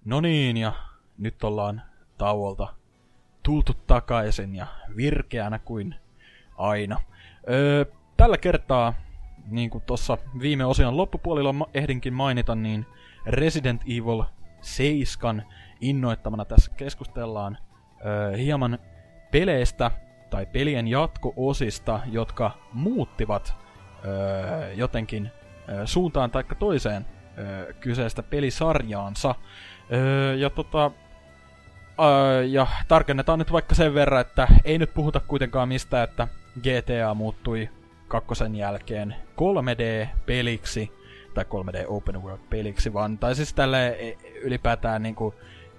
No niin, ja nyt ollaan tauolta tultu takaisin ja virkeänä kuin aina. Öö, tällä kertaa, niin kuin tuossa viime osion loppupuolilla ma- ehdinkin mainita, niin Resident Evil seitsemän innoittamana tässä keskustellaan öö, hieman peleistä tai pelien jatko-osista, jotka muuttivat öö, jotenkin öö, suuntaan tai toiseen öö, kyseistä pelisarjaansa. Öö, ja tota... Öö, ja tarkennetaan nyt vaikka sen verran, että ei nyt puhuta kuitenkaan mistä, että G T A muuttui kakkosen jälkeen kolme D-peliksi, tai kolme D Open World-peliksi, vaan, tai siis tälleen ylipäätään niinku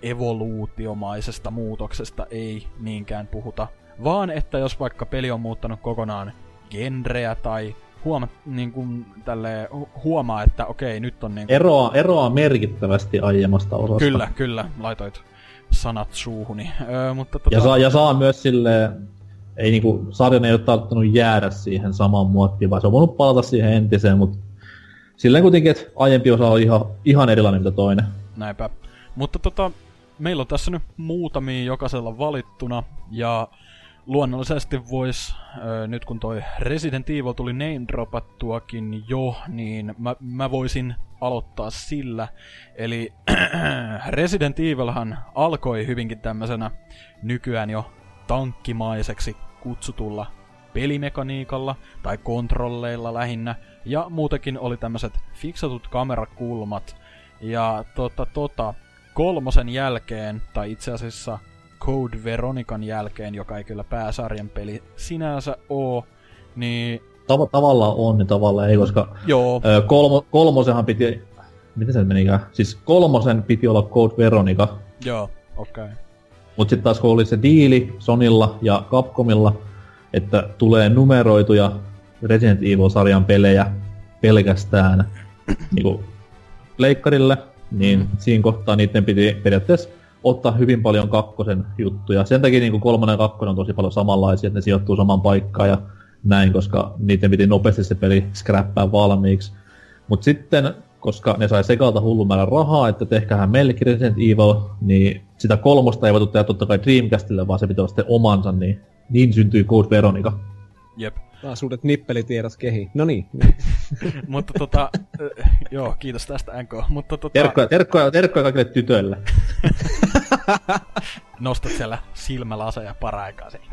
evoluutiomaisesta muutoksesta ei niinkään puhuta, vaan että jos vaikka peli on muuttanut kokonaan genreä tai huoma, niinku, tälleen, huomaa, että okei, nyt on niinku... Eroa, eroa merkittävästi aiemmasta osasta. Kyllä, kyllä, laitoit sanat suuhuni. Öö, mutta tota... ja, saa, ja saa myös silleen, ei niinku, sarjan ei ole tarttunut jäädä siihen samaan muottiin, vaan se on voinut palata siihen entiseen, mutta silleen kuitenkin, että aiempi osa on ihan, ihan erilainen mitä toinen. Näinpä. Mutta tota, meillä on tässä nyt muutamia jokaisella valittuna, ja luonnollisesti vois, äh, nyt kun toi Resident Evil tuli name dropattuakin jo, niin mä, mä voisin aloittaa sillä. Eli Resident Evilhan alkoi hyvinkin tämmöisenä nykyään jo tankkimaiseksi kutsutulla pelimekaniikalla tai kontrolleilla lähinnä, ja muutenkin oli tämmöiset fiksatut kamerakulmat. Ja tota tota, kolmosen jälkeen, tai itse asiassa Code Veronican jälkeen, joka ei kyllä pääsarjan peli sinänsä oo, niin... Tav- tavallaan on, niin tavallaan ei, koska Joo. Ö, kolmo, kolmosenhan piti... Miten se menikään? Siis kolmosen piti olla Code Veronica. Joo, okei. Okay. Mut sit taas kun oli se diili Sonylla ja Capcomilla, että tulee numeroituja Resident Evil-sarjan pelejä pelkästään niinku leikkarille, niin mm. siinä kohtaa niiden piti periaatteessa ottaa hyvin paljon kakkosen juttuja. Sen takia niin kolmonen ja kakkonen on tosi paljon samanlaisia, että ne sijoittuu samaan paikkaan ja näin, koska niiden piti nopeasti se peli scrappaa valmiiksi. Mut sitten, koska ne sai sekalta hullun määrän rahaa, että tehkäähän meillekin Resident Evil, niin sitä kolmosta ei voitu tehdä totta kai Dreamcastille, vaan se pitää olla sitten omansa, niin niin syntyi Code Veronica. Jep. Taas uudet nippelitiedot kehiin. No niin. Mutta tota, äh, joo, kiitos tästä N K. Mutta tota... Terkkoja, terkkoja, terkkoja kaikille tytöille. Nostat siellä silmälaseja paraikaa se.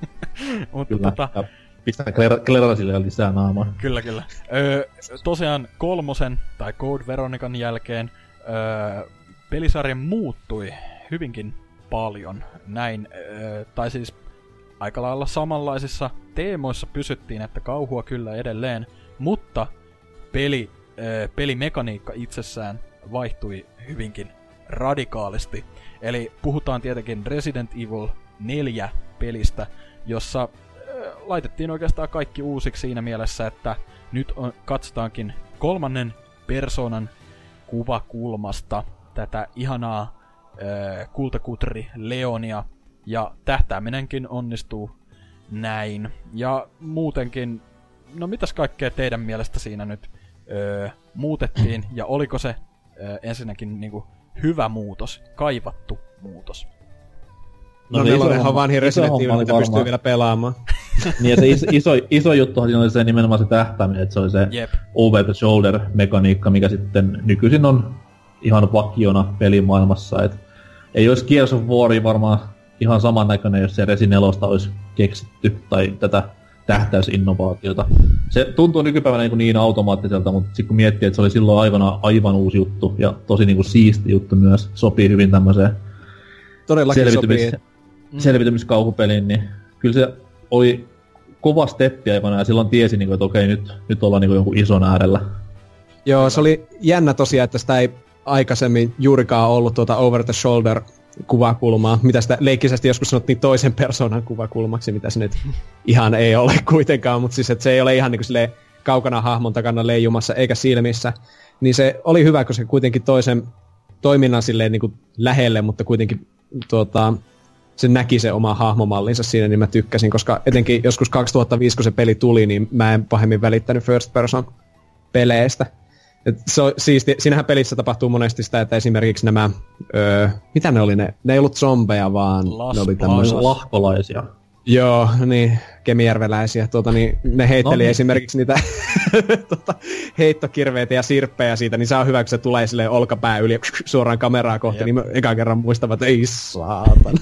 Mutta kyllä, tota... ja pistän Klerasille lisää naamaa. Kyllä, kyllä. Öö, tosiaan kolmosen tai Code Veronican jälkeen öö, pelisarja muuttui hyvinkin paljon. Näin, öö, tai siis aika lailla samanlaisissa teemoissa pysyttiin, että kauhua kyllä edelleen, mutta peli, äh, pelimekaniikka itsessään vaihtui hyvinkin radikaalisti. Eli puhutaan tietenkin Resident Evil neljä pelistä, jossa äh, laitettiin oikeastaan kaikki uusiksi siinä mielessä, että nyt on, katsotaankin kolmannen persoonan kuvakulmasta tätä ihanaa äh, kultakutri Leonia, ja tähtääminenkin onnistuu näin. Ja muutenkin, no mitäs kaikkea teidän mielestä siinä nyt öö, muutettiin, ja oliko se öö, ensinnäkin niinku hyvä muutos, kaivattu muutos? No, no nelonenhan vanhin Resident Evil, mitä varmaan pystyy vielä pelaamaan. Niin ja se iso, iso, iso juttuhan siinä oli se nimenomaan se tähtääminen, että se oli se Jep. over the shoulder mekaniikka, mikä sitten nykyisin on ihan vakiona pelimaailmassa. Et ei olisi Gears of War varmaan ihan samannäköinen, jos se Resi nelosta olisi keksitty, tai tätä tähtäysinnovaatiota. Se tuntuu nykypäivänä niin, niin automaattiselta, mutta sitten kun miettii, että se oli silloin aikana aivan uusi juttu, ja tosi niin kuin siisti juttu myös, sopii hyvin tämmöiseen selvitymis- sopii. selvitymiskauhupeliin, niin kyllä se oli kova steppi aikana, ja silloin tiesi, niin kuin, että okei, nyt, nyt ollaan niin kuin jonkun ison äärellä. Joo, se oli jännä tosiaan, että sitä ei aikaisemmin juurikaan ollut tuota over the shoulder kuvakulmaa, mitä sitä leikkisesti joskus sanottiin toisen persoonan kuvakulmaksi, mitä se nyt ihan ei ole kuitenkaan, mutta siis että se ei ole ihan niin kuin kaukana hahmon takana leijumassa eikä silmissä, niin se oli hyvä, kun se kuitenkin toisen toiminnan silleen niin kuin lähelle, mutta kuitenkin tuota, se näki se oma hahmomallinsa siinä, niin mä tykkäsin, koska etenkin joskus kaksituhattaviisi, kun se peli tuli, niin mä en pahemmin välittänyt first person peleistä. Et se on siisti. Siinähän pelissä tapahtuu monesti sitä, että esimerkiksi nämä, öö, mitä ne oli ne? Ne ei ollut zombeja, vaan Las ne oli tämmöisiä lahkolaisia. Joo, niin, kemijärveläisiä. Tuota, niin, ne heitteli no, niin. esimerkiksi niitä tuota, heittokirveitä ja sirppejä siitä, niin se on hyvä, kun se tulee silleen olkapää yli suoraan kameraa kohti, Jep. niin mä ekan kerran muistavat, että ei saatana.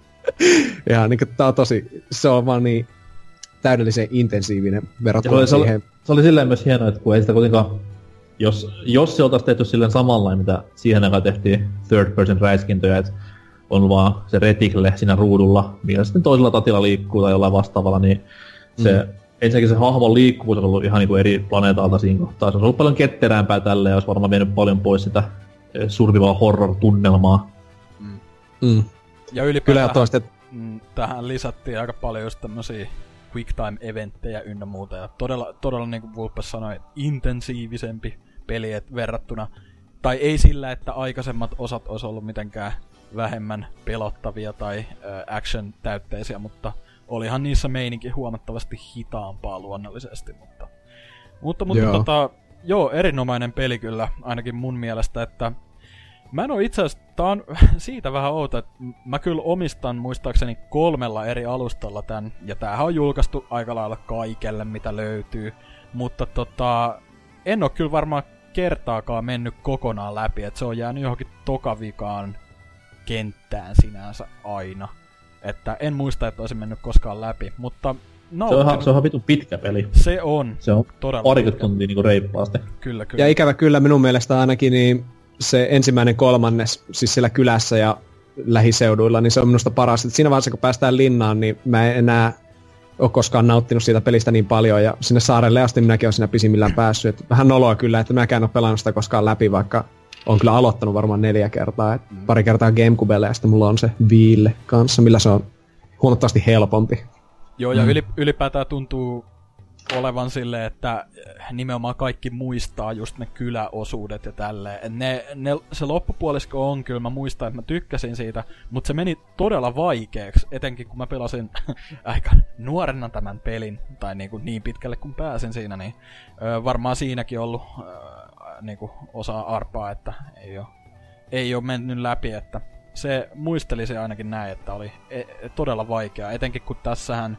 Ja niin tää on tosi, se on vaan niin täydellisen intensiivinen verrattuna se oli, siihen. Se oli, se oli silleen myös hienoa, että kun ei sitä kuitenkaan, jos, jos se oltaisiin tehty silleen samanlainen, mitä siihen aikaan tehtiin third person räiskintöjä, että on vaan se retikle siinä ruudulla, mikä sitten toisella tatilla liikkuu tai jollain vastaavalla, niin se, mm. ensinnäkin se hahmon liikkuvuus on ollut ihan niinku eri planeetalta siinä kohtaa. Se on ollut paljon ketteräämpää tälleen ja olisi varmaan vienyt paljon pois sitä survival horror-tunnelmaa. Mm. Mm. Ja ylipäätään tähän, mm, tähän lisättiin aika paljon just tämmösiä quick time-eventtejä ynnä muuta. Ja todella, todella niin kuin Vulpes sanoi, intensiivisempi peli verrattuna. Tai ei sillä, että aikaisemmat osat olisi ollut mitenkään vähemmän pelottavia tai äh, action-täytteisiä, mutta olihan niissä meininki huomattavasti hitaampaa luonnollisesti. Mutta, mutta, mutta joo. Tota, joo, erinomainen peli kyllä, ainakin mun mielestä, että mä en oo itse asiassa, tää on siitä vähän outo, että mä kyllä omistan muistaakseni kolmella eri alustalla tän, ja tämähän on julkaistu aika lailla kaikelle, mitä löytyy, mutta tota, en oo kyllä varmaan kertaakaan mennyt kokonaan läpi, että se on jäänyt johonkin tokavikaan kenttään sinänsä aina. Että en muista, että olisin mennyt koskaan läpi, mutta se on, ihan, se on ihan vitun pitkä peli. Se on. Se on parikymmentä tuntia niinku reippaasti. Kyllä, kyllä. Ja ikävä kyllä minun mielestä ainakin niin se ensimmäinen kolmannes, siis siellä kylässä ja lähiseuduilla, niin se on minusta paras. Et siinä vaiheessa, kun päästään linnaan, niin mä en enää ole koskaan nauttinut siitä pelistä niin paljon, ja sinne saarelle asti minäkin olen siinä pisimmillään päässyt. Et vähän noloa kyllä, että mäkään ole pelannut sitä koskaan läpi, vaikka on kyllä aloittanut varmaan neljä kertaa. Et mm. Pari kertaa Gamecubelle, ja sitten mulla on se Viille kanssa, millä se on huomattavasti helpompi. Joo, ja mm. ylipäätään tuntuu olevan silleen, että nimenomaan kaikki muistaa just ne kyläosuudet ja tälleen. Ne, ne, se loppupuolisko on kyllä, mä muistan, että mä tykkäsin siitä, mutta se meni todella vaikeaksi, etenkin kun mä pelasin aika nuorena tämän pelin, tai niin, kuin niin pitkälle kun pääsin siinä, niin ö, varmaan siinäkin ollut ö, niin kuin osa arpaa, että ei ole, ei ole mennyt läpi, että se muisteli se ainakin näin, että oli e, todella vaikea, etenkin kun tässähän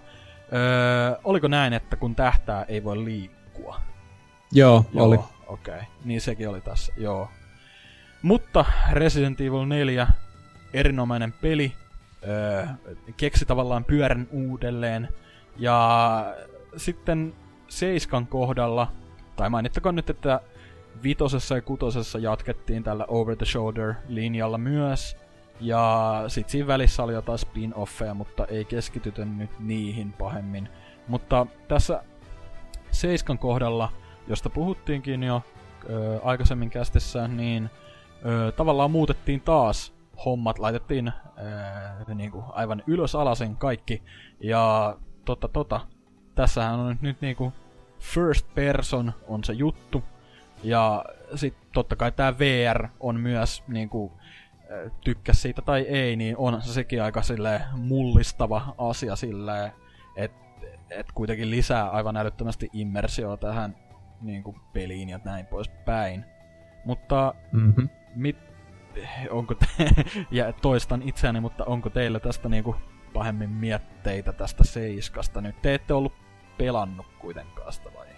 Öö, oliko näin, että kun tähtää ei voi liikkua? Joo, joo oli. Okei, okay. Niin sekin oli tässä, joo. Mutta Resident Evil neljä, erinomainen peli, öö, keksi tavallaan pyörän uudelleen. Ja sitten Seiskan kohdalla, tai mainittakoon nyt, että vitosessa ja kutosessa jatkettiin tällä Over the Shoulder-linjalla myös. Ja sit siinä välissä oli jotain spin-offeja, mutta ei keskitytä nyt niihin pahemmin. Mutta tässä Seiskan kohdalla, josta puhuttiinkin jo ö, aikaisemmin kästissä, niin ö, tavallaan muutettiin taas hommat, laitettiin ö, niinku aivan ylös alasen kaikki. Ja tota tota, tässähän on nyt niinku first person on se juttu. Ja sit totta kai tää V R on myös niinku tykkäs siitä tai ei, niin on se sekin aika silleen mullistava asia silleen, että et kuitenkin lisää aivan älyttömästi immersioa tähän niinku peliin ja näin pois päin. Mutta mm-hmm. mit, onko te, ja toistan itseäni, mutta onko teillä tästä niinku pahemmin mietteitä tästä Seiskasta nyt? Te ette ollut pelannut kuitenkaan sitä vai?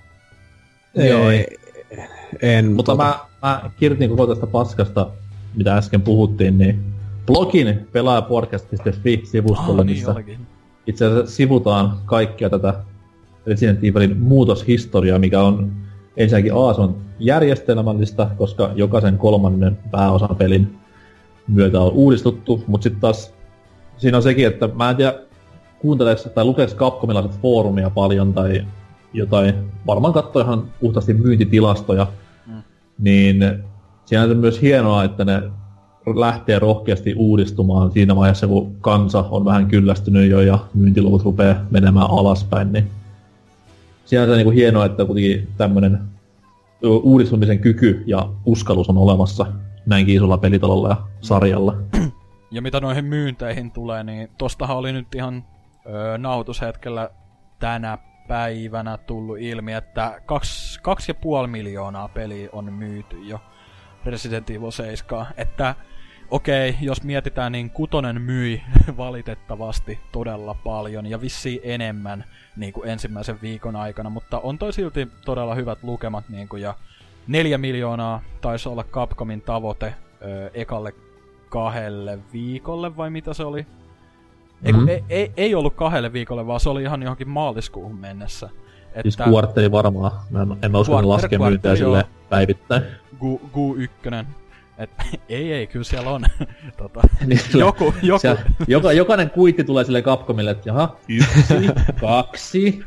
Ei, Joo, ei, en. Mutta tota... mä, mä kirjoitin koko tästä paskasta, mitä äsken puhuttiin, niin blogin pelaajapodcast piste fi-sivustolle, oh, niin missä olikin. Itse asiassa sivutaan kaikkia tätä Resident Evilin muutoshistoriaa, mikä on ensinnäkin A, se on järjestelmällistä, koska jokaisen kolmannen pääosan pelin myötä on uudistuttu, mutta sitten taas siinä on sekin, että mä en tiedä, kuunteleeko tai lukeeko Capcomilaiset foorumia paljon tai jotain, varmaan katsoo ihan puhtaasti myyntitilastoja, mm. niin siinä on myös hienoa, että ne lähtee rohkeasti uudistumaan siinä vaiheessa, kun kansa on vähän kyllästynyt jo ja myyntiluvut rupeaa menemään alaspäin. Niin siinä on niinku hienoa, että kuitenkin tämmönen uudistumisen kyky ja uskallus on olemassa näinkin isolla pelitalolla ja sarjalla. Ja mitä noihin myynteihin tulee, niin tostahan oli nyt ihan öö, nautushetkellä tänä päivänä tullut ilmi, että kaksi, kaksi ja puoli miljoonaa peliä on myyty jo Resident Evil seitsemän. Että okei, okay, jos mietitään, niin kutonen myi valitettavasti todella paljon ja vissiin enemmän niin kuin ensimmäisen viikon aikana, mutta on toi silti todella hyvät lukemat niin kuin, ja neljä miljoonaa taisi olla Capcomin tavoite ö, ekalle kahdelle viikolle, vai mitä se oli? Eiku, mm-hmm. ei, ei, ei ollut kahdelle viikolle, vaan se oli ihan johonkin maaliskuuhun mennessä. Että siis kuartteri varmaan. Mä en, en mä usko, että laskee myyntejä silleen päivittäin. G U yksi. Et, ei, ei, kyllä siellä on. tota, niin, joku, joku. Siellä, joka, jokainen kuitti tulee sille Capcomille, että jaha, yksi, kaksi.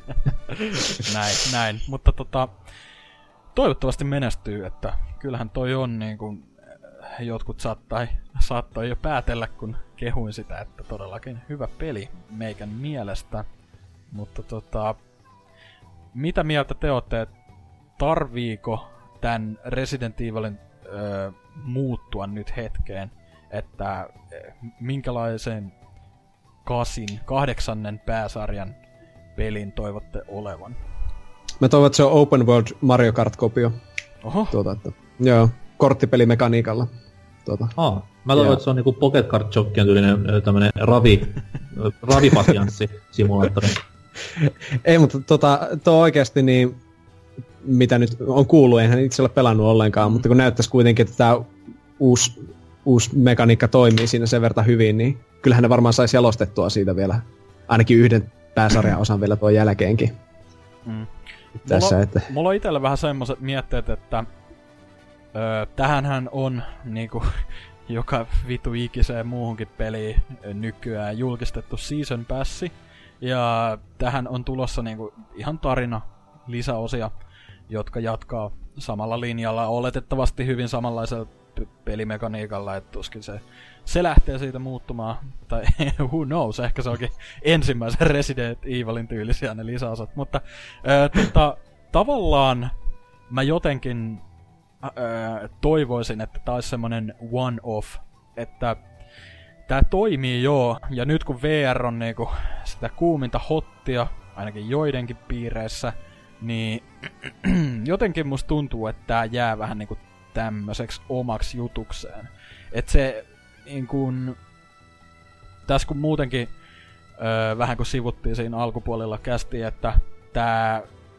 näin, näin. Mutta tota, toivottavasti menestyy, että kyllähän toi on niin kuin jotkut saattai, saattoi jo päätellä, kun kehuin sitä, että todellakin hyvä peli meikän mielestä. Mutta tota, mitä mieltä te ootte, tarviiko tän Resident Evilin öö, muuttua nyt hetkeen, että minkälaisen kasin, kahdeksannen pääsarjan pelin toivotte olevan? Mä toivon, että se on Open World Mario Kart-kopio. Oho. Tuota, että, joo, korttipelimekaniikalla. Tuota. Aa, mä toivon, että se on niinku Pocket Card Jockien tyylinen tämmönen ravi, ravipasianssi-simulaattori. Ei, mutta tota, tuo oikeesti niin, mitä nyt on kuullut, eihän itse ole pelannut ollenkaan, mutta kun näyttäisi kuitenkin, että tää uusi, uusi mekaniikka toimii siinä sen verran hyvin, niin kyllähän ne varmaan saisi jalostettua siitä vielä, ainakin yhden pääsarjan osan vielä tuon jälkeenkin. Mm. Tässä, mulla, että... mulla on itsellä vähän semmoset mietteet, että öö, tähänhän on niinku joka vitu ikiseen muuhunkin peliin nykyään julkistettu Season Passi, ja tähän on tulossa niinku ihan tarina, lisäosia, jotka jatkaa samalla linjalla, oletettavasti hyvin samanlaisella p- pelimekaniikalla, että tuskin se, se lähtee siitä muuttumaan, tai who knows, ehkä se onkin ensimmäisen Resident Evilin tyylisiä ne lisäosat, mutta äh, tota, tavallaan mä jotenkin äh, toivoisin, että tää olisi semmonen one-off, että tää toimii joo, ja nyt kun V R on niinku sitä kuuminta hottia, ainakin joidenkin piireissä, niin jotenkin musta tuntuu, että tää jää vähän niinku tämmöiseksi omaksi jutukseen. Et se niinku... Tässä kun muutenkin öö, vähän kun sivuttiin siinä alkupuolella kästiin, että tää,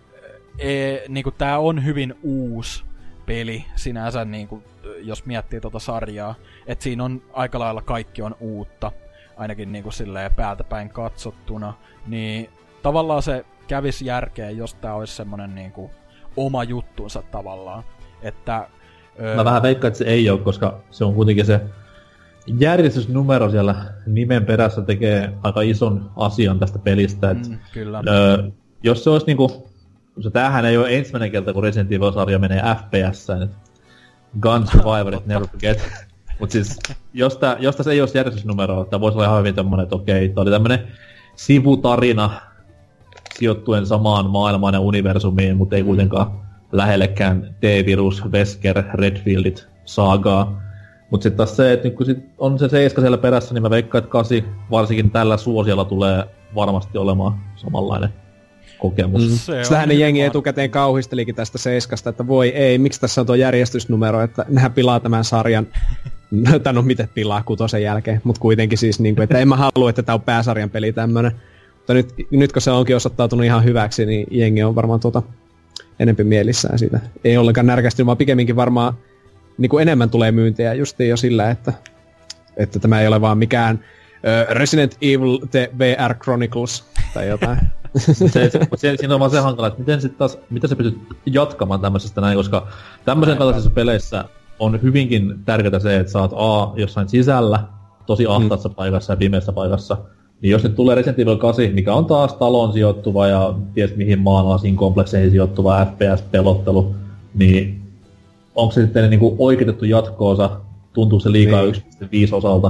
e, niinku, tää on hyvin uusi peli sinänsä, niinku, jos miettii tota sarjaa. Et siinä on aika lailla kaikki on uutta, ainakin niinku silleen päältä päin katsottuna. Niin tavallaan se kävis järkeen, jos tää olisi semmonen niinku oma juttunsa tavallaan. Että, öö... Mä vähän veikkaan, että se ei oo, koska se on kuitenkin se järjestysnumero siellä nimen perässä tekee aika ison asian tästä pelistä. Et, mm, kyllä. Öö, jos se olisi niinku... Se tämähän ei ole ensimmäinen kerta, kun Resident Evil-sarja menee F P S:ään. Gun Survivorit, never forget. Mut siis, jos, tää, jos tässä ei olisi järjestysnumeroa, tää voisi olla ihan hyvin tämmönen, että okei, tää oli tämmönen sivutarina sijoittuen samaan maailmaan ja universumiin, mutta ei kuitenkaan lähellekään T-virus, Wesker, Redfieldit, saagaa. Mut sit taas se, että kun sit on se seiska siellä perässä, niin mä veikkaan, että kasi varsinkin tällä suosiolla tulee varmasti olemaan samanlainen kokemus. Mm. Se Sitähän ne jengi etukäteen kauhistelikin tästä seiskasta, että voi ei, miksi tässä on tuo järjestysnumero, että nehän pilaa tämän sarjan. Tai no miten pilaa kutosen jälkeen, mutta kuitenkin siis niinku, että en mä halua, että tää on pääsarjan peli tämmönen. Mutta nyt, nyt kun se onkin osoittautunut ihan hyväksi, niin jengi on varmaan tuota enempi mielissään siitä. Ei ollenkaan närkästynyt, vaan pikemminkin varmaan niin kuin enemmän tulee myyntiä justiin jo sillä, että, että tämä ei ole vaan mikään uh, Resident Evil The V R Chronicles tai jotain. se, se, se, siinä on vaan se hankala, että miten, sit taas, miten sä pystyt jatkamaan tämmöisestä näin, koska tämmöisen kaltaisissa peleissä on hyvinkin tärkeää se, että sä oot A jossain sisällä, tosi ahtaassa mm. paikassa ja pimeässä paikassa. Niin jos nyt tulee Resident Evil kahdeksan, mikä on taas taloon sijoittuva ja ties mihin maanalaisiin komplekseihin sijoittuva F P S-pelottelu, niin onko se sitten niinku oikeutettu jatko-osa, tuntuu se liikaa niin. yksi pilkku viisi osalta,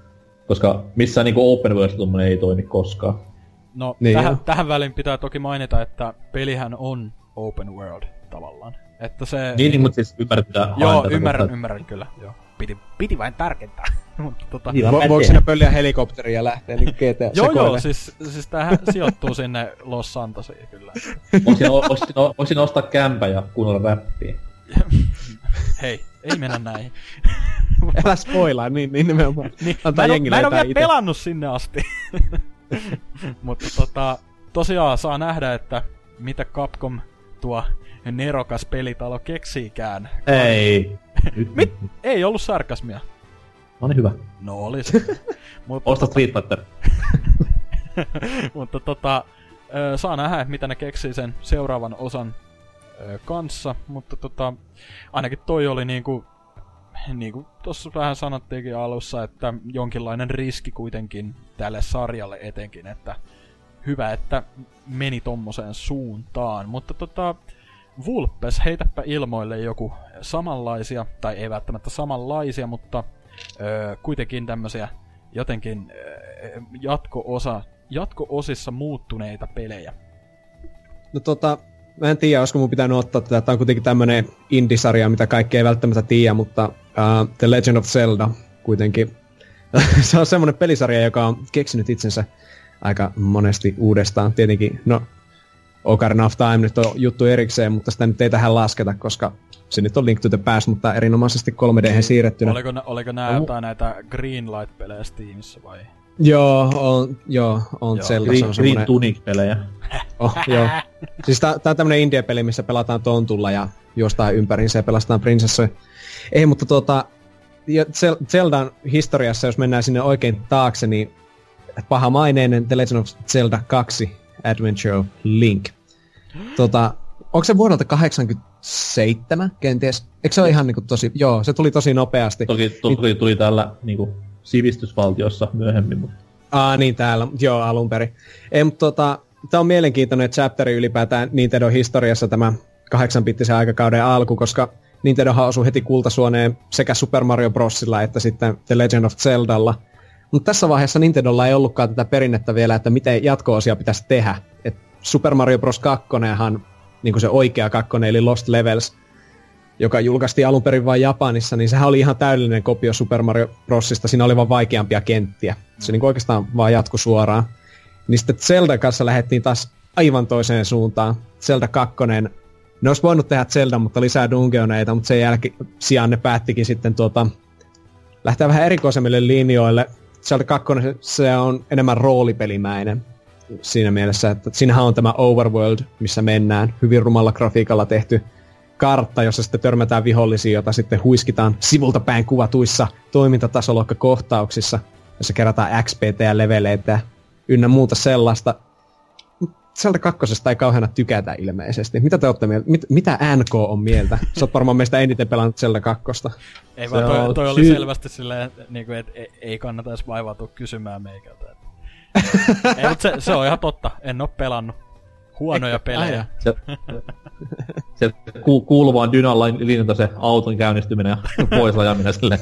koska missään niinku open world tuommoinen ei toimi koskaan. No niin tähän, tähän väliin pitää toki mainita, että pelihän on open world tavallaan. Että se... Niin, niin mutta siis ymmärrät mitä Joo, tätä, ymmärrän, mutta... ymmärrän kyllä. Joo. Piti, piti vain tarkentaa. Mutta tota... Vo- voiko sinä pölliä helikopteria ja lähteä niin G T A Joo joo, siis, siis tämähän sijoittuu sinne Los Santosiin kyllä. Voiko sinä ostaa kämpä ja kunnolla räppiä? Hei, ei mennä näihin. Älä spoilaa, niin, niin nimenomaan. Niin, mä en, o, mä en oo vielä ite. pelannut sinne asti. Mutta tota, tosiaan saa nähdä, että mitä Capcom tuo nerokas pelitalo keksiikään. Ei. Mit? Ei ollut sarkasmia. No niin hyvä. No oli se. Mutta osta Street Fighter. Mutta tota, saa nähdä, mitä ne keksii sen seuraavan osan kanssa. Mutta tota, ainakin toi oli niinku, niinku tossa vähän sanottiinkin alussa, että jonkinlainen riski kuitenkin tälle sarjalle etenkin, että hyvä, että meni tommoseen suuntaan. Mutta tota, Vulpes, heitäpä ilmoille joku samanlaisia, tai ei välttämättä samanlaisia, mutta öö, kuitenkin tämmösiä jotenkin öö, jatko-osa, jatko-osissa muuttuneita pelejä. No tota, mä en tiedä, olisiko mun pitänyt ottaa tätä. Tää on kuitenkin tämmönen indie-sarja, mitä kaikki ei välttämättä tiedä, mutta uh, The Legend of Zelda kuitenkin. Se on semmonen pelisarja, joka on keksinyt itsensä aika monesti uudestaan. Tietenkin, no, Ocarina of Time nyt on juttu erikseen, mutta sitä nyt ei tähän lasketa, koska se nyt on Link to the Past, mutta erinomaisesti kolme D:hen siirrettynä. Oliko, oliko nää no. jotain näitä Greenlight-pelejä Steamissa vai? Joo, on, joo, on joo. Zelda. Green, Green Tunic-pelejä. Oh, joo. Siis tää, tää on tämmönen indie-peli, missä pelataan tontulla ja juostaan ympäriinsä ja pelastaan prinsessoja. Ei, mutta tuota, Zeldan historiassa, jos mennään sinne oikein taakse, niin pahamaineinen The Legend of Zelda kaksi Adventure of Link. Tota, onko se vuodelta kahdeksankymmentäseitsemän kenties? Eikö se ole ihan niinku tosi... Joo, se tuli tosi nopeasti. Toki tuli, tuli, tuli täällä niinku sivistysvaltiossa myöhemmin, mutta... Aa, niin täällä. Joo, alun perin. Ei, mutta tota... Tää on mielenkiintoinen chapteri ylipäätään Nintendo historiassa tämä kahdeksanbittisen aikakauden alku, koska Nintendohan osui heti kultasuoneen sekä Super Mario Brosilla että sitten The Legend of Zeldalla. Mutta tässä vaiheessa Nintendolla ei ollutkaan tätä perinnettä vielä, että miten jatko-osia pitäisi tehdä. Et Super Mario Bros. kaksi, niin kuin se oikea kakkonen, eli Lost Levels, joka julkaistiin alun perin vain Japanissa, niin sehän oli ihan täydellinen kopio Super Mario Brosista. Siinä oli vaan vaikeampia kenttiä. Se niin oikeastaan vaan jatkui suoraan. Niin sitten Zeldan kanssa lähdettiin taas aivan toiseen suuntaan. Zelda kaksi, ne olisi voinut tehdä Zelda, mutta lisää dungeoneita, mutta sen jälkeen sijaan ne päättikin sitten tuota, lähteä vähän erikoisemmille linjoille. Zelda kaksi, se on enemmän roolipelimäinen siinä mielessä, että siinähän on tämä overworld, missä mennään, hyvin rumalla grafiikalla tehty kartta, jossa sitten törmätään vihollisia, jota sitten huiskitaan sivulta päin kuvatuissa toimintatasolokkakohtauksissa, jossa kerätään X P T ja leveleitä ynnä muuta sellaista. Zelda kakkosesta ei kauheana tykätä ilmeisesti. Mitä te olette mieltä? Mit, mitä N K on mieltä? Sä oot varmaan meistä eniten pelannut Zelda kakkosta. Ei vaan, toi, toi oli selvästi silleen, että niinku, et, ei kannata edes vaivautua kysymään meikältä. Ei, mutta se, se on ihan totta. En oo pelannut huonoja pelejä. Se, se ku, kuuluu vaan Dynalla linjata se auton käynnistyminen ja pois ajaminen silleen.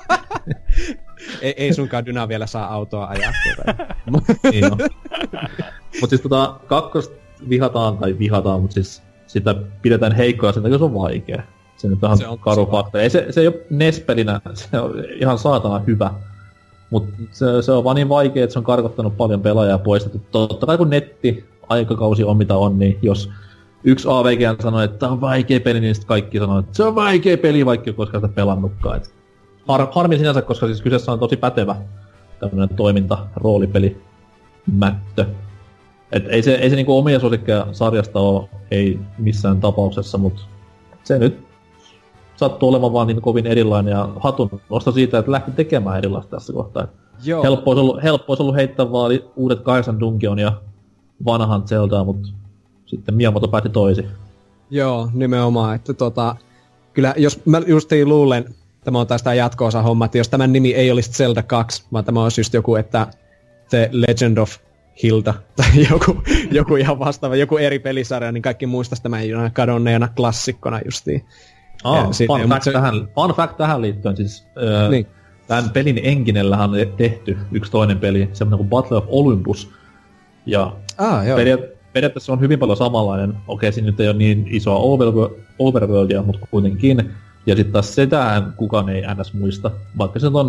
ei, ei sunkaan Dyna vielä saa autoa ajaa. Niin no. Mut siis tota, kakkosta vihataan, tai vihataan, mut siis sitä pidetään heikkoa sen takia, se on vaikea. Se nyt on ihan karu fakta. Ei se, se ei oo N E S-pelinä, se on ihan saatana hyvä. Mut se, se on vaan niin vaikea, että se on karkottanut paljon pelaajaa pois. Totta kai kun netti, aikakausi on mitä on, niin jos yksi A V G sanoo, että tää on vaikea peli, niin sit kaikki sanoo, että se on vaikea peli, vaikka ei koskaan sitä pelannutkaan. Et har, harmi sinänsä, koska siis kyseessä on tosi pätevä tämmönen toiminta, roolipeli, mättö. Et ei se, ei se niinku omia suosikkeja sarjasta oo, ei missään tapauksessa, mut se nyt sattuu olemaan vaan niin kovin erilainen ja hatun nosto siitä, että lähti tekemään erilaista tässä kohtaa. Joo. Helppo olisi ollut, helppo olisi ollut heittää vaan uudet kahdeksan Dungeon ja vanhan Zeldaa, mutta sitten Miyamoto päätti toisin. Joo, nimenomaan, että tota, kyllä jos mä justiin luulen, tämä on taas tää jatko-osa homma, että jos tämän nimi ei olisi Zelda kaksi, vaan tämä olisi just joku, että The Legend of Hilda, tai joku, joku ihan vastaava, joku eri pelisarja, niin kaikki muistaisi tämän kadonneena klassikkona justiin. Ah, fun, fact se... tähän, fun fact tähän liittyen, siis öö, niin. Tämän pelin enkinellähän on tehty yksi toinen peli, semmoinen kuin Battle of Olympus. Ja ah, peria- periaatteessa on hyvin paljon samanlainen. Okei, siinä nyt ei ole niin isoa over- overworldia, mutta kuitenkin. Ja sitten taas sitähän kukaan ei ns muista, vaikka se on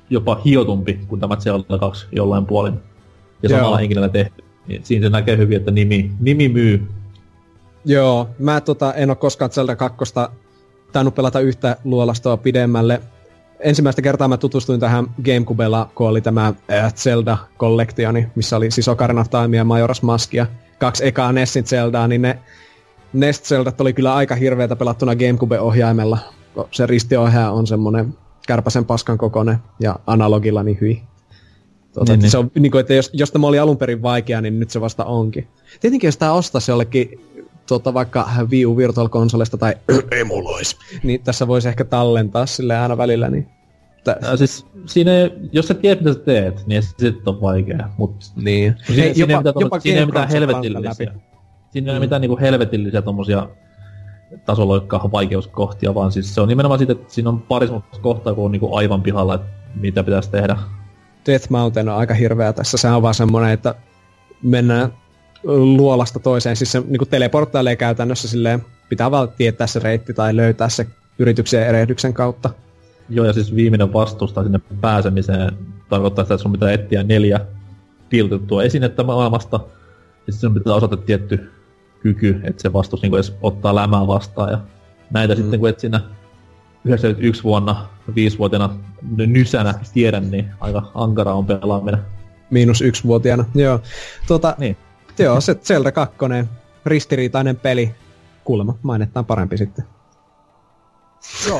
jopa hiotumpi kuin tämä Zelda kaksi jollain puolin. Ja Joo. samalla henkilöllä tehty. Niin siinä se näkee hyvin, että nimi, nimi myy. Joo, mä tota, en oo koskaan Zelda kakkosta tainnut pelata yhtä luolastoa pidemmälle. Ensimmäistä kertaa mä tutustuin tähän Gamecubella, kun oli tämä äh, Zelda-kollektioni, missä oli siis Ocarina of Time ja Majora's Mask ja kaksi ekaa Nessin Zeldaa, niin ne Nest Zeldat oli kyllä aika hirveätä pelattuna Gamecube-ohjaimella. Se ristiohjaaja on semmonen kärpäsen paskan kokoinen ja analogilla niin hyi. Tuota, niin, niin. Se on, niin kuin, että jos, jos tämä oli alun perin vaikea, niin nyt se vasta onkin. Tietenkin jos tää ostaisi jollekin tuota, vaikka Wii U Virtual Consolesta tai emulois, niin tässä voisi ehkä tallentaa sille aina välillä. Niin tä... Ja siis siinä ei, jos sä tiedät mitä sä teet, niin se sitten on vaikea. Mut niin. siinä, Hei, siinä, jopa, ei mitään, siinä ei ole mitään helvetillisiä. Siinä ei ole mitään niinku helvetillisiä tommosia tasoloikkaa vaikeuskohtia, vaan siis se on nimenomaan siitä, että siinä on pari semmoista kohtaa, kun on niinku aivan pihalla, että mitä pitäisi tehdä. Death Mountain on aika hirveä tässä. Se on vaan semmonen, että mennään luolasta toiseen. Siis se niinku teleporttailee käytännössä silleen, pitää vaan tietää se reitti tai löytää se yrityksen ja erehdyksen kautta. Joo, ja siis viimeinen vastusta sinne pääsemiseen tarkoittaa sitä, että sun pitää etsiä neljä piltettua esinettä maailmasta. Ja sitten sun pitää osata tietty kyky, että se vastus niinku edes ottaa lämää vastaan. Ja näitä mm. sitten kun et siinä yhdeksänkymmentäyksi vuonna, viisivuotiaana nysänä tiedän, niin aika ankara on pelaaminen. Miinus yksivuotiaana, joo. Tuota, niin. Joo, se Zelda kaksi, ristiriitainen peli. Kuulemma mainittaan parempi sitten. Joo.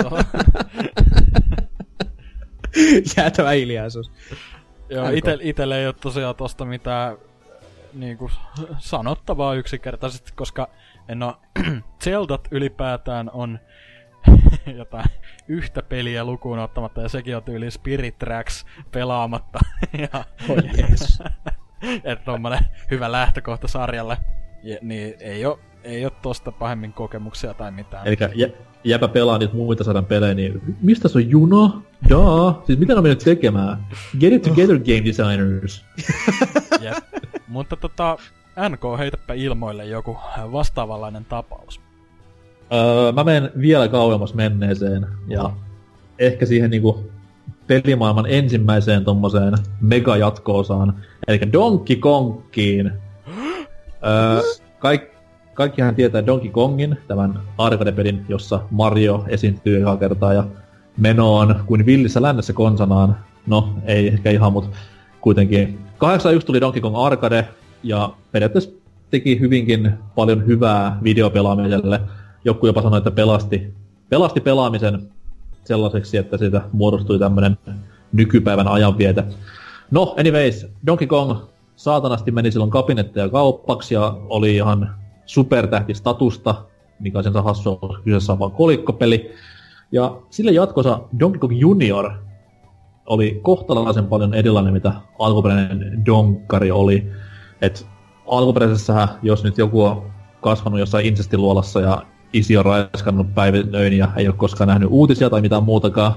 Jäätävä hiljaisuus. Joo, ite, itelle ei oo tosiaan tosta mitään niinku sanottavaa yksinkertaisesti, koska en oo Zeldat ylipäätään on jotain yhtä peliä lukuun ottamatta, ja sekin on tyyli Spirit Tracks pelaamatta. Ja oh yes. Että tommonen hyvä lähtökohta sarjalle. Ja, niin ei oo, ei oo tosta pahemmin kokemuksia tai mitään. Elikkä jä, jäpä pelaa niitä muita sadan pelejä, niin mistä se on juna? Jaa, siis mitä on mennyt tekemään? Get it together, game designers. Jep. Mutta tota, N K, heitäpä ilmoille joku vastaavanlainen tapaus. Öö, mä menen vielä kauemmas menneeseen, ja ehkä siihen niinku pelimaailman ensimmäiseen tommoseen mega-jatko-osaan, elikkä Donkey Kongiin. Öö, kaik, kaikkihan tietää Donkey Kongin, tämän arcade-pelin, jossa Mario esiintyy ekaa kertaa, ja meno on kuin villissä lännessä konsanaan. No, ei ehkä ihan, mut kuitenkin. kahdeksankymmentäyksi tuli Donkey Kong Arcade, ja periaatteessa teki hyvinkin paljon hyvää videopelaamiselle. Joku jopa sanoi, että pelasti, pelasti pelaamisen sellaiseksi, että siitä muodostui tämmönen nykypäivän ajanviete. No, anyways, Donkey Kong saatanasti meni silloin kabinetteja kauppaksi ja oli ihan supertähtistatusta, mikä on sensa hassua, kyseessä on vaan kolikkopeli. Ja sille jatkossa Donkey Kong Junior oli kohtalaisen paljon erilainen, mitä alkuperäinen Donkkari oli. Et alkuperäisessähän, jos nyt joku on kasvanut jossain incestiluolassa ja isi on raiskannut päivänöin ja ei ole koskaan nähnyt uutisia tai mitään muutakaan.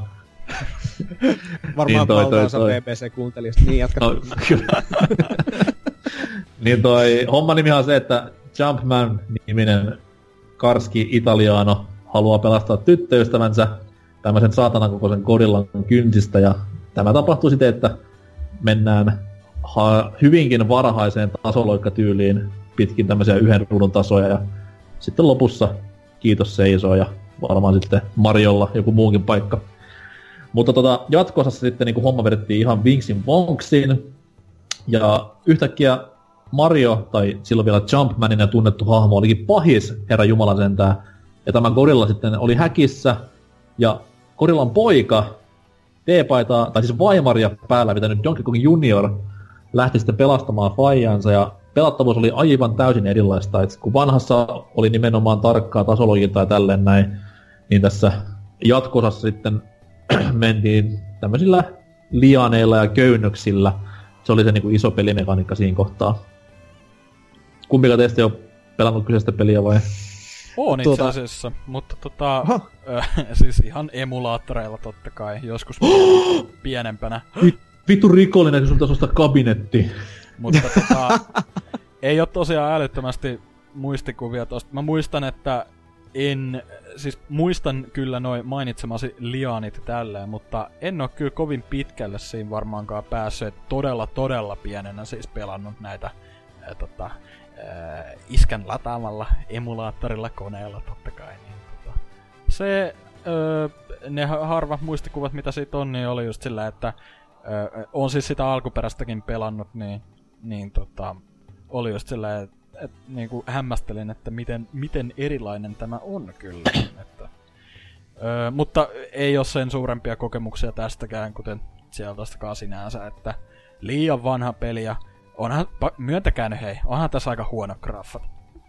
Varmaan niin toi, valtaosa toi, toi. B B C-kuuntelijasta, niin jatka. No, kyllä. Niin toi homman nimi on se, että Jumpman-niminen karski italiano haluaa pelastaa tyttöystävänsä tämmöisen saatanan kokoisen gorillan kynsistä, ja tämä tapahtuu siten, että mennään ha- hyvinkin varhaiseen tasoloikkatyyliin pitkin tämmöisiä yhden ruudun tasoja, ja sitten lopussa kiitos seisoo, ja varmaan sitten Mariolla joku muukin paikka. Mutta tota, jatko-osassa sitten niin homma vedettiin ihan vinksin vonksin, ja yhtäkkiä Mario, tai silloin vielä Jumpmanina tunnettu hahmo, olikin pahis, herra jumala sentään. Ja tämä gorilla sitten oli häkissä, ja gorillan poika, T-paitaa, tai siis vaimaria päällä, mitä nyt Donkey Kong Junior lähti sitten pelastamaan faijansa, ja pelattavuus oli aivan täysin erilaista. Et kun vanhassa oli nimenomaan tarkkaa tasologintaa ja tälleen näin, niin tässä jatko-osassa sitten mentiin tämmöisillä lianeilla ja köynnöksillä. Se oli se niinku iso pelimekaniikka siinä kohtaa. Kumpika teistä on pelannut kyseistä peliä vai? Oon itse tuota... asiassa, mutta tota, äh, siis ihan emulaattoreilla totta kai, joskus pienempänä. Vittu rikollinen, kun sulta ostaa kabinetti. Mutta tota, ei oo tosiaan älyttömästi muistikuvia tosta. Mä muistan, että en siis muistan kyllä noin mainitsemasi lianit tälleen, mutta en oo kyllä kovin pitkälle siinä varmaankaan päässyt. Todella, todella pienenä siis pelannut näitä ää, tota, ää, iskän lataamalla emulaattorilla koneella totta kai. Niin, tota, se, öö, ne harvat muistikuvat mitä siitä on, niin oli just sillä, että öö, on siis sitä alkuperäistäkin pelannut, niin, niin tota, oli just sillä, että et, niinku hämmästelin, että miten, miten erilainen tämä on kyllä. että, öö, mutta ei ole sen suurempia kokemuksia tästäkään, kuten sieltästäkaan sinänsä, että liian vanha peli ja onhan, myöntäkää nyt hei, onhan tässä aika huono graffat.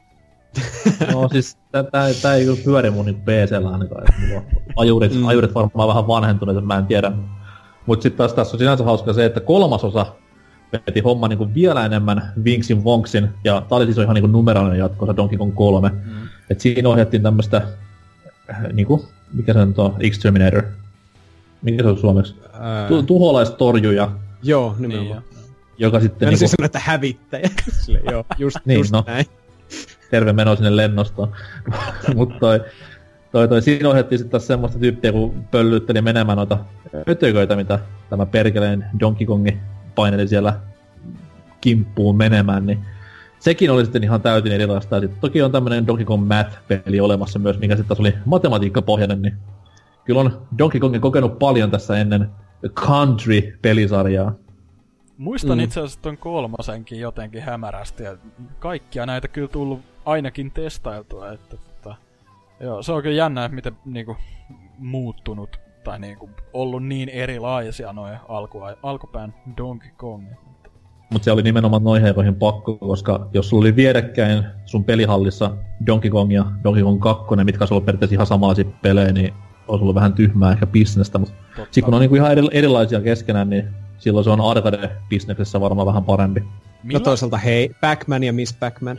No siis tää, tää, tää ei kyllä pyöri mun niinku P C:llä ainakaan, että ajurit, mm. ajurit varmaan vähän vanhentuneet, mä en tiedä. Mut sit taas tässä on sinänsä hauska se, että kolmasosa veti homma niinku vielä enemmän vinksin vonksin, ja tää oli siis ihan niinku numeraalinen jatko, Donkey Kong kolme. Mm. Et siinä ohjattiin tämmöstä, niinku, mikä se on tuo, Exterminator, mikä se on suomeksi? Ää... Tu- tuholaistorjuja. Joo, nimenomaan. Niin, joka sitten mä niinku... siis sanoa, että hävittäjä. Sille, joo, just, niin, just no. näin. Terve meno sinne lennostoon. Mut toi, toi, toi, siinä ohjattiin sit taas semmoista tyyppiä, kun pöllyytteli menemään noita ötököitä, mitä tämä perkeleen Donkey Kongi paineli siellä kimppuun menemään, niin sekin oli sitten ihan täysin erilaista. Sitten toki on tämmönen Donkey Kong Math-peli olemassa myös, mikä sitten taas oli matematiikkapohjainen, niin kyllä on Donkey Kongin kokenut paljon tässä ennen Country-pelisarjaa. Muistan Mm. itse asiassa ton kolmosenkin jotenkin hämärästi, ja kaikkia näitä kyllä tullut ainakin testailtua, että tota, joo, se on kyllä jännä, että miten niinku muuttunut, tai niinku ollut niin erilaisia noin alku, alkupään Donkey Kong. Mut se oli nimenomaan noihin aikoihin pakko, koska jos sulla oli vierekkäin sun pelihallissa Donkey Kong ja Donkey Kong kaksi, mitkä olisi ollut periaatteessa ihan samanlaisia pelejä, niin olisi ollut vähän tyhmää ehkä bisnestä, mutta sit kun on niinku ihan erilaisia keskenään, niin silloin se on arcade-bisneksessä varmaan vähän parempi. Milla? No toisaalta hei, Pac-Man ja Miss Pac-Man.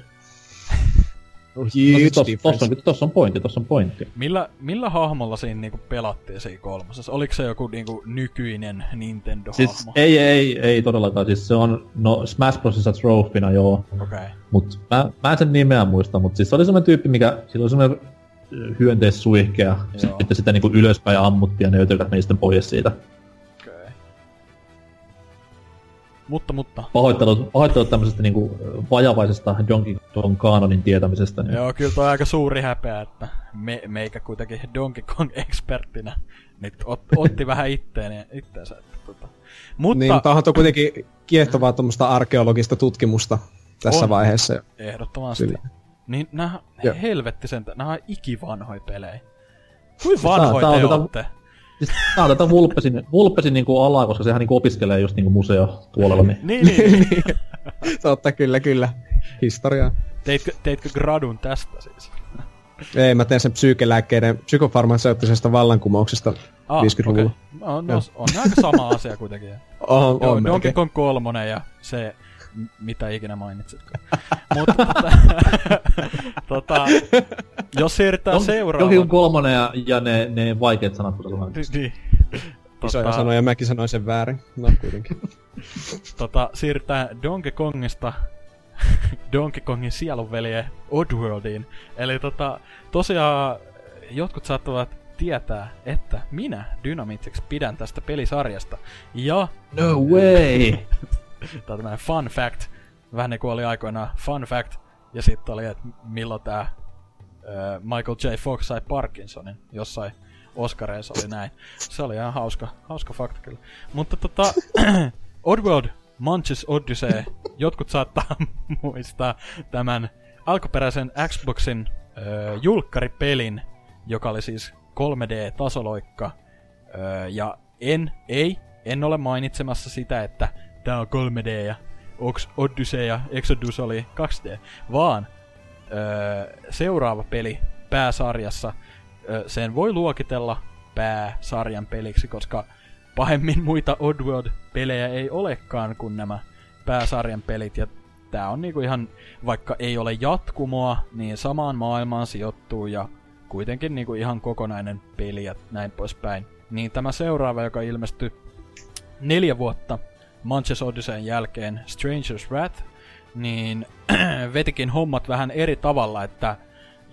No, siis tos, tossa, on, tossa on pointti, tossa on pointti. Millä, millä hahmolla siinä niinku pelattiin siinä kolmosessa? Oliko se joku niinku nykyinen Nintendo-hahmo? Siis ei, ei, ei todellakaan. Siis se on, no Smash Brosissa trofina joo. Okei. Okay. Mut mä, mä en sen nimeä muista, mut siis se oli semmonen tyyppi, mikä, sillä oli semmonen hyönteissuihkea. Sitten sitä niinku ylöspäin ammuttiin ja ne ötökät meni sitten pois siitä. Mutta, mutta. Pahoittelut, pahoittelut tämmöisestä niinku vajavaisesta Donkey Kong kanonin tietämisestä. Niin. Joo, kyllä toi on aika suuri häpeä, että me, meikä kuitenkin Donkey Kong-eksperttinä nyt ot, otti vähän itteeni, itteensä. Että, tota. Mutta... Niin, mutta onhan tuo kuitenkin kiehtovaa tuommoista arkeologista tutkimusta tässä on, vaiheessa. Ehdottomasti. Kyllä. Niin nää, helvetti sen, nää on ikivanhoja pelejä. Kuin vanhoja te ootte? Siis tää on tätä Vulpesin, Vulpesin niinku alaa, koska sehän niinku opiskelee just niinku museopuolella. Niin, niin, niin. niin. Totta, kyllä, kyllä. Historiaa. Teitkö, teitkö gradun tästä siis? Ei, mä teen sen psyykelääkkeiden, psykofarmaseuttisesta vallankumouksesta ah, viisikymmentäluvulla. Okay. No, no, on aika sama asia kuitenkin. On, Joo, on Donkey Kong kolmonen ja se, mitä ikinä mainitsitkaan. Mutta tota, tota, jos siirrytään seuraavaan... Donkey Kong kolmonen ja, ja ne, ne vaikeat sanat, kun sanoin. Niin. Isoja tota, sanoja, mäkin sanoin sen väärin. No kuitenkin. Tota, siirrytään Donkey Kongista Donkey Kongin sielunvelje Oddworldiin. Eli tota, tosiaan jotkut saattavat tietää, että minä Dynamitix pidän tästä pelisarjasta. Ja... No way! Tää on tämmönen fun fact. Vähän niin kuin oli aikoinaan fun fact. Ja sitten oli, että milloin tää äh, Michael J. Fox sai Parkinsonin. Jossain Oscareissa oli näin. Se oli ihan hauska, hauska fakta kyllä. Mutta tota... Oddworld Munch's Odyssey. Jotkut saattaa muistaa tämän alkuperäisen Xboxin äh, julkkaripelin, joka oli siis kolme D-tasoloikka. Äh, ja en, ei, en ole mainitsemassa sitä, että tää on kolme D ja Odyssey ja Exodus oli kaksi D, vaan öö, seuraava peli pääsarjassa, öö, sen voi luokitella pääsarjan peliksi, koska pahemmin muita Oddworld-pelejä ei olekaan kuin nämä pääsarjan pelit, ja tää on niinku ihan, vaikka ei ole jatkumoa, niin samaan maailmaan sijoittuu ja kuitenkin niinku ihan kokonainen peli ja näin poispäin. Niin tämä seuraava, joka ilmestyi neljä vuotta Munch's Odysseyn jälkeen, Stranger's Wrath, niin vetikin hommat vähän eri tavalla, että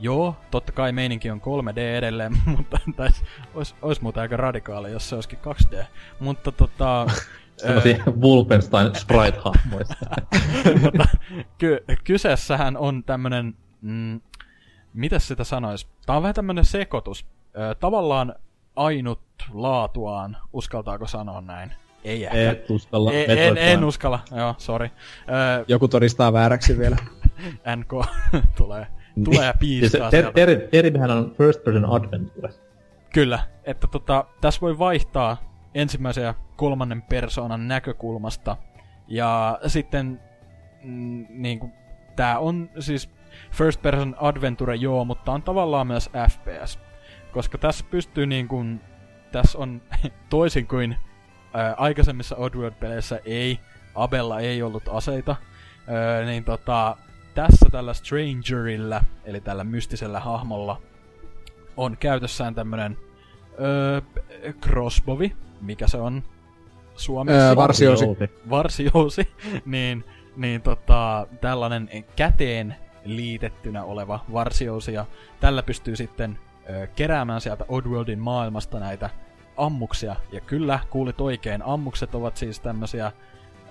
joo, totta kai meininki on kolme D edelleen, mutta tais, ois, ois muuten aika radikaali, jos se olisikin kaksi D. Mutta tota... Sellaisia Wolfenstein sprite-hahmoista. Mutta ky- kyseessähän on tämmönen... Mm, mitäs sitä sanois? Tää on vähän tämmönen sekoitus. Ö, tavallaan ainut laatuaan, uskaltaako sanoa näin? Ei ehkä. Et uskalla. En, en, en uskalla, joo, sori. Ö, Joku todistaa vääräksi vielä. N K tulee, tulee ja piiskaa ter- sieltä. ter- Termihän on first person adventure. Kyllä, että tota, tässä voi vaihtaa ensimmäisen ja kolmannen persoonan näkökulmasta. Ja sitten mm, niinku, tää on siis first person adventure, joo, mutta on tavallaan myös F P S. Koska tässä pystyy niinku, tässä on toisin kuin ää, aikaisemmissa Oddworld-peleissä ei, Abella ei ollut aseita, ää, niin tota, tässä tällä Strangerilla, eli tällä mystisellä hahmolla, on käytössään tämmönen öö, crossbowi, mikä se on suomeksi? Öö, varsiousi. Varsiousi, niin, niin tota, tällainen käteen liitettynä oleva varsiousi, ja tällä pystyy sitten ö, keräämään sieltä Oddworldin maailmasta näitä ammuksia. Ja kyllä, kuulit oikein, ammukset ovat siis tämmösiä ö,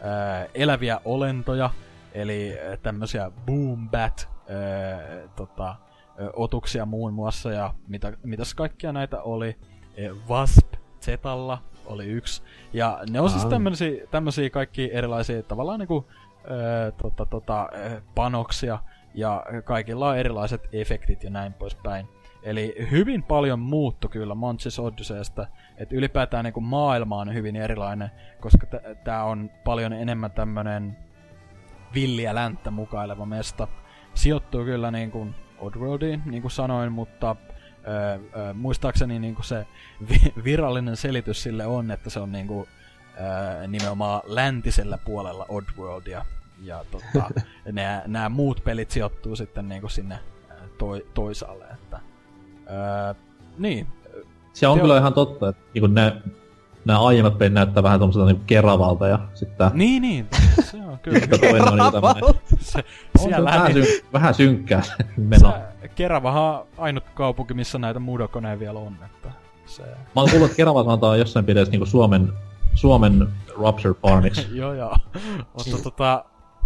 eläviä olentoja, eli tämmösiä boom bat ö, tota, ö, otuksia muun muassa, ja mitä, mitäs kaikkia näitä oli. Wasp Zetalla oli yksi. Ja ne on siis tämmösiä, tämmösiä kaikki erilaisia tavallaan niinku ö, tota, tota, panoksia, ja kaikilla on erilaiset efektit ja näin poispäin. Eli hyvin paljon muuttu kyllä Monchis Odysseystä, että ylipäätään niinku maailma on hyvin erilainen, koska t- tää on paljon enemmän tämmönen villiä länttä mukaileva mesta. Sijoittuu kyllä niinku Oddworldiin, niin kuin sanoin, mutta öö, öö, muistaakseni niinku se vi- virallinen selitys sille on, että se on niinku, öö, nimenomaan läntisellä puolella Oddworldia. Ja tota, nämä muut pelit sijoittuu sitten niinku sinne toi, toisaalle, että... Öö, niin. Se on Teo... kyllä ihan totta, että niinku ne, nämä aiemmat pelit näyttää vähän tommoselta niinku Keravalta ja sit tää... Niin, niin. Se on kyllä. toinen on niinku tämmönen... se, on se vähän, niin... syn- vähän synkkää se meno. Se, Keravahan on ainut kaupunki, missä näitä mudokoneja vielä on, että se... Mä oon kuullut, että Kerava sanotaan jossain pideessä niinku Suomen, Suomen Rupture Farmiksi. joo joo. Mutta tota...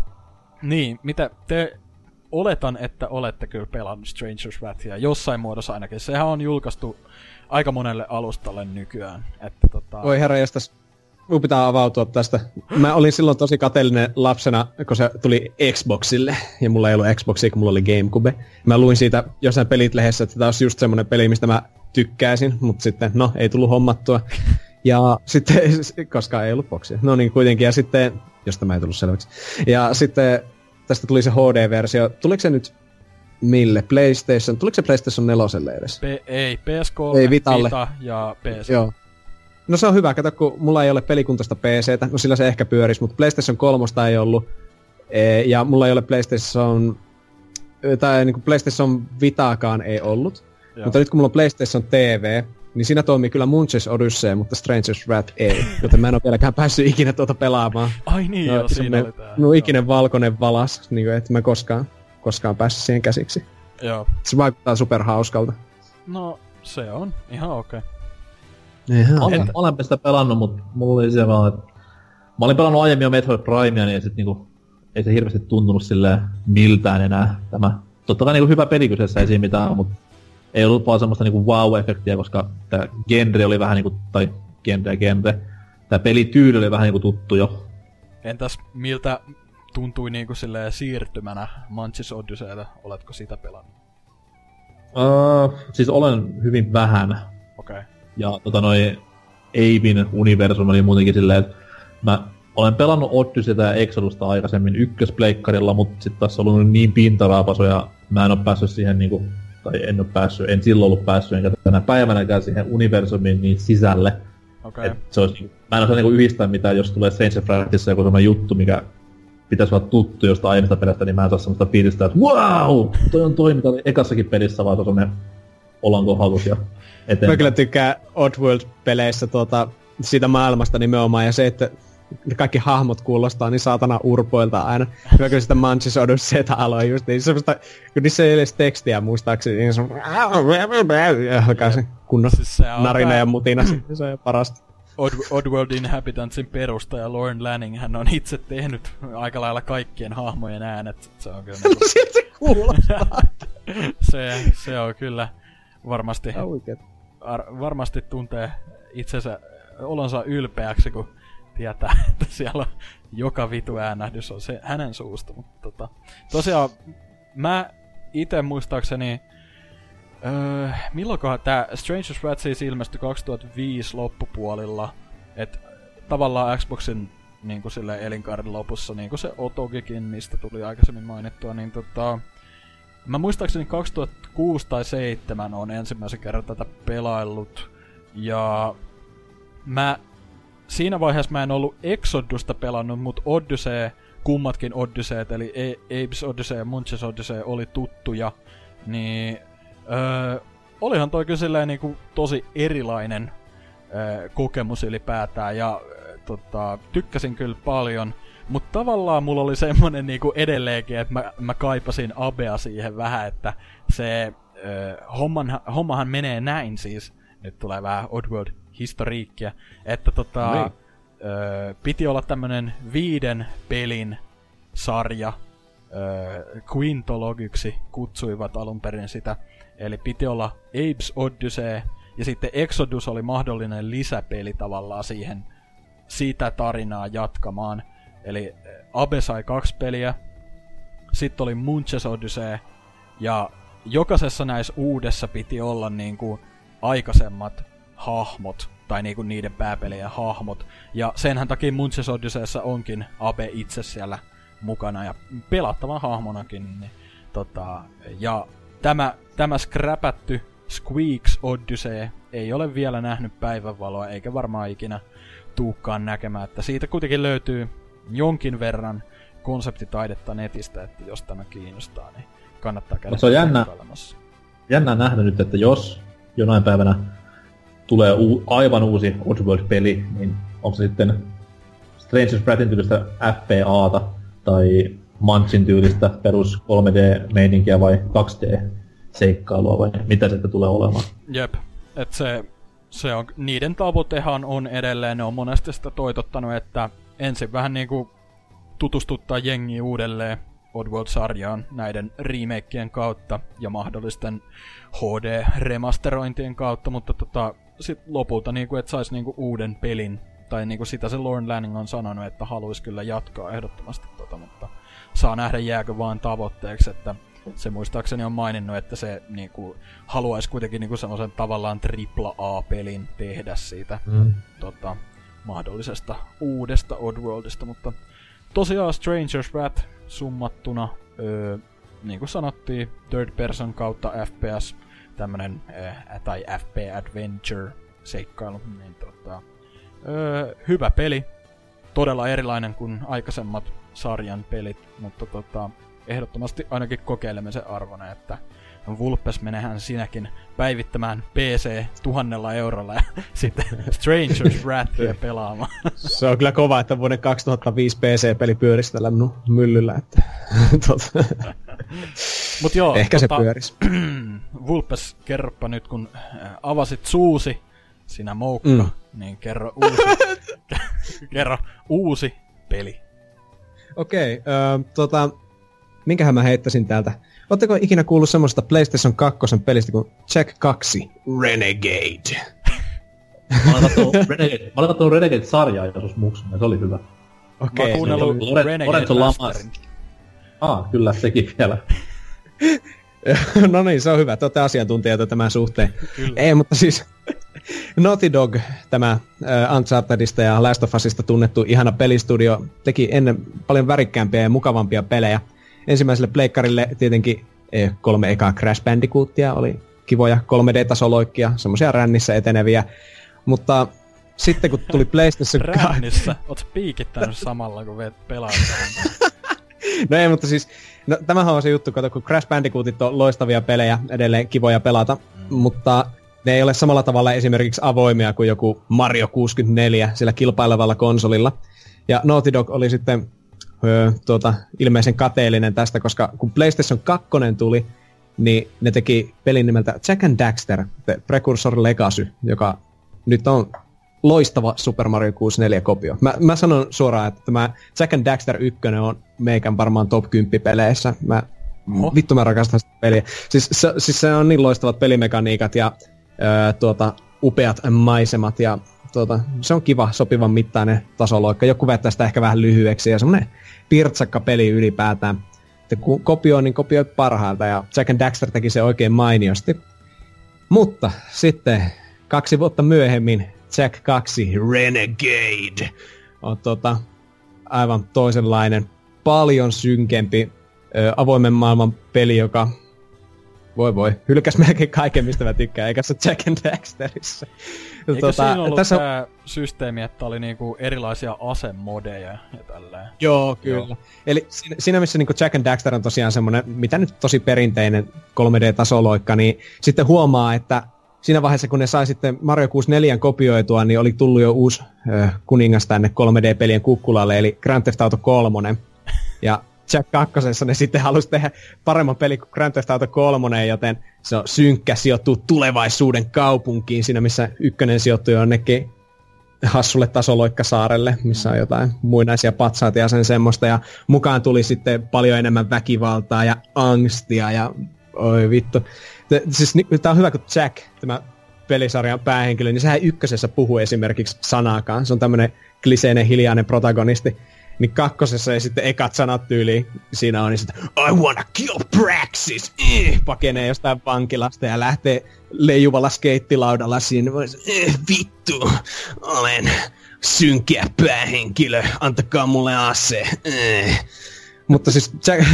Niin, mitä te... Oletan, että olette kyllä pelannut Stranger's Wrathia jossain muodossa ainakin. Sehän on julkaistu aika monelle alustalle nykyään. Että tota... Oi herra jästäs, mun pitää avautua tästä. Mä olin silloin tosi kateellinen lapsena, kun se tuli Xboxille. Ja mulla ei ollut Xboxia, kun mulla oli GameCube. Mä luin siitä jossain pelit-lehdessä, että tää olisi just semmonen peli, mistä mä tykkäisin. Mutta sitten, no, ei tullut hommattua. Ja sitten, koska ei ollut boxia. No niin, kuitenkin. Ja sitten, jos tämä ei tullut selväksi. Ja sitten... Tästä tuli se H D-versio. Tuliko se nyt mille? PlayStation? Tuliko se PlayStation neloselle edes? P- ei, P S kolme, ei, Vitalle. Vita ja P C. Joo. No se on hyvä, kato kun mulla ei ole pelikuntoista P C:tä. No sillä se ehkä pyörisi, mutta PlayStation kolme ei ollut. E- ja mulla ei ole PlayStation... Tai niinku PlayStation Vitaakaan ei ollut. Joo. Mutta nyt kun mulla on PlayStation T V, niin siinä toimii kyllä Monchis Odyssey, mutta Stranger's Wrath ei. Joten mä en oo vieläkään päässyt ikinä tuota pelaamaan. Ai niin, no, joo, siinä oli tää. No ikinen valkoinen valas, niin kuin, että mä koskaan, koskaan päässyt siihen käsiksi. Joo. Se vaikuttaa superhauskalta. No, se on ihan okei. Okay. Mä, mä olen sitä pelannut, mutta mulla oli se vaan, että... Mä olin pelannut aiemmin jo Metroid Primea, niin sit niinku... Ei se hirveästi tuntunut silleen miltään enää tämä... Totta kai niinku hyvä peli kyseessä, ei siinä mitään, mutta... Ei ollut vaan semmoista niinku wow-efektiä, koska tää genre oli vähän niinku... Tai genre genre... Tää pelityyli oli vähän niinku tuttu jo. Entäs miltä tuntui niinku silleen siirtymänä Monchis Odysseytä? Oletko sitä pelannut? Uh, siis olen hyvin vähän. Okei. Okay. Ja tota noi Abein universumi oli muutenkin silleen, että mä olen pelannut Odysseytä ja Exodusta aikaisemmin ykköspleikkarilla, mutta sit taas on ollut niin pintaraapasu ja mä en oo päässyt siihen niinku, tai en oo päässyt, en silloin ollut päässyt, enkä tänä päivänäkään siihen universumiin niin sisälle. Okay. Et se olisi, mä en osaa niinku yhdistää mitään, jos tulee Strange Wrathissa joku semmonen juttu, mikä pitäisi olla tuttu jostain aiemmista pelistä, niin mä en saa semmoista fiilistä, että wow! Toi on toi, mitä oli ekassakin pelissä, vaan semmonen olankohalus ja eteenpäin. Mä kyllä tykkään Oddworld-peleissä tuota, siitä maailmasta nimenomaan, ja se, että ne kaikki hahmot kuulostaa niin saatana urpoilta aina. Hyvä, kun sitä Manchis Odysseyta aloin just niin semmoista, kun niissä ei edes tekstiä muistaakseni, niin se on alkaa se kunnon siis se narina tää... ja mutina, se on parasta. Odd, Oddworld Inhabitantsin perustaja Lorne Lanning, hän on itse tehnyt aika lailla kaikkien hahmojen äänet. Se on kyllä... No siltä se kuulostaa. se, se on kyllä varmasti... Ar, varmasti tuntee itsensä olonsa ylpeäksi, kun tietää, että siellä on joka vitu äänähdys on se hänen suusta. Mutta tota, tosiaan, mä ite muistaakseni... Öö, milloinkohan tää Stranger's Wrath siis ilmestyi kaksituhattaviisi loppupuolilla, et tavallaan Xboxin niinku silleen elinkaaren lopussa, niinku se Otogikin, mistä tuli aikaisemmin mainittua, niin tota... Mä muistaakseni kaksituhattakuusi tai kaksituhattaseitsemän on ensimmäisen kerran tätä pelaillut, ja mä... Siinä vaiheessa mä en ollut Exodusta pelannut, mut Odyssey, kummatkin Odysseyt, eli Abe's Odyssey ja Munch's Odyssey oli tuttuja, niin... Öö, olihan toi kyllä silleen niinku tosi erilainen öö, kokemus ylipäätään ja öö, tota, tykkäsin kyllä paljon, mutta tavallaan mulla oli semmonen niinku edelleenkin, että mä, mä kaipasin Abea siihen vähän, että se öö, homman, hommahan menee näin siis, nyt tulee vähän Oddworld-historiikkia, että tota, öö, piti olla tämmönen viiden pelin sarja, öö, Quintologiksi kutsuivat alun perin sitä. Eli piti olla Abe's Odyssey, ja sitten Exodus oli mahdollinen lisäpeli tavallaan siihen sitä tarinaa jatkamaan. Eli Abe sai kaksi peliä, sitten oli Munch's Odyssey, ja jokaisessa näissä uudessa piti olla niinku aikaisemmat hahmot, tai niinku niiden pääpelien hahmot. Ja senhän takia Munch's Odysseyssä onkin Abe itse siellä mukana, ja pelattavan hahmonakin. Niin, tota, ja Tämä, tämä scrapätty Squeaks Odyssey ei ole vielä nähnyt päivänvaloa, eikä varmaan ikinä tuukkaan näkemään, että siitä kuitenkin löytyy jonkin verran konseptitaidetta netistä, että jos tämä kiinnostaa, niin kannattaa käydä se on jännä, jännä nähdä nyt, että jos jonain päivänä tulee u- aivan uusi Oddworld-peli, niin onko se sitten Stranger's Wrathin tyylistä F P A:ta tai Munchin tyylistä perus kolme D-meininkiä vai kaksi D-seikkailua vai mitä se tulee olemaan? Jep, et se, se on, niiden tavoitehan on edelleen, ne on monesti sitä toitottanut, että ensin vähän niinku tutustuttaa jengiä uudelleen Oddworld-sarjaan näiden remakeen kautta ja mahdollisten H D-remasterointien kautta, mutta tota, sit lopulta niinku, et sais niinku uuden pelin, tai niinku sitä se Lorne Lanning on sanonut, että haluaisi kyllä jatkaa ehdottomasti tota, mutta saa nähdä jääkö vaan tavoitteeksi, että se muistaakseni on maininnut, että se niinku haluaisi kuitenkin niinku semmoisen tavallaan tripla A-pelin tehdä siitä mm. tota, mahdollisesta uudesta Oddworldista, mutta tosiaan Stranger's Wrath summattuna, öö, niin kuin sanottiin, third person kautta F P S, tämmönen, öö, tai F P Adventure seikkailu, niin tota, öö, hyvä peli, todella erilainen kuin aikaisemmat sarjan pelit, mutta tota, ehdottomasti ainakin kokeilemisen arvoinen, että Vulpes menehän sinäkin päivittämään P C tuhannella eurolla ja sitten Stranger's Wrathia pelaamaan. Se on kyllä kova, että vuoden kaksituhattaviisi P C-peli pyörisi tällä minun myllyllä, että tota. Mut joo, ehkä tota, se pyörisi. Vulpes, kerropa nyt, kun avasit suusi, sinä moukka, mm. niin kerro uusi, kerro uusi peli. Okei, okay, uh, tota, minkähän mä heittäisin täältä? Ootteko ikinä kuullut semmoista PlayStation kaksi pelistä kuin Jack kaksi Renegade? Mä olen kattonut Renegade, mä olen kattonut Renegade-sarjaa joskus muksuna, se oli hyvä. Okei. Mä oon kuunnellut Renegade Masterin. Ah, kyllä, sekin vielä. No niin, se on hyvä. Te ootte asiantuntijoita tämän suhteen. Kyllä. Ei, mutta siis Naughty Dog, tämä uh, Unchartedista ja Last of Usista tunnettu ihana pelistudio, teki ennen paljon värikkäämpiä ja mukavampia pelejä. Ensimmäiselle pleikkarille tietenkin eh, kolme ekaa Crash Bandicootia, oli kivoja kolme D-tasoloikkia, semmosia rännissä eteneviä. Mutta sitten kun tuli PlayStation... Rännissä? Oot piikittänyt samalla, kun veet pelaamaan? No ei, mutta siis... No, tämähän on se juttu, kato, kun Crash Bandicootit on loistavia pelejä, edelleen kivoja pelata, mm. mutta ne ei ole samalla tavalla esimerkiksi avoimia kuin joku Mario kuusikymmentäneljä sillä kilpailevalla konsolilla. Ja Naughty Dog oli sitten öö, tuota, ilmeisen kateellinen tästä, koska kun PlayStation kaksi tuli, niin ne teki pelin nimeltä Jack and Daxter, The Precursor Legacy, joka nyt on loistava Super Mario kuusikymmentäneljä-kopio. Mä, mä sanon suoraan, että tämä Jack and Daxter yksi on meikän varmaan top kymmenen peleissä. Mä, oh. Vittu mä rakastan sitä peliä. Siis se, siis se on niin loistavat pelimekaniikat ja öö, tuota, upeat maisemat ja tuota, se on kiva, sopivan mittainen tasoloikka. Joku vettää sitä ehkä vähän lyhyeksi ja semmonen pirtsakka peli ylipäätään. Että kun kopioi, niin kopioi parhaalta ja Jack and Daxter teki se oikein mainiosti. Mutta sitten kaksi vuotta myöhemmin Jack kaksi Renegade on tota, aivan toisenlainen, paljon synkempi ö, avoimen maailman peli, joka voi voi, hylkäs melkein kaiken, mistä mä tykkään, eikä se Jack and Daxterissa. Eikö tota, siinä ollut tässä tää systeemi, että oli niinku erilaisia asemodeja ja tälleen? Joo, kyllä. Joo. Eli siinä, siinä missä niinku Jack and Daxter on tosiaan semmonen, mitä nyt tosi perinteinen kolme D-tasoloikka, niin sitten huomaa, että siinä vaiheessa, kun ne sai sitten Mario kuusikymmentäneljä kopioitua, niin oli tullut jo uusi äh, kuningas tänne kolme D-pelien kukkulalle, eli Grand Theft Auto kolme. Ja Jack kaksi ne sitten halusi tehdä paremman peli kuin Grand Theft Auto kolme, joten se on synkkä, sijoittuu tulevaisuuden kaupunkiin, siinä missä ykkönen sijoittuu jonnekin hassulle tasoloikkasaarelle, missä on jotain muinaisia patsaita ja sen semmoista. Ja mukaan tuli sitten paljon enemmän väkivaltaa ja angstia ja oi vittu. Siis tää on hyvä, kun Jack, tämä pelisarjan päähenkilö, niin sehän ykkösessä puhuu esimerkiksi sanaakaan. Se on tämmönen kliseinen, hiljainen protagonisti. Niin kakkosessa ei sitten ekat sanat tyyliin. Siinä on niin sitten I wanna kill Praxis! Eh! Pakenee jostain vankilasta ja lähtee leijuvalla skeittilaudalla siinä. Eh, vittu! Olen synkeä päähenkilö. Antakaa mulle ase. Eh. Mutta siis Jack...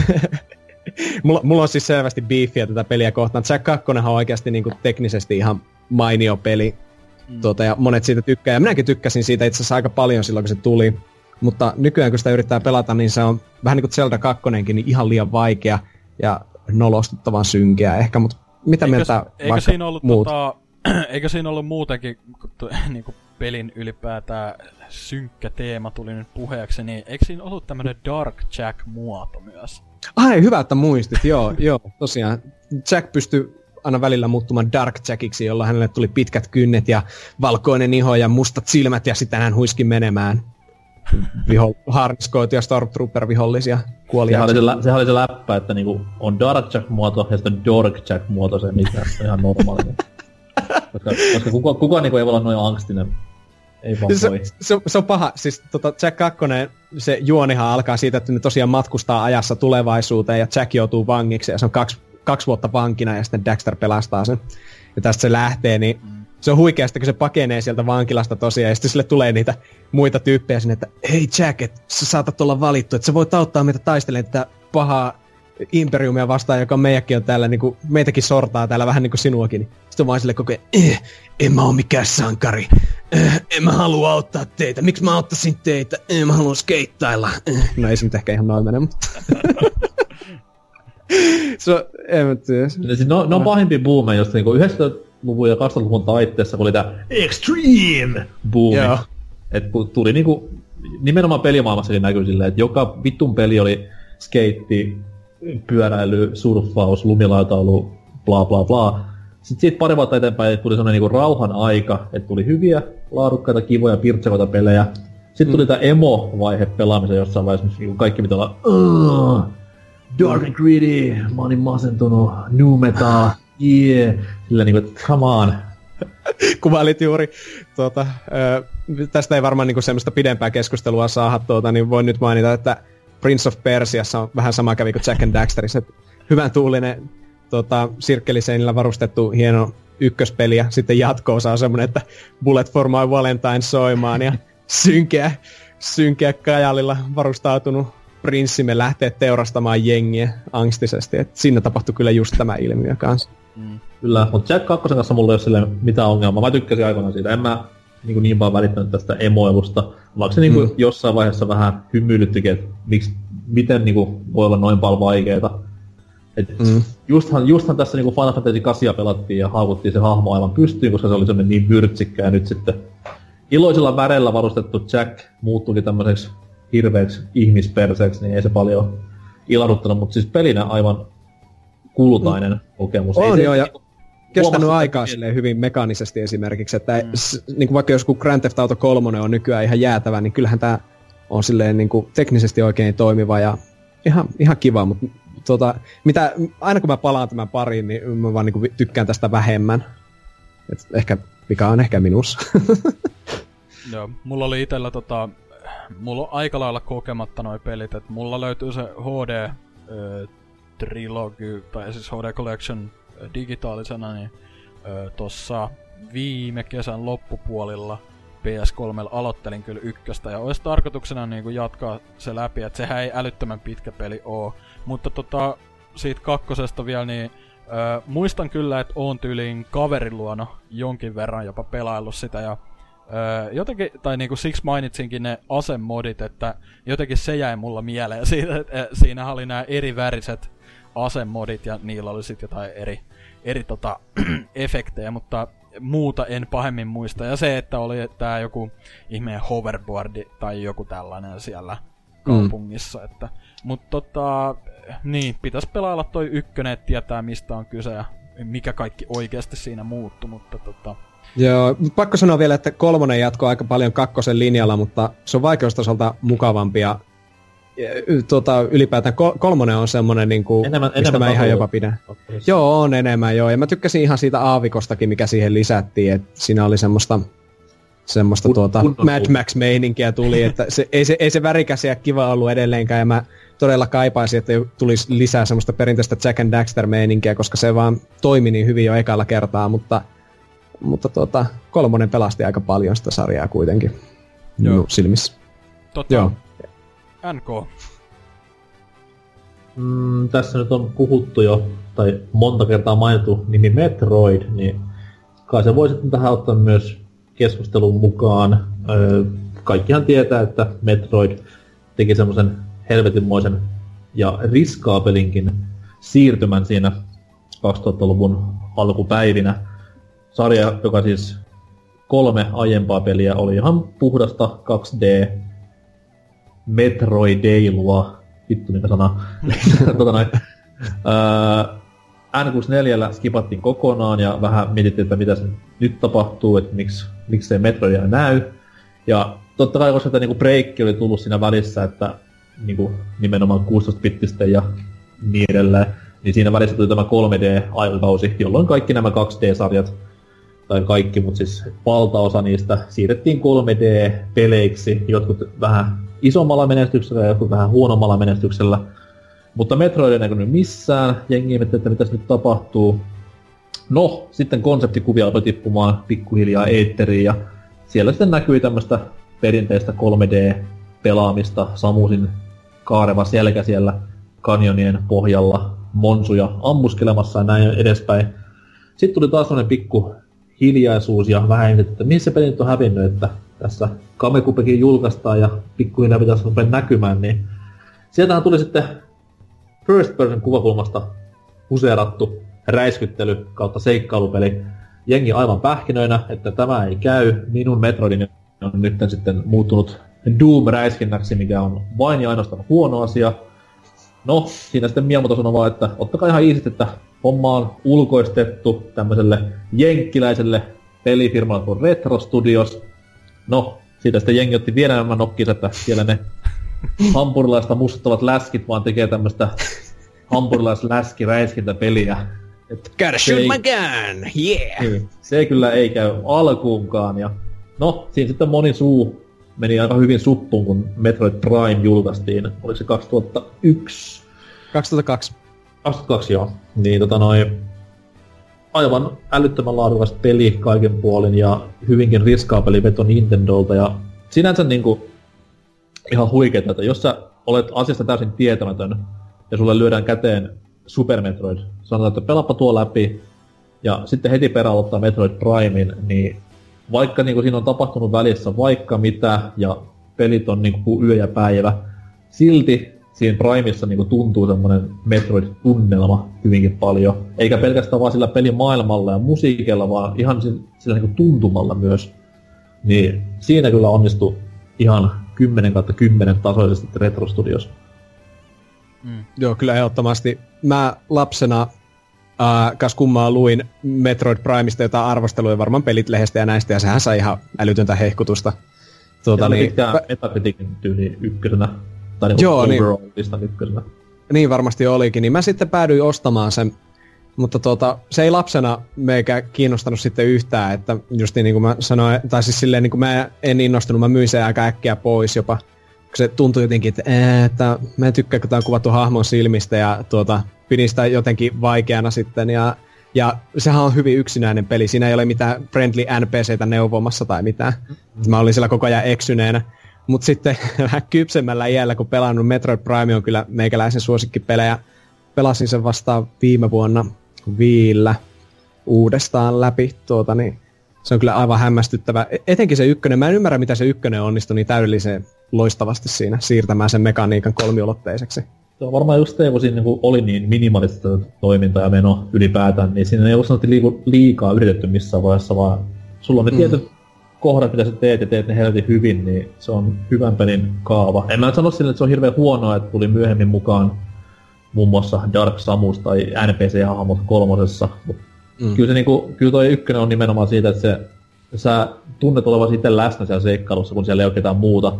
mulla, mulla on siis selvästi beefiä tätä peliä kohtaan. Jack kaksi on oikeasti niinku teknisesti ihan mainio peli. Mm. Tuota, ja monet siitä tykkää. Ja minäkin tykkäsin siitä itse asiassa aika paljon silloin, kun se tuli. Mutta nykyään, kun sitä yrittää pelata, niin se on vähän niin kuin Zelda kaksi, niin ihan liian vaikea ja nolostuttavan synkeä ehkä, mutta mitä eikö, mieltä eikö vaikka siinä ollut muut? Tota, eikö siinä ollut muutenkin, kun niin kuin pelin ylipäätään synkkä teema tuli nyt puheeksi, niin eikö siinä ollut tämmönen Dark Jack-muoto myös? Ai, hyvä, että muistit, joo, joo, tosiaan. Jack pystyi aina välillä muuttumaan Dark Jackiksi, jolla hänelle tuli pitkät kynnet ja valkoinen iho ja mustat silmät ja sitten hän huiski menemään. Viho, harniskoitu ja Stormtrooper-vihollisia kuolia. Sehän oli se, lä- sehän oli se läppä, että niinku on Dark Jack-muoto ja sitten Dork Jack-muoto, se mikä on ihan normaali. koska koska kuka, kuka niinku ei voi olla noin angstinen. Ei vaan se, voi. Se, se on paha. Siis tota, Jack kaksi, se juonihan alkaa siitä, että ne tosiaan matkustaa ajassa tulevaisuuteen ja Jack joutuu vangiksi ja se on kaksi, kaksi vuotta vankina ja sitten Daxter pelastaa sen. Ja tästä se lähtee, niin mm. se on huikeasta, kun se pakenee sieltä vankilasta tosiaan, ja sitten sille tulee niitä muita tyyppejä sinne, että hei Jack, et sä saatat olla valittu, että sä voit auttaa meitä taistelemaan tätä pahaa imperiumia vastaan, joka meidänkin on täällä, niin kuin, meitäkin sortaa täällä vähän niin kuin sinuakin. Sitten on vaan silleen koko ajan, eh, en mä oo mikään sankari, eh, en mä halua auttaa teitä, miksi mä auttaisin teitä, eh, mä haluan skeittailla. Eh. No ei se nyt ehkä ihan noin mene, mutta... so, en mä tiedä. No, ne on pahimpia boomeja, jos niinku yhdeksänkymmentäluvun ja kaksituhattaluvun taitteessa, kun oli tää Extreme boomi. Joo. Et tuli niinku, nimenomaan pelimaailmassakin näkyy silleen, että joka vittun peli oli skeitti, pyöräily, surffaus, lumilautaulu, bla bla bla. Sitten siitä pari vuotta eteenpäin tuli sellainen niinku rauhan aika, että tuli hyviä, laadukkaita, kivoja, pirtsakoita pelejä. Sitten mm. tuli tää emo-vaihe pelaamisen jossain vaiheessa, missä kaikki pitää olla dark and gritty, mä oon niin masentunut, nu metal, yeah. Sillä niinku, come on. Kuvailit juuri, tuota, ö, tästä ei varmaan niinku semmoista pidempää keskustelua saada, tuota, niin voin nyt mainita, että Prince of Persiassa on vähän sama kävi kuin Jack and Daxterissa. Hyvän tuulinen tuota, sirkkeliseinillä varustettu hieno ykköspeli ja sitten jatko-osa on semmonen, että Bullet for my Valentine soimaan ja synkeä, synkeä kajalilla varustautunut prinssimme lähtee teurastamaan jengiä angstisesti. Et siinä tapahtui kyllä just tämä ilmiö kanssa. Mm. Kyllä, mutta Jack kaksi kanssa mulla ei ole silleen mitään ongelmaa. Mä tykkäsin aikoinaan siitä. En mä niin, niin vaan välittänyt tästä emoilusta. Vaikka se niin mm. jossain vaiheessa vähän hymyilyttikin, että miksi, miten niin kuin, voi olla noin paljon vaikeeta. Et mm. justhan, justhan tässä niin Final Fantasy kahdeksan pelattiin ja haukuttiin se hahmo aivan pystyyn, koska se oli semmonen niin myrtsikkä. Ja nyt sitten iloisilla väreillä varustettu Jack muuttuikin tämmöiseksi hirveäksi ihmisperseeksi, niin ei se paljon ilahduttanut, mutta siis pelinä aivan kultainen mm. kokemus. On ei joo, se, ja niinku, kestänyt aikaa silleen hyvin mekaanisesti esimerkiksi, että mm. s, niinku vaikka jos kun Grand Theft Auto kolme on nykyään ihan jäätävä, niin kyllähän tää on silleen niinku teknisesti oikein toimiva ja ihan, ihan kiva, mutta tota, mitä, aina kun mä palaan tämän pariin, niin mä vaan niinku tykkään tästä vähemmän. Et ehkä, mikä on ehkä minussa. Joo, mulla oli itellä tota, mulla on aika lailla kokematta noi pelit, että mulla löytyy se H D äh, Trilogy, tai siis H D Collection äh, digitaalisena, niin äh, tossa viime kesän loppupuolilla P S kolme aloittelin kyllä ykköstä, ja olisi tarkoituksena niin kuin jatkaa se läpi, että sehän ei älyttömän pitkä peli oo. Mutta tota, siitä kakkosesta vielä, niin äh, muistan kyllä, että oon tyyliin kaverin luona jonkin verran jopa pelaillut sitä, ja Öö, jotenkin, tai niinku siksi mainitsinkin ne asemodit, että jotenkin se jäi mulla mieleen siitä, että siinähän oli nämä eri väriset asemodit ja niillä oli sitten jotain eri, eri tota, efektejä, mutta muuta en pahemmin muista. Ja se, että oli tää joku ihmeen hoverboardi tai joku tällainen siellä kaupungissa. Mm. Että, mutta tota, niin, pitäisi pelailla toi ykkönen, että tietää mistä on kyse ja mikä kaikki oikeasti siinä muuttui, mutta tota... Joo, pakko sanoa vielä, että kolmonen jatkoi aika paljon kakkosen linjalla, mutta se on vaikeustasolta mukavampi ja tuota, ylipäätään kol- kolmonen on semmonen niinku, enemmän, mistä enemmän mä ihan jopa pidän. Ottelussa. Joo, on enemmän joo, ja mä tykkäsin ihan siitä aavikostakin, mikä siihen lisättiin, että siinä oli semmoista semmoista kun, tuota kun Mad Max-meininkiä tuli, että se, ei, se, ei se värikäs ja kiva ollut edelleenkään, ja mä todella kaipaisin, että tulisi lisää semmoista perinteistä Jack and Daxter-meininkiä, koska se vaan toimi niin hyvin jo ekalla kertaa, mutta Mutta tuota, kolmonen pelasti aika paljon sitä sarjaa kuitenkin. Joo. No, silmissä. Tota, Joo. N K. Mm, tässä nyt on puhuttu jo, tai monta kertaa mainittu nimi Metroid, niin kai se voi sitten tähän ottaa myös keskustelun mukaan. Öö, kaikkihan tietää, että Metroid teki semmoisen helvetinmoisen ja riskaapelinkin siirtymän siinä kaksituhattaluvun alkupäivinä. Sarja, joka siis kolme aiempaa peliä oli ihan puhdasta kaksi D Metroideilua. Vittu mikä sana. tota noin. Öö, N kuusikymmentäneljä skipattiin kokonaan ja vähän mietittiin, että mitä se nyt tapahtuu, että miksi, miksi se Metroidia näy. Ja totta kai koska niinku breikki oli tullut siinä välissä, että niinku nimenomaan kuusitoista-bittistä ja niin edelleen, niin siinä välissä tuli tämä kolme D-aikakausi, jolloin kaikki nämä kaksi D-sarjat, tai kaikki, mutta siis valtaosa niistä siirrettiin kolme D-peleiksi, jotkut vähän isommalla menestyksellä ja jotkut vähän huonommalla menestyksellä. Mutta Metroid ei näkynyt missään, jengi ihmetteli, että mitäs nyt tapahtuu. No, sitten konseptikuvia alkoi tippumaan pikkuhiljaa eetteriin ja siellä sitten näkyi tämmöistä perinteistä kolme D-pelaamista, Samusin kaareva selkä siellä kanjonien pohjalla, monsuja ammuskelemassa ja näin edespäin. Sitten tuli taas sellainen pikku hiljaisuus ja vähän ihmiset, että missä peli nyt on hävinnyt, että tässä Kamekupekin julkaistaan ja pikkuhiljaa pitäisi rupea näkymään, niin sieltähän tuli sitten first person kuvakulmasta huseerattu räiskyttely kautta seikkailupeli. Jengi aivan pähkinöinä, että tämä ei käy. Minun Metroidini on nyt sitten muuttunut Doom-räiskinnäksi, mikä on vain ja ainoastaan huono asia. No, siinä sitten Miyamoto sanoi vaan, että ottakaa ihan easy, että homma on ulkoistettu tämmöiselle jenkkiläiselle pelifirmalle kuin Retro Studios. No, siitä sitten jengi otti vielä enemmän nokkiinsa, että siellä ne hampurilaista mustuttavat läskit vaan tekee tämmöstä hampurilaisläski-räiskintäpeliä. Gotta shoot my gun, yeah! Niin, se kyllä ei käy alkuunkaan. Ja no, siinä sitten moni suu meni aika hyvin suppuun, kun Metroid Prime julkaistiin. Oliko se kaksituhattayksi? kaksituhattakaksi. kaksituhattakaksi, joo. Niin tota noin... Aivan älyttömän laadukas peli kaiken puolin ja hyvinkin riskaa peli veto Nintendolta. Ja sinänsä niinku ihan huikeeta, että jos sä olet asiasta täysin tietämätön ja sulle lyödään käteen Super Metroid, sanotaan, että pelappa tuo läpi ja sitten heti perään ottaa Metroid Primein, niin vaikka niinku siinä on tapahtunut välissä vaikka mitä ja pelit on niinku yö ja päivä, silti siinä Primeissa niinku tuntuu semmonen Metroid-tunnelma hyvinkin paljon. Eikä pelkästään vaan sillä pelimaailmalla ja musiikilla, vaan ihan sillä niinku tuntumalla myös. Niin siinä kyllä onnistui ihan kymmenen kautta kymmenen tasoisesti Retro Studios. Mm. Joo, kyllä ehdottomasti. Mä lapsena äh, kas kummaa luin Metroid Primeista jotain arvosteluja varmaan Pelit-lehdestä ja näistä, ja sehän sai ihan älytöntä hehkutusta. Tuota, ja niin, tämä Metacriticin tyyli ykkösenä, tai niinku joo, overall-listan niin, ykkösenä. Niin varmasti olikin, niin mä sitten päädyin ostamaan sen, mutta tuota, se ei lapsena meikä kiinnostanut sitten yhtään, että justiin niin kuin mä sanoin, tai siis silleen niin kuin mä en innostunut, mä myin sen aika äkkiä pois jopa, kun se tuntui jotenkin, että, ee, että mä en tykkää, kun tää on kuvattu hahmon silmistä, ja tuota, pidin sitä jotenkin vaikeana sitten, ja, ja sehän on hyvin yksinäinen peli, siinä ei ole mitään friendly N P C:tä neuvomassa tai mitään, mm-hmm. Mä olin siellä koko ajan eksyneenä. Mut sitten vähän kypsemmällä iällä, kun pelannut Metroid Prime on kyllä meikäläisen suosikkipelejä, pelasin sen vasta viime vuonna Viillä uudestaan läpi, tuota, niin se on kyllä aivan hämmästyttävä. Etenkin se ykkönen, mä en ymmärrä mitä se ykkönen onnistui niin täydellisen loistavasti siinä, siirtämään sen mekaniikan kolmiulotteiseksi. Se on varmaan just se, kun siinä niinku oli niin minimalista toiminta ja meno ylipäätään, niin siinä ei ole sanottu liikaa yritetty missään vaiheessa, vaan sulla on ne mm. tietyt kohdat, mitä sä teet ja teet ne helvetin hyvin, niin se on hyvän pelin kaava. En mä nyt sano sille, että se on hirveän huonoa, että tuli myöhemmin mukaan muun muassa Dark Samus tai N P C-hahmot kolmosessa. Mm. Kyllä, se niinku, kyllä toi ykkönen on nimenomaan siitä, että se, sä tunnet olevasi itse läsnä siellä seikkailussa, kun siellä ei ole ketään muuta.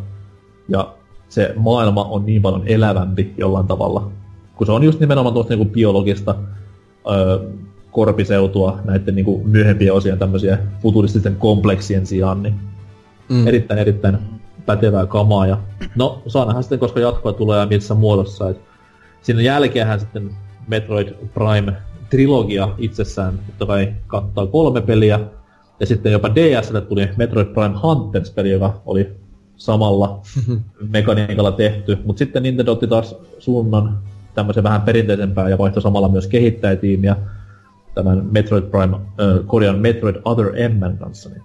Ja se maailma on niin paljon elävämpi jollain tavalla. Kun se on just nimenomaan tuosta niinku biologista öö, korpiseutua näiden niinku myöhempien osien tämmöisiä futurististen kompleksien sijaan, niin mm. erittäin erittäin pätevää kamaa. Ja no, saa nähdä sitten, koska jatkoa tulee ja missä muodossa. Et siinä jälkeenhän sitten Metroid Prime-trilogia itsessään, totta kai kattaa kolme peliä. Ja sitten jopa D S:lle tuli Metroid Prime Hunters-peli, joka oli samalla mekaniikalla tehty. Mutta sitten Nintendo otti taas suunnan tämmöisen vähän perinteisempää ja vaihtoi samalla myös kehittäjätiimiä tämän Metroid Prime, äh, Korean Metroid Other M:n kanssa. Niin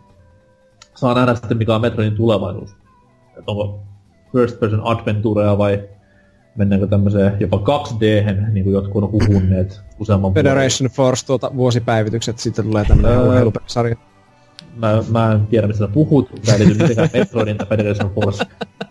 saa nähdä sitten, mikä on Metroidin tulevaisuus. Et onko first person adventurea vai mennäänkö tämmöiseen jopa kaksi D-hen, niin kuin jotkut on huhunneet useamman Federation vuoden. Force tuota vuosipäivitykset, sitten tulee tämmönen urheilupelisarja. Mä, mä en tiedä, mistä sä puhut, mutta ei liity mitenkään Metroidin tai Federation Force.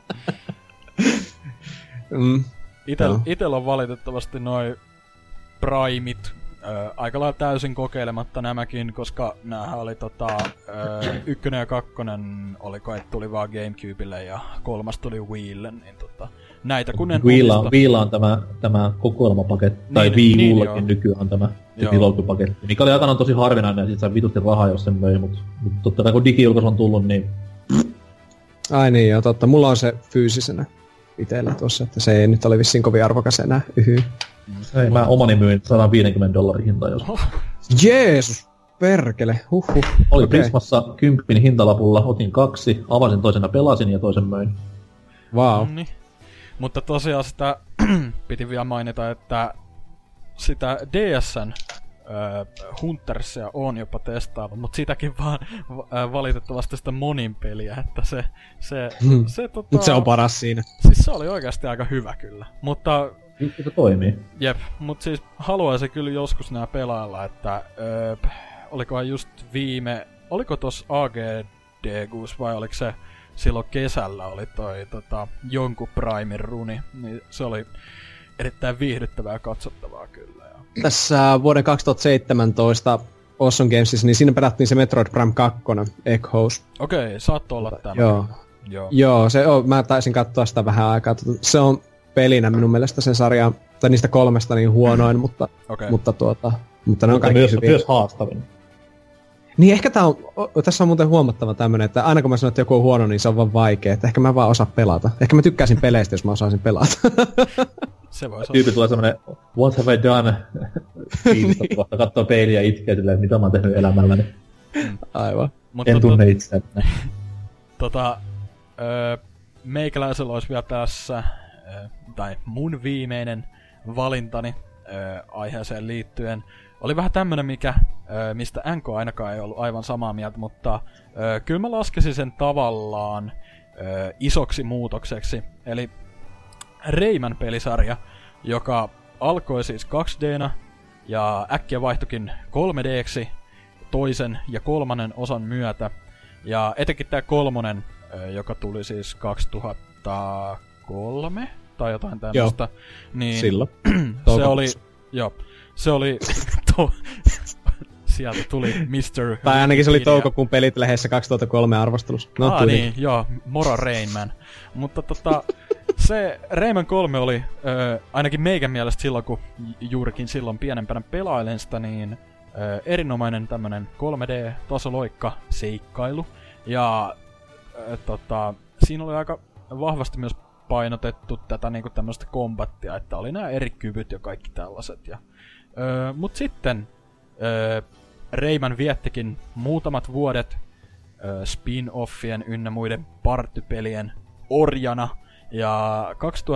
mm. Itel, no. Itel on valitettavasti noi Primeit äh, aika lailla täysin kokeilematta nämäkin, koska näähän oli tota, äh, ykkönen ja kakkonen oliko, että tuli vaan Gamecubelle ja kolmas tuli Wiille, niin tota, näitä kun en Wiilla on, Wiilla on tämä, tämä kokoelmapaketti, niin, tai Wii niin, Ullakin nykyään on tämä digilogipaketti, mikä oli aikanaan tosi harvinainen ja sit sai vitusti rahaa, jos sen möi, mut, mut totta kai kun digijulkaisu on tullut, niin... Ai niin joo, totta. Mulla on se fyysisenä itellä tossa, että se ei nyt ole vissiin kovin arvokas enää. Yhy. Ei, mä omani myin sata viisikymmentä dollarin hintaa jos. Oh. Jeesus, perkele, huhhuh. Oli okay. Prismassa kympin hintalapulla, otin kaksi, avasin toisena pelasin ja toisen möin. Vau. Wow. Mutta tosiaan sitä piti vielä mainita, että sitä D S:n äh, Huntersia on jopa testailla, mutta sitäkin vaan äh, valitettavasti sitä monin peliä, että se... se, hmm. se, tota, Mut se on paras siinä. Siis se oli oikeasti aika hyvä kyllä, mutta... Se toimii. Jep, mut siis haluaisin kyllä joskus nää pelailla, että... Äh, olikohan just viime... Oliko tossa A G D Gus vai oliko se... Silloin kesällä oli toi tota, jonkun Primein runi, niin se oli erittäin viihdyttävää ja katsottavaa kyllä. Ja... Tässä vuoden kaksituhattaseitsemäntoista Awesome Gamesissa, niin siinä pelattiin se Metroid Prime kaksi, Echoes. Okei, okay, saattoi olla tämä. Joo. Joo. Joo, se on, mä taisin katsoa sitä vähän aikaa. Se on pelinä minun mielestä sen sarjan, tai niistä kolmesta niin huonoin, mutta, okay. mutta, tuota, mutta ne on mutta kaikki myös, hyviä. myös haastavin. Niin ehkä tää on, tässä on muuten huomattava tämmönen, että aina kun mä sanon, että joku on huono, niin se on vaan vaikea. Että ehkä mä vaan osaan pelata. Ehkä mä tykkäisin peleistä, jos mä osaisin pelata. Se vois Tyyppi tulee semmonen, what have I done? Fiilistä kohta kattoo peiliä ja itkee silleen, mitä mä oon tehnyt elämälläni. Aivan. Mutta en tunne itseäni. Tota, öö, meikäläisellä olisi vielä tässä, öö, tai mun viimeinen valintani öö, aiheeseen liittyen. Oli vähän tämmönen, mikä, ö, mistä N K ainakaan ei ollut aivan samaa mieltä, mutta ö, kyllä mä laskisin sen tavallaan ö, isoksi muutokseksi. Eli Rayman pelisarja, joka alkoi siis kaksi D-nä ja äkkiä vaihtoikin kolme D-ksi toisen ja kolmannen osan myötä. Ja etenkin tää kolmonen joka tuli siis kaksituhattakolme tai jotain tämmöstä. Niin silloin. se oli, joo, se oli, to, sieltä tuli mister Tai ainakin se oli toukokuun pelit lehdessä kaksituhattakolme arvostelussa. No, ah, niin, joo, moro Rayman. Mutta tota, se Rayman kolme oli, ö, ainakin meikän mielestä silloin, kun juurikin silloin pienempänä pelailen sitä, niin ö, erinomainen tämmönen kolme D-tasoloikka-seikkailu. Ja ö, tota, siinä oli aika vahvasti myös painotettu tätä niinku tämmöistä kombattia, että oli nämä eri kyvyt ja kaikki tällaiset. Ja, ö, mut sitten ö, Rayman viettikin muutamat vuodet ö, spin-offien ynnä muiden partypelien orjana. Ja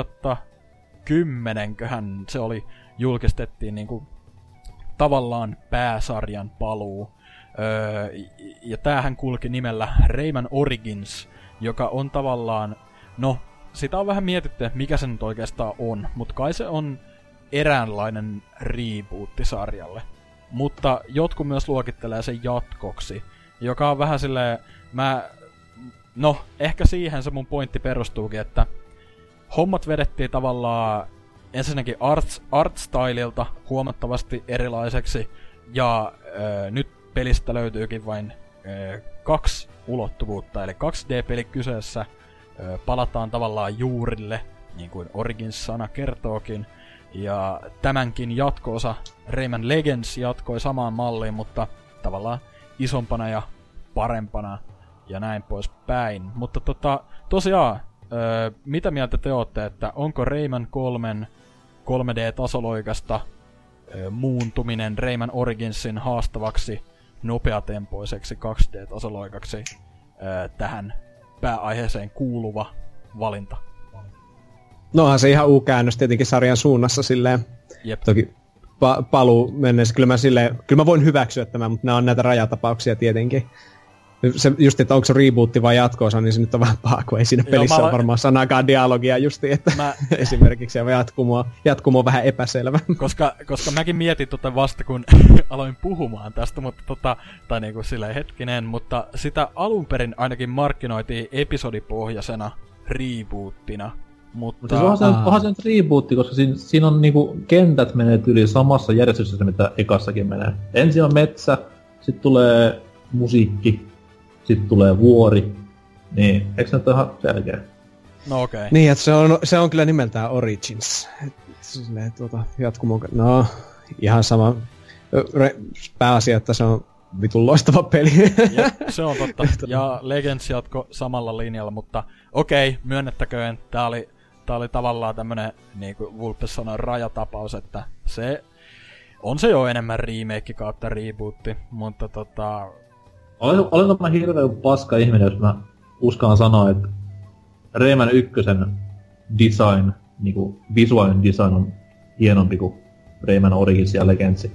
kaksituhattakymmenen-köhän se oli, julkistettiin niinku tavallaan pääsarjan paluu. Öö, ja tämähän kulki nimellä Rayman Origins, joka on tavallaan, no, sitä on vähän mietitty, mikä se nyt oikeastaan on, mutta kai se on eräänlainen rebootti sarjalle. Mutta jotkut myös luokittelee sen jatkoksi, joka on vähän silleen, mä, no, ehkä siihen se mun pointti perustuukin, että hommat vedettiin tavallaan ensinnäkin art, art-stylilta huomattavasti erilaiseksi, ja ö, nyt pelistä löytyykin vain ö, kaksi ulottuvuutta, eli kaksi D-peli kyseessä, ö, palataan tavallaan juurille, niin kuin Origins-sana kertookin, ja tämänkin jatko-osa Rayman Legends jatkoi samaan malliin, mutta tavallaan isompana ja parempana, ja näin pois päin. Mutta tota, tosiaan, öö, mitä mieltä te ootte, että onko Rayman kolmen kolme D-tasoloikasta öö, muuntuminen Rayman Originsin haastavaksi, nopeatempoiseksi kaksi D-tasoloikaksi öö, tähän pääaiheeseen kuuluva valinta? No onhan se ihan U-käännös tietenkin sarjan suunnassa silleen. Jep. Toki pa- paluu mennessä. Kyllä mä, silleen, kyllä mä voin hyväksyä tämän, mutta nämä on näitä rajatapauksia tietenkin. Se, just, että onko se rebootti vai jatko-osa, niin se nyt on vähän paha, kun ei siinä Joo, pelissä mä... ole varmaan sanakaan dialogia justi, että mä... esimerkiksi se jatkumo, jatkumo on vähän epäselvä. Koska, koska mäkin mietin tota vasta, kun aloin puhumaan tästä, mutta tota, tai niinku silleen hetkinen, mutta sitä alun perin ainakin markkinoitiin episodipohjaisena reboottina. Mutta siis onhan, se, onhan se nyt rebootti, koska siinä, siinä on niinku kentät menee yli samassa järjestyksessä, mitä ekassakin menee. Ensin on metsä, sitten tulee musiikki, sitten tulee vuori. Niin, eikö se nyt ole ihan selkeä? No okei. Okay. Niin, että se on, se on kyllä nimeltään Origins. Silleen tuota jatkumo... No, ihan sama. Pääasia, että se on vitun loistava peli. Jep, se on totta. Ja Legends jatko samalla linjalla, mutta okei, okay, myönnettäköön, tää oli, tää oli tavallaan tämmönen, niin kuin Vulpes sanoi, rajatapaus, että se on se jo enemmän remake kautta rebootti, mutta tota... Olenko, olenko mä hirveän paska ihminen, jos mä uskaan sanoa, että Rayman ykkösen design, niinku visuaalinen design on hienompi kuin Rayman Origins ja Legendsi?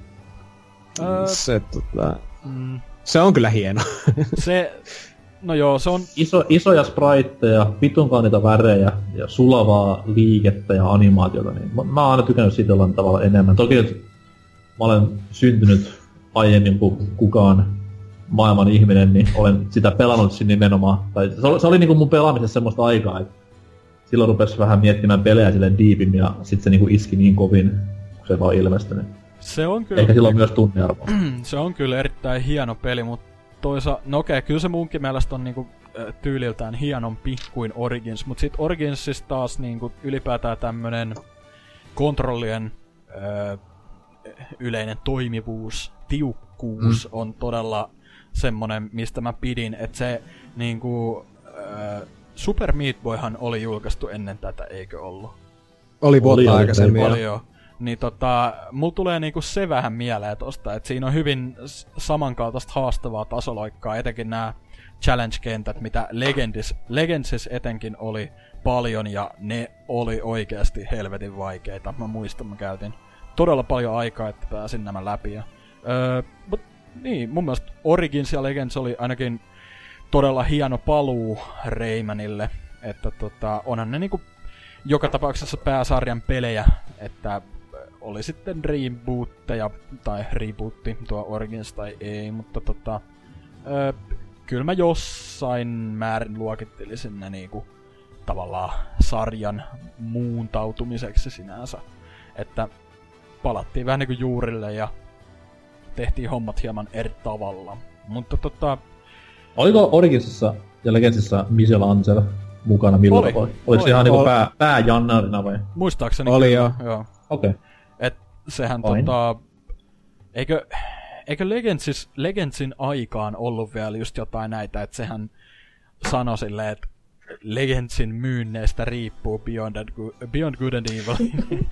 Öö, se, tota, mm. se on kyllä hieno. Se, no joo, se on... Iso, isoja spriteja, pitunkaan niitä värejä ja sulavaa liikettä ja animaatiota, niin mä, mä oon aina tykännyt siitä jollain tavalla enemmän. Toki mä olen syntynyt aiemmin kuin kukaan maailman ihminen, niin olen sitä pelannut siinä nimenomaan. Tai se oli, se oli niinku mun pelaamisessa semmoista aikaa, että silloin rupesi vähän miettimään pelejä silleen diipimmin ja sit se niinku iski niin kovin, kun se vaan ilmestyi. Se on kyllä... Eikä silloin myös tunnearvoa. Se on kyllä erittäin hieno peli, mutta toisa... No okei, okay, kyllä se munkin mielestä on niinku tyyliltään hienompi kuin Origins, mut sit Originsissa taas niinku ylipäätään tämmönen kontrollien öö, yleinen toimivuus, tiukkuus mm. on todella semmonen, mistä mä pidin, että se niinku... Öö, Super Meat Boyhan oli julkaistu ennen tätä, eikö ollut? Oli vuotta aikaisemmin. Oli joo. Niin tota, mulla tulee niinku se vähän mieleen tosta, että siinä on hyvin samankaltaista haastavaa tasoloikkaa, etenkin nämä challenge-kentät, mitä Legendis, Legendsis etenkin oli paljon, ja ne oli oikeasti helvetin vaikeita. Mä muistan, mä käytin todella paljon aikaa, että pääsin nämä läpi. Ja, öö, but, niin, mun mielestä Origins ja Legends oli ainakin todella hieno paluu Raymanille, että tota, onhan ne niinku joka tapauksessa pääsarjan pelejä, että oli sitten rebootteja tai rebootti tuo Origins tai ei, mutta tota, öö, kyllä mä jossain määrin luokittelisin ne niinku tavallaan sarjan muuntautumiseksi sinänsä. Että palattiin vähän niinku juurille ja tehtiin hommat hieman eri tavalla. Mutta tota... Oliko Originsissa ja Legendsissa Michelangelo mukana milloin? Oli. Vai? Oliko se ihan niinku pää, pääjannarina vai? Muistaakseni oli kyllä, joo. joo. Okei. Okay. Et sehän Fine. tota... Eikö, eikö Legendsis, Legendsin aikaan ollut vielä just jotain näitä, että sehän sanoi silleen, että Legendsin myynneistä riippuu Beyond, Good, Beyond Good and Evil.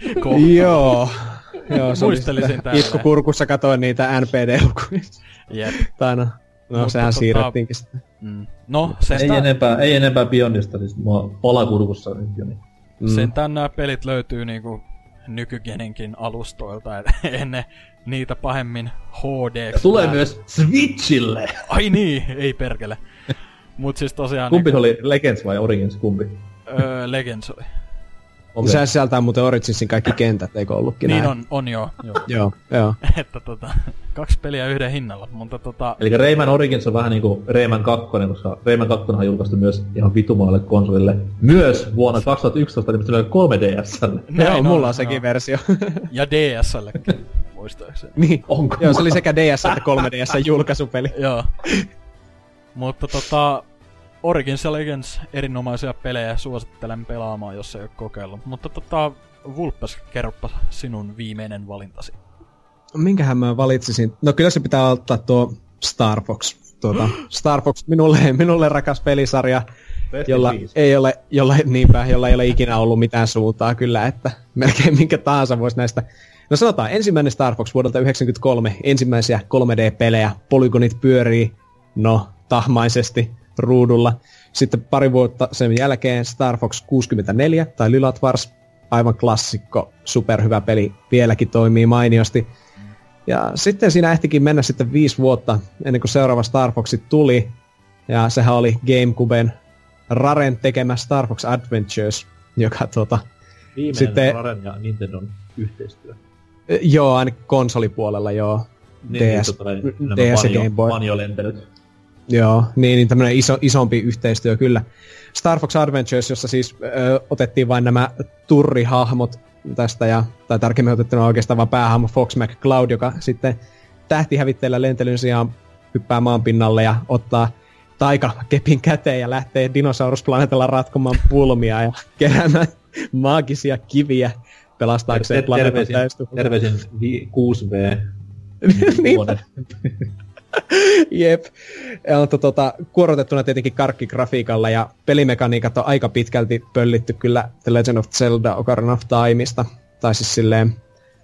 Joo. Joo, se muistelisin tälleen. Itku kurkussa katoin niitä N P D-lukuja. Jep. Tai no, no Mutta sehän tota, siirrettiinkin sitten. Mm, no, sen Ei, tää, enempää, ei enempää Beyondista, siis mua palakurkussa nyt jo niin. Mm. sentään nämä pelit löytyy niinku nykygenenkin alustoilta, et ennen niitä pahemmin H D. Tulee myös Switchille! Ai niin, ei perkele. Mut siis tosiaan... Kumpi niinku, oli, Legends vai Origins, kumpi? Öö, Legends oli. Okay. Sehän sisältää muuten Originsin kaikki kentät, eikö ollutkin Niin näin? on, on joo. joo. Joo, joo. Että tota, kaksi peliä yhden hinnalla, mutta tota... Eli Rayman Origins on vähän niinku Rayman kaksi, koska Rayman kaksi on julkaistu myös ihan vitumalle konsolille. Myös vuonna kaksituhattayksitoista nimittäin kolme D S:lle. Joo, on, mulla on sekin joo. versio. Ja D S:llekin, muistaakseni. Niin. Onko? Joo, se oli sekä D S että kolme D S julkaisupeli. Joo. Mutta tota... Origins ja Legends erinomaisia pelejä, suosittelen pelaamaan, jos ei ole kokeillut. Mutta tota, Vulpes, kerropa sinun viimeinen valintasi. Minkähän mä valitsisin? No kyllä se pitää ottaa tuo Star Fox. Tuota, Star Fox minulle, minulle rakas pelisarja, jolla ei ole, jolla, niinpä, jolla ei ole ikinä ollut mitään suuntaa kyllä, että melkein minkä tahansa voisi näistä. No sanotaan, ensimmäinen Star Fox vuodelta yhdeksänkymmentäkolme, ensimmäisiä kolme D-pelejä, polygonit pyörii, no, tahmaisesti ruudulla. Sitten pari vuotta sen jälkeen Star Fox kuusikymmentäneljä, tai Lylat Wars, aivan klassikko, superhyvä peli, vieläkin toimii mainiosti. Ja sitten siinä ehtikin mennä sitten viisi vuotta ennen kuin seuraava Star Fox tuli. Ja sehän oli GameCuben Raren tekemä Star Fox Adventures, joka tota... Viimeinen sitten, Raren ja Nintendon yhteistyö. Joo, ainakin konsolipuolella joo. Niin, D S, niin, D S ja Game Boy. Banjo-lentelyt. Joo, niin, niin tämmönen iso, isompi yhteistyö kyllä. Star Fox Adventures, jossa siis ö, otettiin vain nämä turrihahmot tästä, ja, tai tarkemmin otettuna oikeastaan vaan päähahmo Fox McCloud, joka sitten tähtihävitteellä lentelyn sijaan hyppää maan pinnalle ja ottaa taikakepin käteen ja lähtee dinosaurusplaneetalla ratkomaan pulmia ja keräämään maagisia kiviä pelastaakseen planeetan täystuhua. Terveisin kuusi V. Niinpä. Jep. Ja, mutta tota, kuorotettuna tietenkin karkkigrafiikalla ja pelimekaniikat on aika pitkälti pöllitty kyllä The Legend of Zelda Ocarina of Timeista. Tai siis silleen,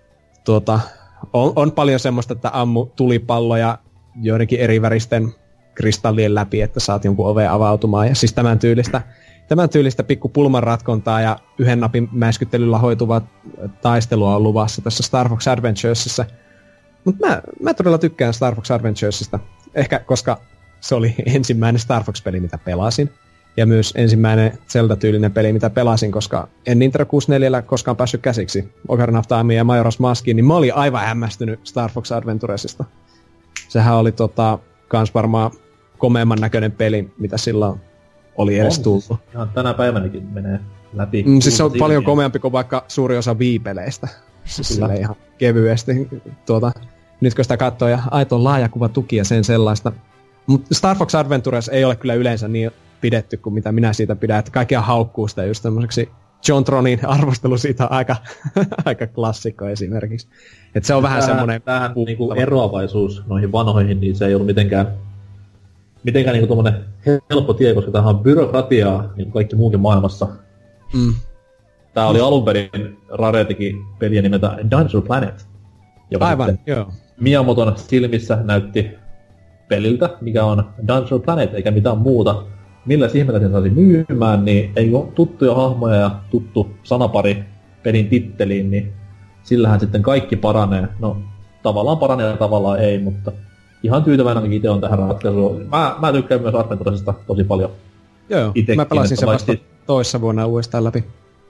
tuota, on, on paljon semmoista, että ammu tulipalloja joidenkin eri väristen kristallien läpi, että saat jonkun oveen avautumaan. Ja siis tämän tyylistä, tämän tyylistä pikku pulmanratkontaa ja yhden napin mäiskyttelyllä hoituva taistelua on luvassa tässä Star Fox Adventuresissa. Mutta mä, mä todella tykkään Star Fox Adventuresista. Ehkä koska se oli ensimmäinen Star Fox-peli, mitä pelasin. Ja myös ensimmäinen Zelda-tyylinen peli, mitä pelasin, koska en Nintendo kuusikymmentäneljä koskaan päässyt käsiksi Ocarina of Timeen ja Majora's Maskiin, niin mä olin aivan hämmästynyt Star Fox Adventuresista. Sehän oli tota, kans varmaan komeamman näköinen peli, mitä silloin oli edes tullut. Ihan tänä päivänäkin menee läpi. Mm, siis se on paljon komeampi kuin vaikka suuri osa Wii-peleistä. Siis silleen ihan kevyesti. Tuota, nyt kun sitä katsoo ja aito laajakuva tuki ja sen sellaista. Mutta Star Fox Adventures ei ole kyllä yleensä niin pidetty kuin mitä minä siitä pidän. Että kaikkia haukkuu sitä just tämmöiseksi John Tronin arvostelu siitä on aika, aika klassikko esimerkiksi. Että se on vähän semmonen... Tämähän niinku eroavaisuus noihin vanhoihin, niin se ei ollut mitenkään... Mitenkään niinku tommonen helppo tie, koska tämähän on byrokratiaa, niin kuin kaikki muukin maailmassa. Mm. Tää oli alun perin Rare teki peliä nimeltä Dinosaur Planet. Joka aivan, joo. Miyamoton silmissä näytti peliltä, mikä on Dinosaur Planet, eikä mitään muuta. Millä ihmeellä sen saisi myymään, niin ei ole tuttuja hahmoja ja tuttu sanapari pelin titteliin, niin sillähän sitten kaikki paranee. No, tavallaan paranee ja tavallaan ei, mutta ihan tyytyväinen itse on tähän ratkaisuun. Mä, mä tykkään myös Adventuresista tosi paljon. Joo, joo. Itekin, mä pelasin sen vasta vaikka... toissa vuonna uudestaan läpi.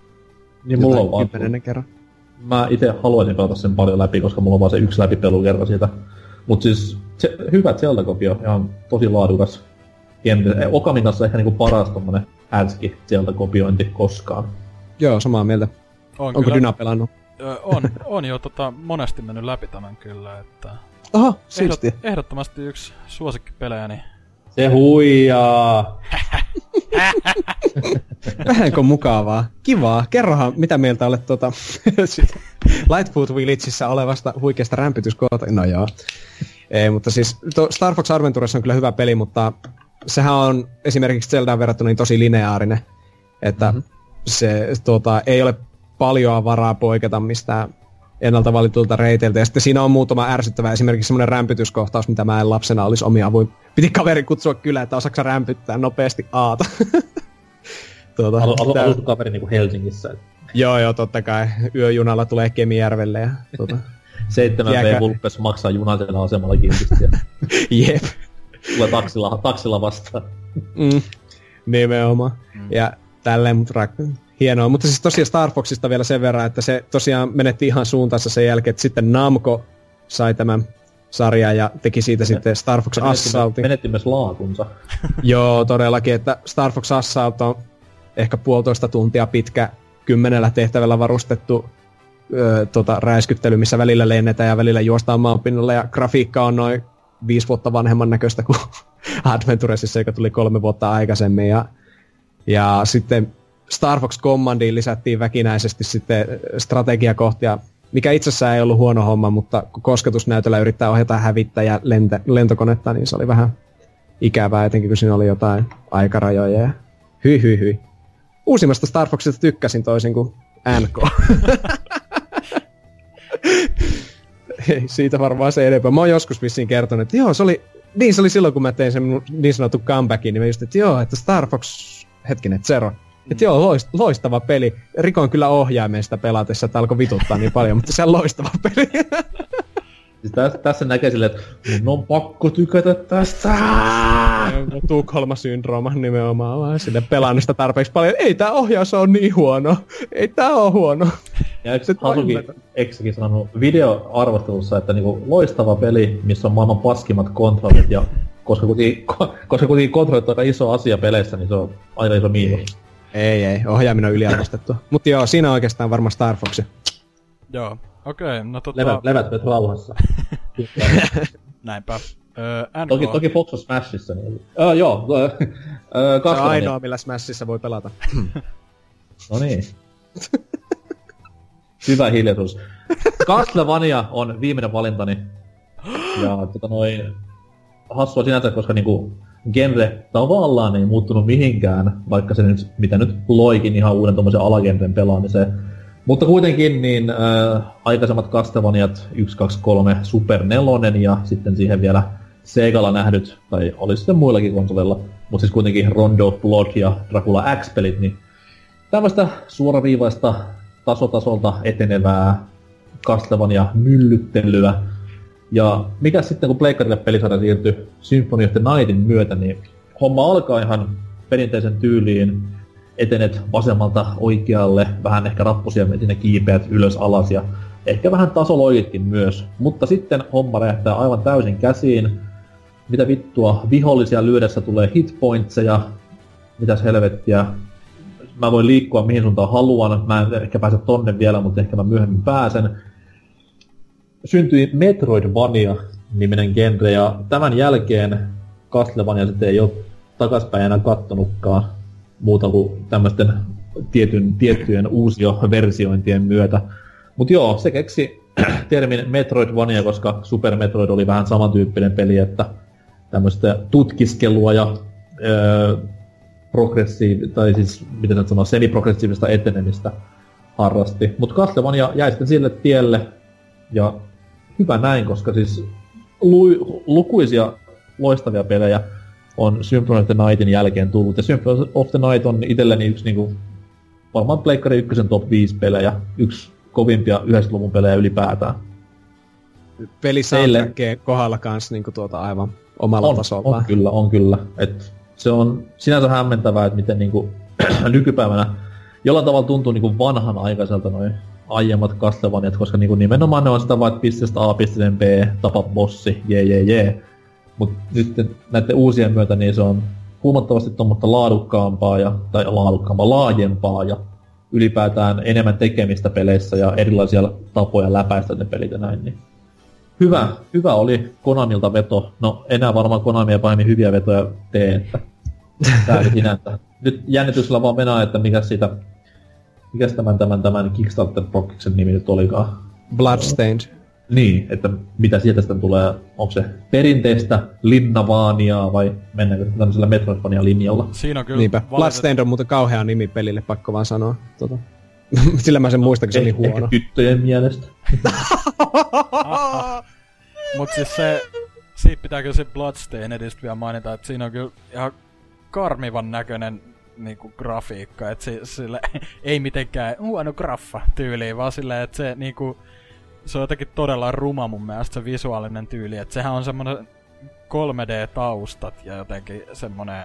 Niin mulla on vaan... kerran. Mä ite haluaisin pelata sen paljon läpi, koska mulla on vaan se yksi läpipelu kerta siitä. Mut siis se, hyvä Zelda-kopio, ihan tosi laadukas. Game... Okamin kanssa ehkä niinku paras tommonen härski sieltä kopiointi koskaan. Joo, samaa mieltä. On Onko kyllä, Dyna pelannut? Ö, on, on jo tota, monesti mennyt läpi tämän kyllä, että... Aha, Ehdot, siistiä. ehdottomasti yksi suosikkipelejäni. Se huijaa! Vähänkö mukavaa? Kivaa. Kerrohan, mitä mieltä olet tuota... Lightfoot Villageissa olevasta huikeasta rämpytyskoota. No joo. Ei, mutta siis Star Fox Adventures on kyllä hyvä peli, mutta sehän on esimerkiksi Zeldaan verrattuna niin tosi lineaarinen, että mm-hmm. se tuota, ei ole paljon varaa poiketa mistään ennalta valitulta reiteiltä. Ja sitten siinä on muutama ärsyttävä, esimerkiksi semmoinen rämpytyskohtaus, mitä mä en lapsena olisi omia voi. Piti kaveri kutsua kyllä, että osaksa rämpyttää nopeasti aata. tuota, Alu, alu, alu kaveri niinku Helsingissä. Joo, joo, totta kai. Yöjunalla tulee Kemijärvelle ja tuota... seitsemän V Vulpes maksaa junaisella asemalla kiltisti. Jep. Tulee taksilla, taksilla vastaan. Mm, nimenomaan. Mm. Ja tälleen, mutta rak- hienoa. Mutta siis tosiaan Star Foxista vielä sen verran, että se tosiaan menetti ihan suuntaansa sen jälkeen, että sitten Namco sai tämän sarjan ja teki siitä Me, sitten Star Fox Assaultin. Menetti myös laatunsa. Joo, todellakin, että Star Fox Assault on ehkä puolitoista tuntia pitkä, kymmenellä tehtävällä varustettu Öö, tota, räiskyttely, missä välillä lennetään ja välillä juostaan maanpinnalle, ja grafiikka on noin viisi vuotta vanhemman näköistä kuin Adventuresissa, joka tuli kolme vuotta aikaisemmin. Ja, ja sitten Star Fox Commandiin lisättiin väkinäisesti sitten strategiakohtia, mikä itsessään ei ollut huono homma, mutta kun kosketusnäytöllä yrittää ohjata hävittäjä lente- lentokonetta, niin se oli vähän ikävää, etenkin kun siinä oli jotain aikarajoja. Ja hyi hyi hyi. Uusimmasta Star Foxista tykkäsin toisin kuin N K. Ei siitä varmaan se enempää. Mä oon joskus vissiin kertonut, että joo, se oli, niin se oli silloin, kun mä tein sen niin sanotun comebackin, niin mä just, että joo, että Star Fox, hetkinen, Zero. Että joo, loist, loistava peli. Rikoin kyllä ohjaimen sitä pelatessa, että alkoi vituttaa niin paljon, mutta se on loistava peli. Siis tässä, tässä näkee silleen, että mun on pakko tykätä tästä. Tukholma-syndrooma nimenomaan, vaan sinne pelannut sitä tarpeeksi paljon. Ei tää ohjaus on niin huono. Ei tää oo huono. Ja eikö Hasuki Eksäkin sanonut videoarvostelussa, että niinku loistava peli, missä on maailman paskimmat kontrollit, ja koska kuitenkin, koska kuitenkin kontrollit on aika iso asia peleissä, niin se on aina iso miinus. Ei, ei. Ohjaaminen on yliarvostettu. Mutta joo, siinä on oikeastaan varmaan Star Fox. Joo, okei. Okay, no tota... Levät, levät nyt rauhassa. Näinpä. Öö, toki, toki Fox on Smashissa, niin... Öö, joo. Öö, se on ainoa, millä Smashissa voi pelata. No niin. Hyvä hiljaisuus. Castlevania on viimeinen valintani. Ja tota noin... Hassua sinänsä, koska niinku... genre tavallaan ei muuttunut mihinkään, vaikka se nyt, mitä nyt loikin ihan uuden tommosen alagenren pelaamiseen. Mutta kuitenkin niin äh, aikaisemmat Castlevaniat yksi, kaksi, kolme, Super nelonen ja sitten siihen vielä Segalla nähdyt, tai oli sitten muillakin konsoleilla, mutta siis kuitenkin Rondo of Blood ja Dracula X-pelit, niin tämmöistä suoraviivaista tasotasolta etenevää Castlevania myllyttelyä. Ja mikä sitten kun Pleikkarille pelisarja siirtyi Symphony of the Nightin myötä, niin homma alkaa ihan perinteisen tyyliin. Etenet vasemmalta oikealle, vähän ehkä rappusia sinne kiipeät ylös alas ja ehkä vähän tasoloikitkin myös. Mutta sitten homma räjähtää aivan täysin käsiin. Mitä vittua, vihollisia lyödessä tulee hitpointseja. Mitäs helvettiä. Mä voin liikkua mihin suuntaan haluan. Mä en ehkä pääse tonne vielä, mutta ehkä mä myöhemmin pääsen. Syntyi Metroidvania-niminen genre, ja tämän jälkeen Castlevania sitten ei ole takaspäin enää kattonutkaan muuta kuin tämmöisten tietyn, tiettyjen uusioversiointien myötä. Mut joo, se keksi termin Metroidvania, koska Super Metroid oli vähän samantyyppinen peli, että tämmöistä tutkiskelua ja öö, progressiiv- tai siis miten nyt sanoo, semiprogressiivista etenemistä harrasti. Mut Castlevania jäi sitten sille tielle, ja hyvä näin, koska siis lu- lukuisia loistavia pelejä on Symphony of the Nightin jälkeen tullut. Ja Symphony of the Night on itselleni yksi niinku, varmaan Pleikkari ykkösen top viisi pelejä. Yksi kovimpia yhdeksänkymmentäluvun pelejä ylipäätään. Pelisoundtrackien kohdalla kans niinku tuota aivan omalla on, tasolla. On kyllä, on kyllä. Et se on sinänsä hämmentävää, että miten niinku nykypäivänä jollain tavalla tuntuu niinku vanhan aikaiselta noin aiemmat Castlevaniat, koska niinku nimenomaan ne on sitä vaan, että pisteestä A pisteen B, tapa bossi, jee jee jee. Mut nyt näiden uusien myötä niin se on huomattavasti tuommoista laadukkaampaa ja, tai laadukkaampaa, laajempaa ja ylipäätään enemmän tekemistä peleissä ja erilaisia tapoja läpäistä ne pelit ja näin, niin hyvä, hyvä oli Konamilta veto. No enää varmaan Konamia pahemmin hyviä vetoja tee, että tää oli sinänsä. Nyt jännityksellä vaan mennään, että mikä siitä, mikäs tämän, tämän, tämän Kickstarter-prokkiksen nimi nyt olikaan? Bloodstained. Niin, että mitä sieltä sitten tulee, onko se perinteistä Linnavaaniaa vai mennäänkö tämmöisellä Metroidvania-linjalla? Siinä on kyllä Niinpä. valitet... Bloodstained on muuten kauhea nimi pelille, pakko vaan sanoa. Tota. Sillä mä sen muistan, kun se eh, oli huono. Ehkä tyttöjen mielestä. Mut siis se, siitä pitää kyllä se Bloodstainedista vielä mainita, että siinä on kyllä ihan karmivan näköinen niinku grafiikka, että se, sille ei mitenkään huono graffa tyyliin, vaan silleen, että se niinku se on jotenkin todella ruma mun mielestä se visuaalinen tyyli, että sehän on semmonen kolme D-taustat ja jotenkin semmonen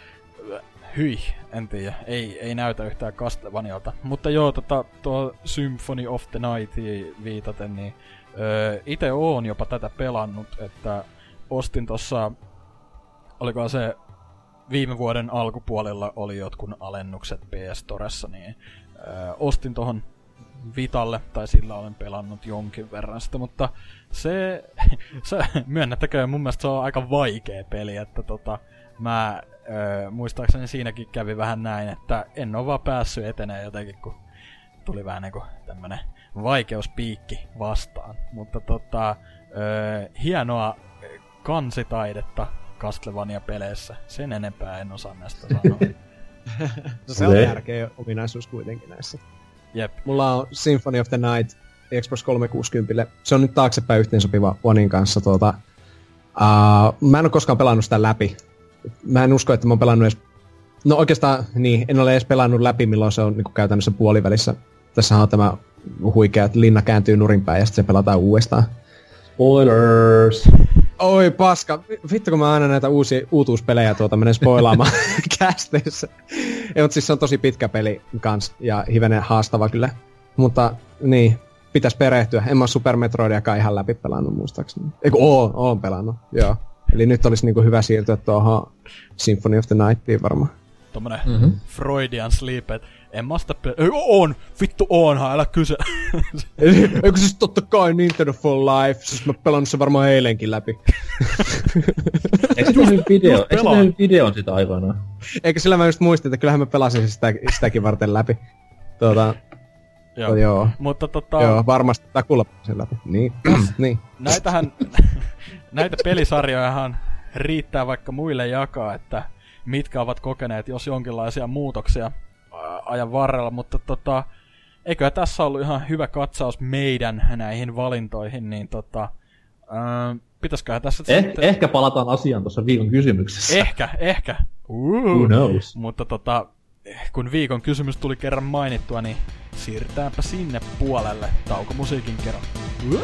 hyi, en tiedä, ei, ei näytä yhtään Castlevanialta. Mutta joo, tota, tuo Symphony of the Nightiin viitaten, niin öö, ite oon jopa tätä pelannut, että ostin tossa, olikohan se viime vuoden alkupuolella oli jotkun alennukset P S Storessa, niin öö, ostin tohon Vitalle, tai sillä olen pelannut jonkin verran sitä, mutta se, se myönnettäköön, mun mielestä se on aika vaikea peli, että tota, mä öö, muistaakseni siinäkin kävi vähän näin, että en oo vaan päässyt eteneen jotenkin, kun tuli vähän niinku tämmönen vaikeuspiikki vastaan, mutta tota, öö, hienoa kansitaidetta Castlevania-peleissä, sen enempää en osaa näistä sanoa. No se on tärkeä ominaisuus kuitenkin näissä. Jep. Mulla on Symphony of the Night Xbox kolmesataakuusikymmentä. Se on nyt taaksepäin yhteensopiva Onein kanssa. Tuota, uh, mä en oo koskaan pelannut sitä läpi. Mä en usko, että mä oon pelannut edes... No oikeastaan, niin, en ole edes pelannut läpi, milloin se on niin käytännössä puolivälissä. Tässähän on tämä huikea, että linna kääntyy nurinpäin ja sitten se pelataan uudestaan. Spoilers! Oi paska, vittu kun mä aina näitä uusia uutuuspelejä tuota menen spoilaamaan kästeissä. Ei, mutta siis se on tosi pitkä peli kans ja hivenen haastava kyllä. Mutta niin, pitäis perehtyä. En mä oo Super Metroidiakaan ihan läpi pelannut muistaakseni. Eiku oon, oon pelannut, joo. Eli nyt olisi niinku hyvä siirtyä tuohon Symphony of the Nightiin varmaan. Tommonen mm-hmm. Freudian sleep, et en mä sitä pe- Ei, on! Vittu onhan, älä kyse! Eikö siis totta kai Nintendo for Life? Siis mä pelannut sen varmaan eilenkin läpi. Eikö tehnyt video? Eikö tehnyt videon sitä aikoinaan? Eikö sillä mä just muistin, että kyllähän mä pelasin sitä, sitäkin varten läpi. Tuota... Joo. joo. Mutta tota... Joo, varmasti takulla sen läpi. Niin. niin. Näitähän... näitä pelisarjojahan riittää vaikka muille jakaa, että mitkä ovat kokeneet jos jonkinlaisia muutoksia ajan varrella, mutta tota, eiköhän tässä ollut ihan hyvä katsaus meidän näihin valintoihin, niin tota, ää, pitäisköhän tässä eh, sitten... Ehkä palataan asiaan tuossa viikon kysymyksessä. Ehkä, ehkä. Uh, Who knows? Mutta tota, kun viikon kysymys tuli kerran mainittua, niin siirrytäänpä sinne puolelle taukomusiikin kerran. Uh.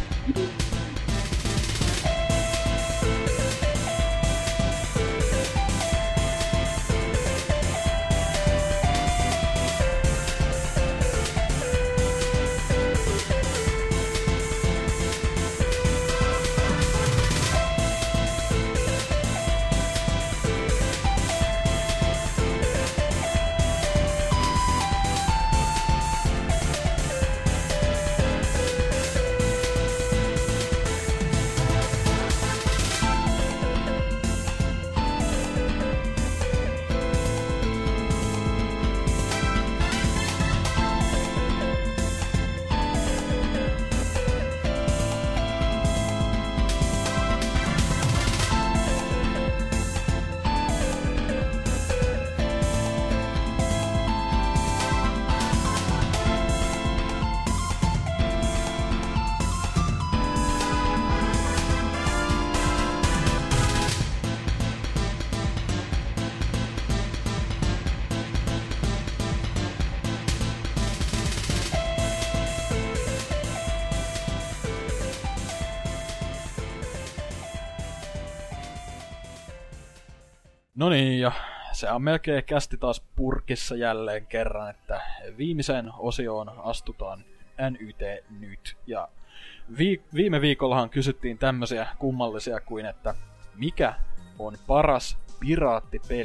No niin, ja se on melkein kästi taas purkissa jälleen kerran, että viimeiseen osioon astutaan N Y T nyt. Ja vi- viime viikollahan kysyttiin tämmöisiä kummallisia kuin, että mikä on paras piraattipeli?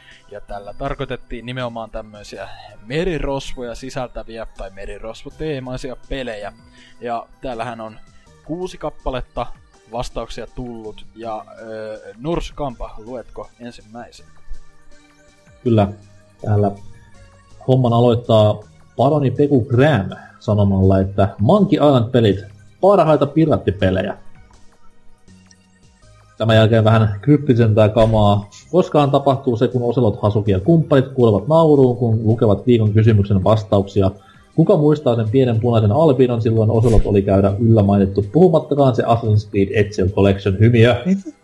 Ja tällä tarkoitettiin nimenomaan tämmöisiä merirosvoja sisältäviä tai merirosvoteemaisia pelejä. Ja täällähän on kuusi kappaletta vastauksia tullut. Ja öö, Nurs Kampa, luetko ensimmäisen? Kyllä. Täällä homman aloittaa Paroni Peku Graham sanomalla, että Monkey Island-pelit, parhaita piraattipelejä. Tämän jälkeen vähän kryptisentää kamaa. Koskaan tapahtuu se, kun Oselot, Hasuki ja kumppanit kuulevat nauruun, kun lukevat viikon kysymyksen vastauksia. Kuka muistaa sen pienen punaisen albinon, silloin Oselot oli käydä yllä mainittu, puhumattakaan se Assassin's Creed Ezio Collection hymiö.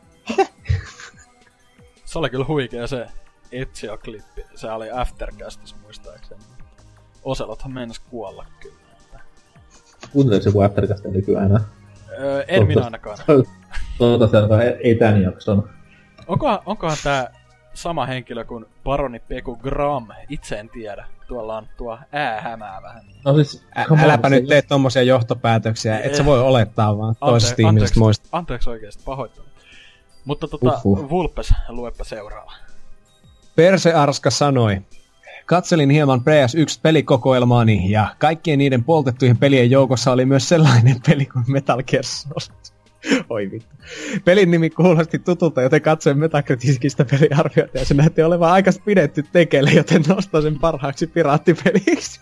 Se oli kyllä huikea se Ezio-klippi. Se oli Aftercastissa muistaakseni. Oselothan meinasi kuolla kyllä. Kuunteleeko joku Aftercastia nykyään enää? Öö, en minä ainakaan. Toivottavasti ainakaan ei tän jakson. Onkohan, onkohan tää sama henkilö kuin Paroni Peku Graham? Itse en tiedä. Tuolla on tuo ää hämää vähän. No siis, Ä, äläpä nyt tee tommosia johtopäätöksiä, et sä voi olettaa vaan toisesta Ante- ihmisestä muista. Anteeksi oikeesti, pahoittelen. Mutta tota, Uhuh. Vulpes, luepa seuraava. Perse Arska sanoi, katselin hieman P S yksi pelikokoelmaani ja kaikkien niiden poltettujen pelien joukossa oli myös sellainen peli kuin Metal Gear Solid. Oi vittu. Pelin nimi kuulosti tutulta, joten katsoin Metacriticistä peliarvioita ja se näytti olevan aika pidetty tekele, joten nostan sen parhaaksi piraattipeliksi.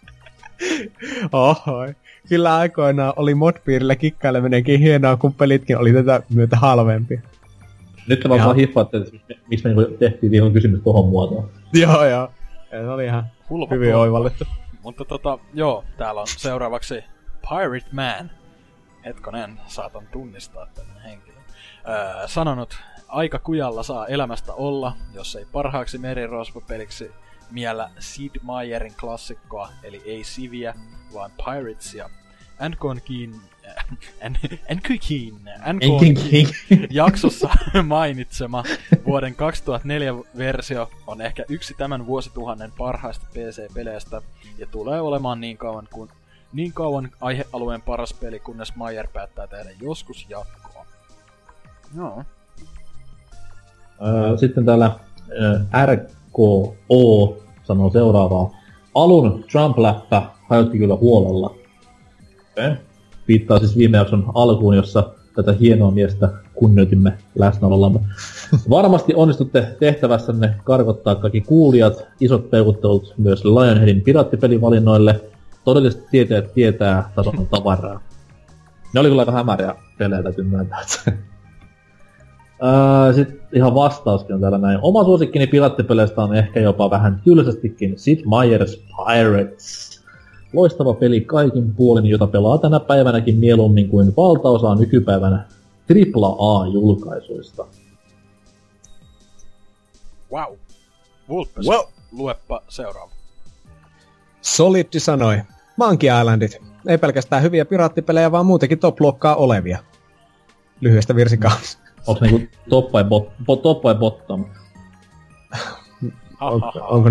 Ohoi. Kyllä aikoinaan oli modpiirillä kikkaileminenkin hienoa, kun pelitkin oli tätä myötä halvempia. Nyt vaan vaan hiffaatte, että miksi me niinku tehtiin viikon kysymys tohon muotoon. Joo, joo. Ja se oli ihan Hulva hyvin tuo. oivallettu. Mutta tota, joo, täällä on seuraavaksi Pirate Man. Hetkonen, saatan tunnistaa tämän henkilön. Öö, sanonut, aika kujalla saa elämästä olla, jos ei parhaaksi merirosvopeliksi miellä Sid Meierin klassikkoa, eli ei Siviä, vaan Piratesia. N K Kin, N K Kin, N K Kin jaksossa mainitsema vuoden kaksituhattaneljä versio on ehkä yksi tämän vuosituhannen parhaista P C-peleistä ja tulee olemaan niin kauan kuin Niin kauan aihealueen paras peli, kunnes Meier päättää tehdä joskus jatkoa. Joo. Öö, sitten täällä öö, R K O sanoo seuraavaa. Alun Trump-läppä hajotti kyllä huolella. Okay. Viittaa siis viime jakson alkuun, jossa tätä hienoa miestä kunnioitimme läsnäolollamme. Varmasti onnistutte tehtävässänne karkottaa kaikki kuulijat, isot peukuttelut myös Lionheadin piraattipelivalinnoille. Todellisesti tietäjät tietää tason tavaraa. Ne oli kyllä aika hämäriä pelejä, täytyy myöntää. öö, Sitten ihan vastauskin on täällä näin. Oma suosikkini piraattipeleistä on ehkä jopa vähän tylsästikin Sid Meier's Pirates. Loistava peli kaikin puolin, jota pelaa tänä päivänäkin mieluummin kuin valtaosaa nykypäivänä tripla A-julkaisuista. Wow. Vulpes, Wow. luepa seuraava. Solidi sanoi, Monkey Islandit. Ei pelkästään hyviä piraattipelejä, vaan muutenkin top-luokkaa olevia. Lyhyestä virsikausi. Onks niinku top vai, bot, bot, top vai bottom? On, onko...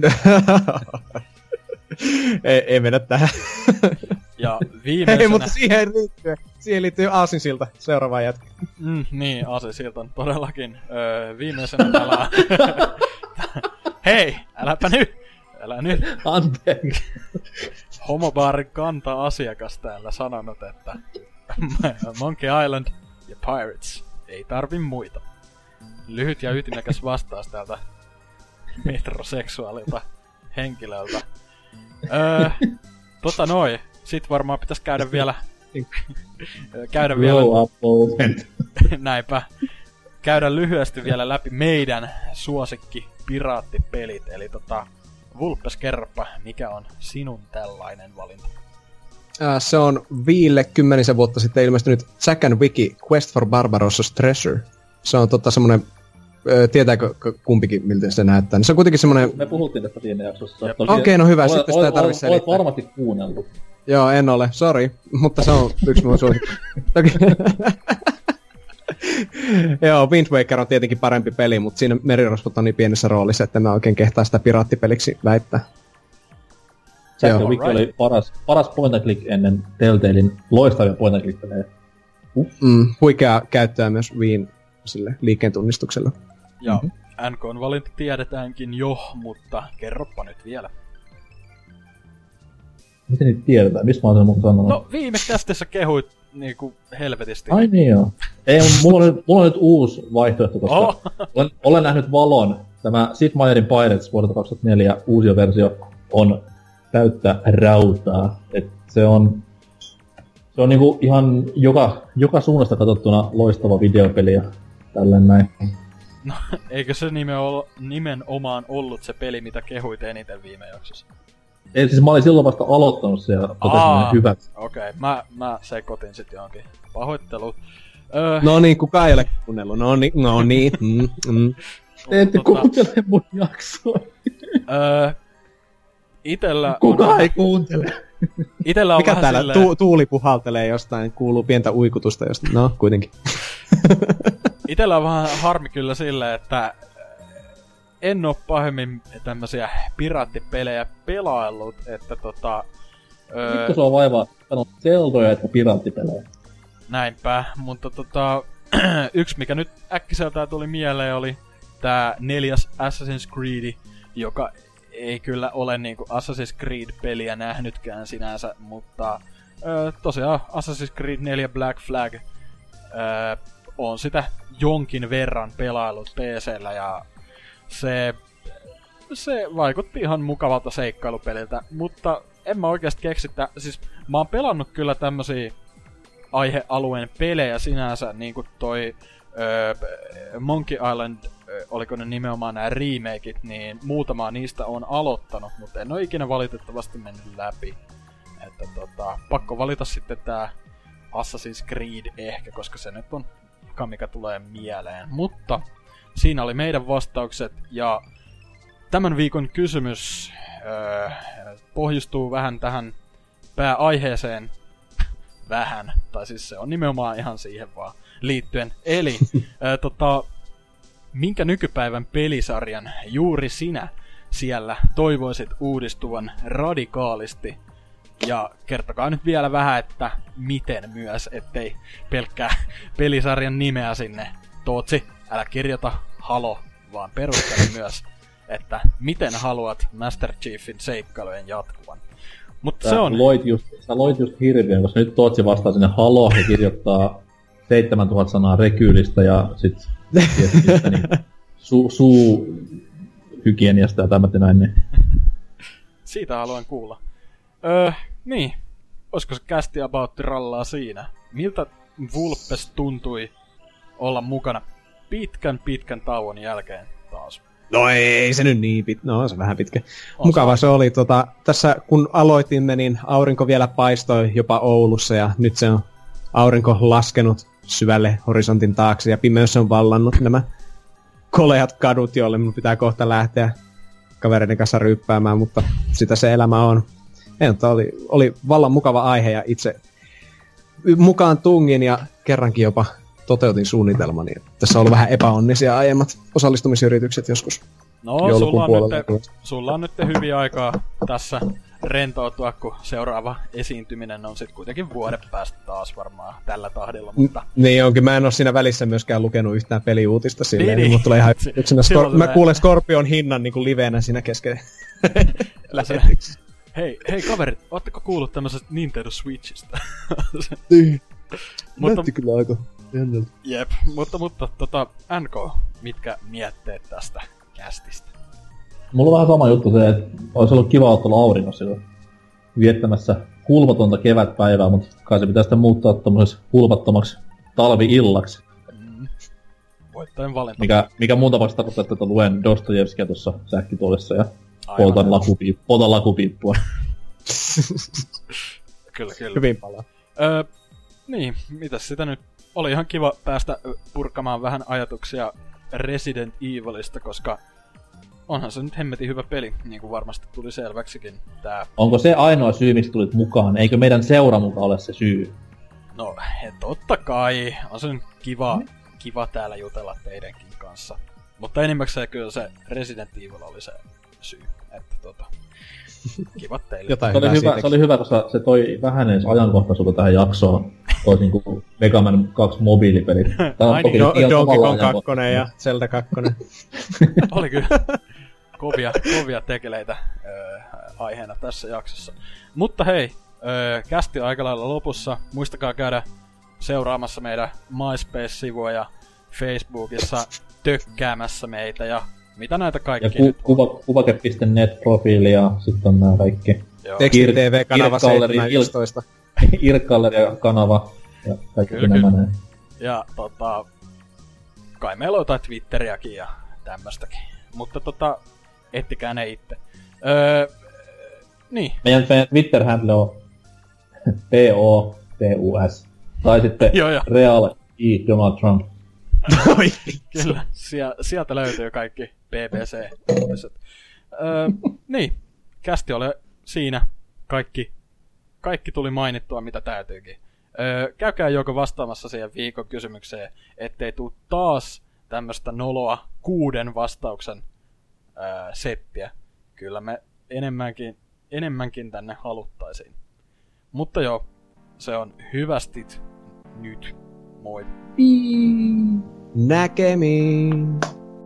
ei, ei mennä tähän. Ja viimeisenä... Ei, mutta siihen liittyy, siihen liittyy aasinsilta. Seuraava jätkä. Mm, niin, aasinsilta on todellakin. Öö, viimeisenä täällä on... Hei, äläpä nyt! Älä nyt! Anteeksi. Homobaarin kanta-asiakas täällä sanonut, että Monkey Island ja Pirates ei tarvi muita. Lyhyt ja ytimekäs vastaus täältä metroseksuaalilta henkilöltä. Öö, tota noi. Sit varmaan pitäis käydä vielä... käydä vielä... Näinpä. Käydä lyhyesti vielä läpi meidän suosikki piraattipelit. Eli tota... Vulpes, kerropa, mikä on sinun tällainen valinta? Äh, se on viille kymmenisen vuotta sitten ilmestynyt Zack and Wiki Quest for Barbarossa's Treasure. Se on tota semmonen, äh, tietääkö kumpikin miltä se näyttää, niin se on kuitenkin semmonen... Me puhuttiin tästä siinä jaksossa. Okei, okay, no hyvä, olet, sitten sitä ei tarvitse selittää. Olet varmasti kuunnellut. Joo, en ole, sorry, mutta se on yksi mun suosikki. Joo, Wind Waker on tietenkin parempi peli, mutta siinä merirosvot on niin pienessä roolissa, että mä oikein kehtaa sitä piraattipeliksi väittää. Zack and Wiki oli paras, paras point and click ennen Telltalein loistavia point and click pelejä. Uh. Mm, huikeaa käyttöä myös Wiin sille liikkeen tunnistuksella. Ja mm-hmm. N K:n valinta tiedetäänkin jo, mutta kerroppa nyt vielä. Miten niitä tiedetään? Mistä mä oon sen mun sanonut? No viime kästissä kehuit niinku helvetisti. Ai niin joo. Ei, mulla on, mulla on nyt uusi vaihtoehto, koska oh. olen, olen nähnyt valon. Tämä Sid Meierin Pirates vuodelta kaksituhattaneljä uusi versio on täyttä rautaa. Et se on, se on niinku ihan joka, joka suunnasta katsottuna loistava videopeli ja tälleen näin. No, eikö se nimenomaan ollut se peli, mitä kehuit eniten viime jaksossa? Ei, siis mä olin silloin vasta aloittanut se ja totesin hyvät. Okei, okay. mä, mä sekoitin sit johonkin. Pahoittelut. Öö... No niin, kukaan ei ole kuunnellut. No niin, no niin. Mm, mm. Te ette tota... kuuntele mun jaksoa. Öö... Itellä Kuka on... ei kuuntele? Itellä on mikä vähän täällä silleen... tu- tuuli puhaltelee jostain, kuuluu pientä uikutusta jostain. No, kuitenkin. Itellä on vähän harmi kyllä silleen, että en oo pahemmin tämmösiä piraattipelejä pelaillut, että tota... Öö... Vittu sua vaivaa, sanot Zeldoja että piraattipelejä. Näinpä, mutta tota... yksi mikä nyt äkkiseltään tuli mieleen oli tää neljäs Assassin's Creed, joka ei kyllä ole niinku Assassin's Creed-peliä nähnytkään sinänsä, mutta öö, tosiaan Assassin's Creed neljä Black Flag öö, on sitä jonkin verran pelaillut P C:llä ja se, se vaikutti ihan mukavalta seikkailupeliltä, mutta en mä oikeesti keksitä, siis mä oon pelannut kyllä tämmösiä aihealueen pelejä sinänsä, niinku toi öö, Monkey Island, öö, oliko ne nimenomaan nämä remakeit, niin muutama niistä on aloittanut, mutta en oo ikinä valitettavasti mennyt läpi. Että tota, pakko valita sitten tää Assassin's Creed ehkä, koska se nyt on mikä tulee mieleen. Mutta siinä oli meidän vastaukset, ja tämän viikon kysymys öö, pohjustuu vähän tähän pääaiheeseen. Vähän, tai siis se on nimenomaan ihan siihen vaan liittyen. Eli ää, tota, minkä nykypäivän pelisarjan juuri sinä siellä toivoisit uudistuvan radikaalisti? Ja kertokaa nyt vielä vähän, että miten myös, ettei pelkkää pelisarjan nimeä sinne. Tootsi, älä kirjoita halo, vaan perustele myös, että miten haluat Master Chiefin seikkailujen jatkuvan. Mutta se on... Loit just, sä loit just hirviön, koska nyt Tootsi vastaa sinne halo ja kirjoittaa seitsemäntuhatta sanaa rekyylistä ja sit tietysti niin, su, suu hygieniasta ja tämmöinen näin. Niin. Siitä haluan kuulla. Öö, niin. Olisiko se Cast About rallaa siinä? Miltä Vulpes tuntui olla mukana pitkän pitkän tauon jälkeen taas? No ei se nyt niin pitkä, no se on vähän pitkä. On mukava se oli, tota, tässä kun aloitimme, niin aurinko vielä paistoi jopa Oulussa ja nyt se on aurinko laskenut syvälle horisontin taakse ja pimeys on vallannut nämä koleat kadut, joille minun pitää kohta lähteä kavereiden kanssa ryyppäämään, mutta sitä se elämä on. Ei, mutta oli, oli vallan mukava aihe ja itse mukaan tungin ja kerrankin jopa toteutin suunnitelmani. Tässä on ollut vähän epäonnisia aiemmat osallistumisyritykset joskus. No, sulla on, nyt, sulla on nyt hyviä aikaa tässä rentoutua, kun seuraava esiintyminen on sitten kuitenkin vuoden päästä taas varmaan tällä tahdilla, mutta... N- niin onkin, mä en oo siinä välissä myöskään lukenut yhtään peliuutista silleen, niin, niin. Tulee ihan si- skor- mä kuulen Scorpion hinnan niinku liveenä siinä kesken lähetyksessä. Hei, hei kaverit, ootteko kuullut tämmöisestä Nintendo Switchistä? Niin, mutta, näytti kyllä aika jännältä. Jep, mutta, mutta tota, N K, mitkä mietteet tästä kästistä? Mulla on vähän sama juttu se, että olisi ollut kiva olla auringossa viettämässä hulvatonta kevätpäivää, mutta kai se pitää sitten muuttaa tommoses hulvattomaksi talvi-illaksi. Mm. Voittajan valinta. Mikä, mikä muun tapauksessa tarkoittaa, että luen Dostojevskia tuossa sähkituolissa ja poltan lakupiippua. Poltan lakupiippua. Kyllä, kyllä. Hyvin palaa. Öö, niin, mitäs sitä nyt? Oli ihan kiva päästä purkamaan vähän ajatuksia Resident Evilista, koska onhan se nyt hemmetin hyvä peli, niin kuin varmasti tuli selväksikin. Tää... Onko se ainoa syy, miksi tulit mukaan? Eikö meidän seura mukaan ole se syy? No, totta kai. On se nyt kiva, kiva täällä jutella teidänkin kanssa. Mutta enimmäkseen kyllä se Resident Evil oli se syy. Että tota, kivat teille. Jotain se, oli hyvä, se oli hyvä, koska se toi vähän edes ajankohtaisuutta tähän jaksoon. Toisin kuin Mega Man kaksi mobiilipelit. Tää on toki Do- ihan Donkey Kong tavallaan kaksi ja Zelda kaksi. Oli kyllä kovia, kovia tekeleitä öö, aiheena tässä jaksossa. Mutta hei, öö, kästi aika lailla lopussa. Muistakaa käydä seuraamassa meidän MySpace-sivua ja Facebookissa tökkäämässä meitä ja mitä näitä Ja kaikki ku, kuva, kuvake piste net-profiili ja sitten on nää kaikki. Tekstin T V-kanava seitsemän yksitoista. Irk-galleria-kanava ja kaikki Kyllä, nämä kyllä. näin. Ja tota, kai meillä on jotain Twitteriäkin ja tämmöstäkin. Mutta tota, ettikää ne itse. Öö, niin. Meidän, meidän Twitter-handle on P O T U S. Tai sitten Joo, joo. Real I Donald Trump. Kyllä, sieltä löytyy kaikki B B C-uutiset. Öö, niin, kästi oli siinä. Kaikki, kaikki tuli mainittua, mitä täytyykin. Öö, käykää joko vastaamassa siihen viikon kysymykseen, ettei tuu taas tämmöstä noloa kuuden vastauksen öö, settiä. Kyllä me enemmänkin, enemmänkin tänne haluttaisiin. Mutta joo, se on hyvästit nyt. Moi. Näkemiin.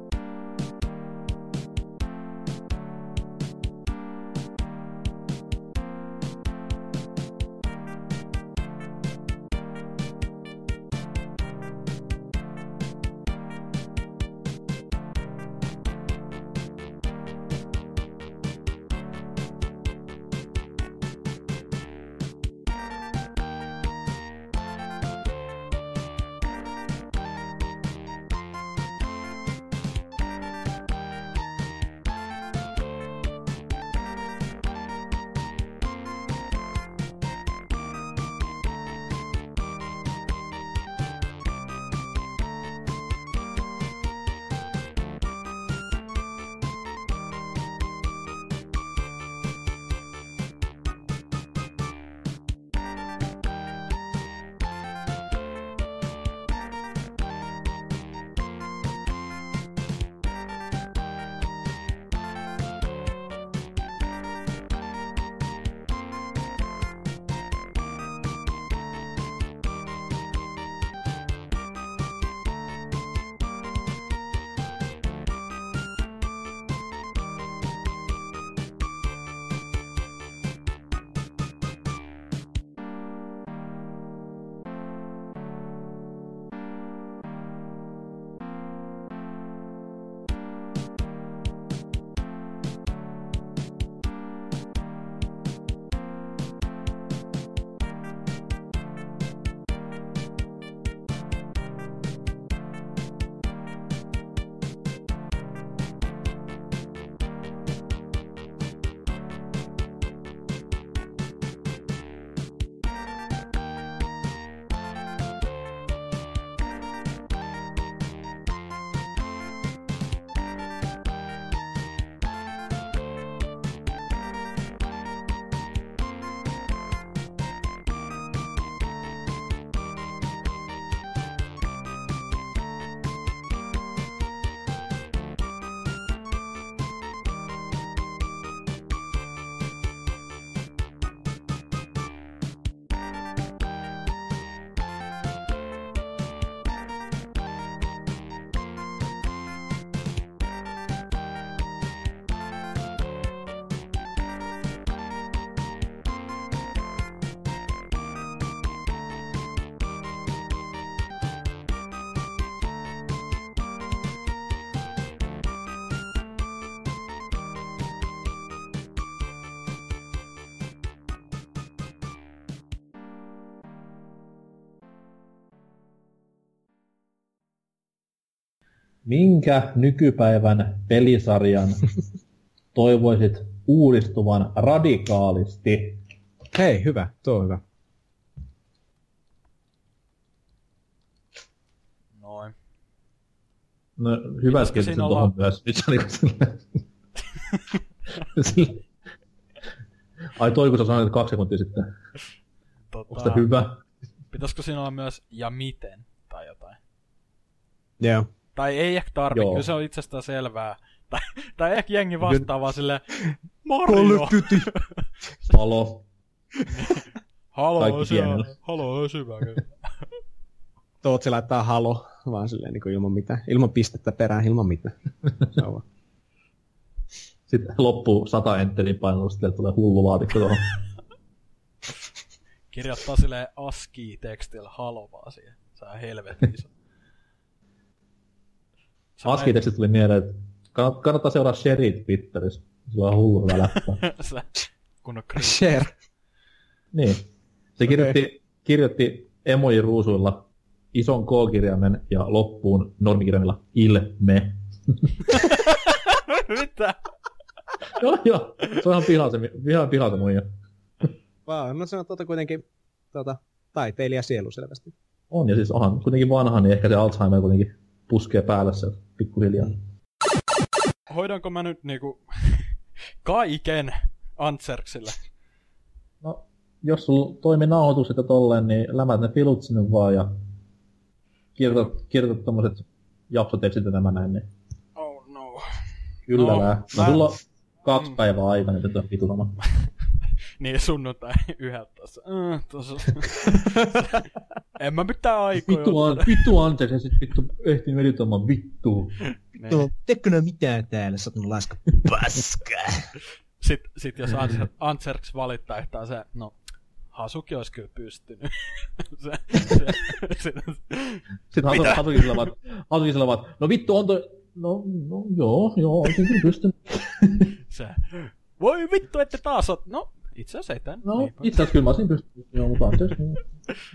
Minkä nykypäivän pelisarjan toivoisit uudistuvan radikaalisti? Hei, hyvä. Tuo on hyvä. Noin. No, hyvä sketsi tuohon olla... myös. Nyt se oli silleen... Ai toi, kun sä sanoit kaksi sekuntia sitten. Tota... Onko se hyvä? Pitäisikö siinä olla myös ja miten tai jotain? Joo. Yeah. Tai ei ehkä tarvi, kyllä se on itsestään selvää. Tai, tai ehkä jengi vastaa vaan silleen, Mario! Palo. Halo, Kaikki se on, pienellä. halo, syvä. Tootsi laittaa halo, vaan silleen niin kuin ilman mitään. Ilman pistettä perään, ilman mitään. Se on vaan. Sitten loppuu sata enterin painolla, sitten tulee hullu laatikko tuohon. Kirjoittaa silleen ASCII-tekstillä halo vaan siihen. Se on helvetin iso. ASCII-tekstit tuli mieleen, että kannat, kannattaa seuraa Sherit Twitterissä. Sillä on hullu hyvä läppä. Se, kun on kriisi. Share. Niin. Se kirjoitti, kirjoitti emoji ruusuilla ison K-kirjaimen ja loppuun normikirjaimilla ilme. Mitä? Joo, joo. Se on ihan pihaa se, ihan pihaa se muija. Vaan, no se on tuota kuitenkin tuota, taiteilija sielu selvästi. On, ja siis onhan kuitenkin vanha, niin ehkä se Alzheimer kuitenkin puskee päälle se pikkuhiljaa. Hoidanko mä nyt niinku kaiken Antserksille? No, jos sulla toimii nauhoitukset ja tolleen, niin lämät ne filut sinne vaan ja kirjoitat, kirjoitat tommoset jaksotekstit ja nämä näin, niin Oh no. kyllä No, lää. No, mä- sulla on kaksi Mm. päivää aikaa, niin tätä vitulama. Niin sunnuntai yhdeltä tossa. Äh, tossa. En mä mitään aikoja. Vittu, an, vittu anteeksi, ja sit vittu ehtin meditoimaan vittuun. Niin. Teekö nää mitään täällä, sä oot laiska paskaa. Sitten sit jos Antser- Antserks valittaa yhtään se, no Hasuki olisi kyllä pystynyt. se, se, se, Sitten Hatu, Hatukin sillä vaan, Hatukin sillä vaan, no vittu on toi, no, no joo, joo, olisin kyllä pystynyt. se, voi vittu, ette taas oot, no itse asiassa ei tän. No, Niinpä. itse asiassa kyllä mä olisin pystynyt, joo, mutta anteeksi.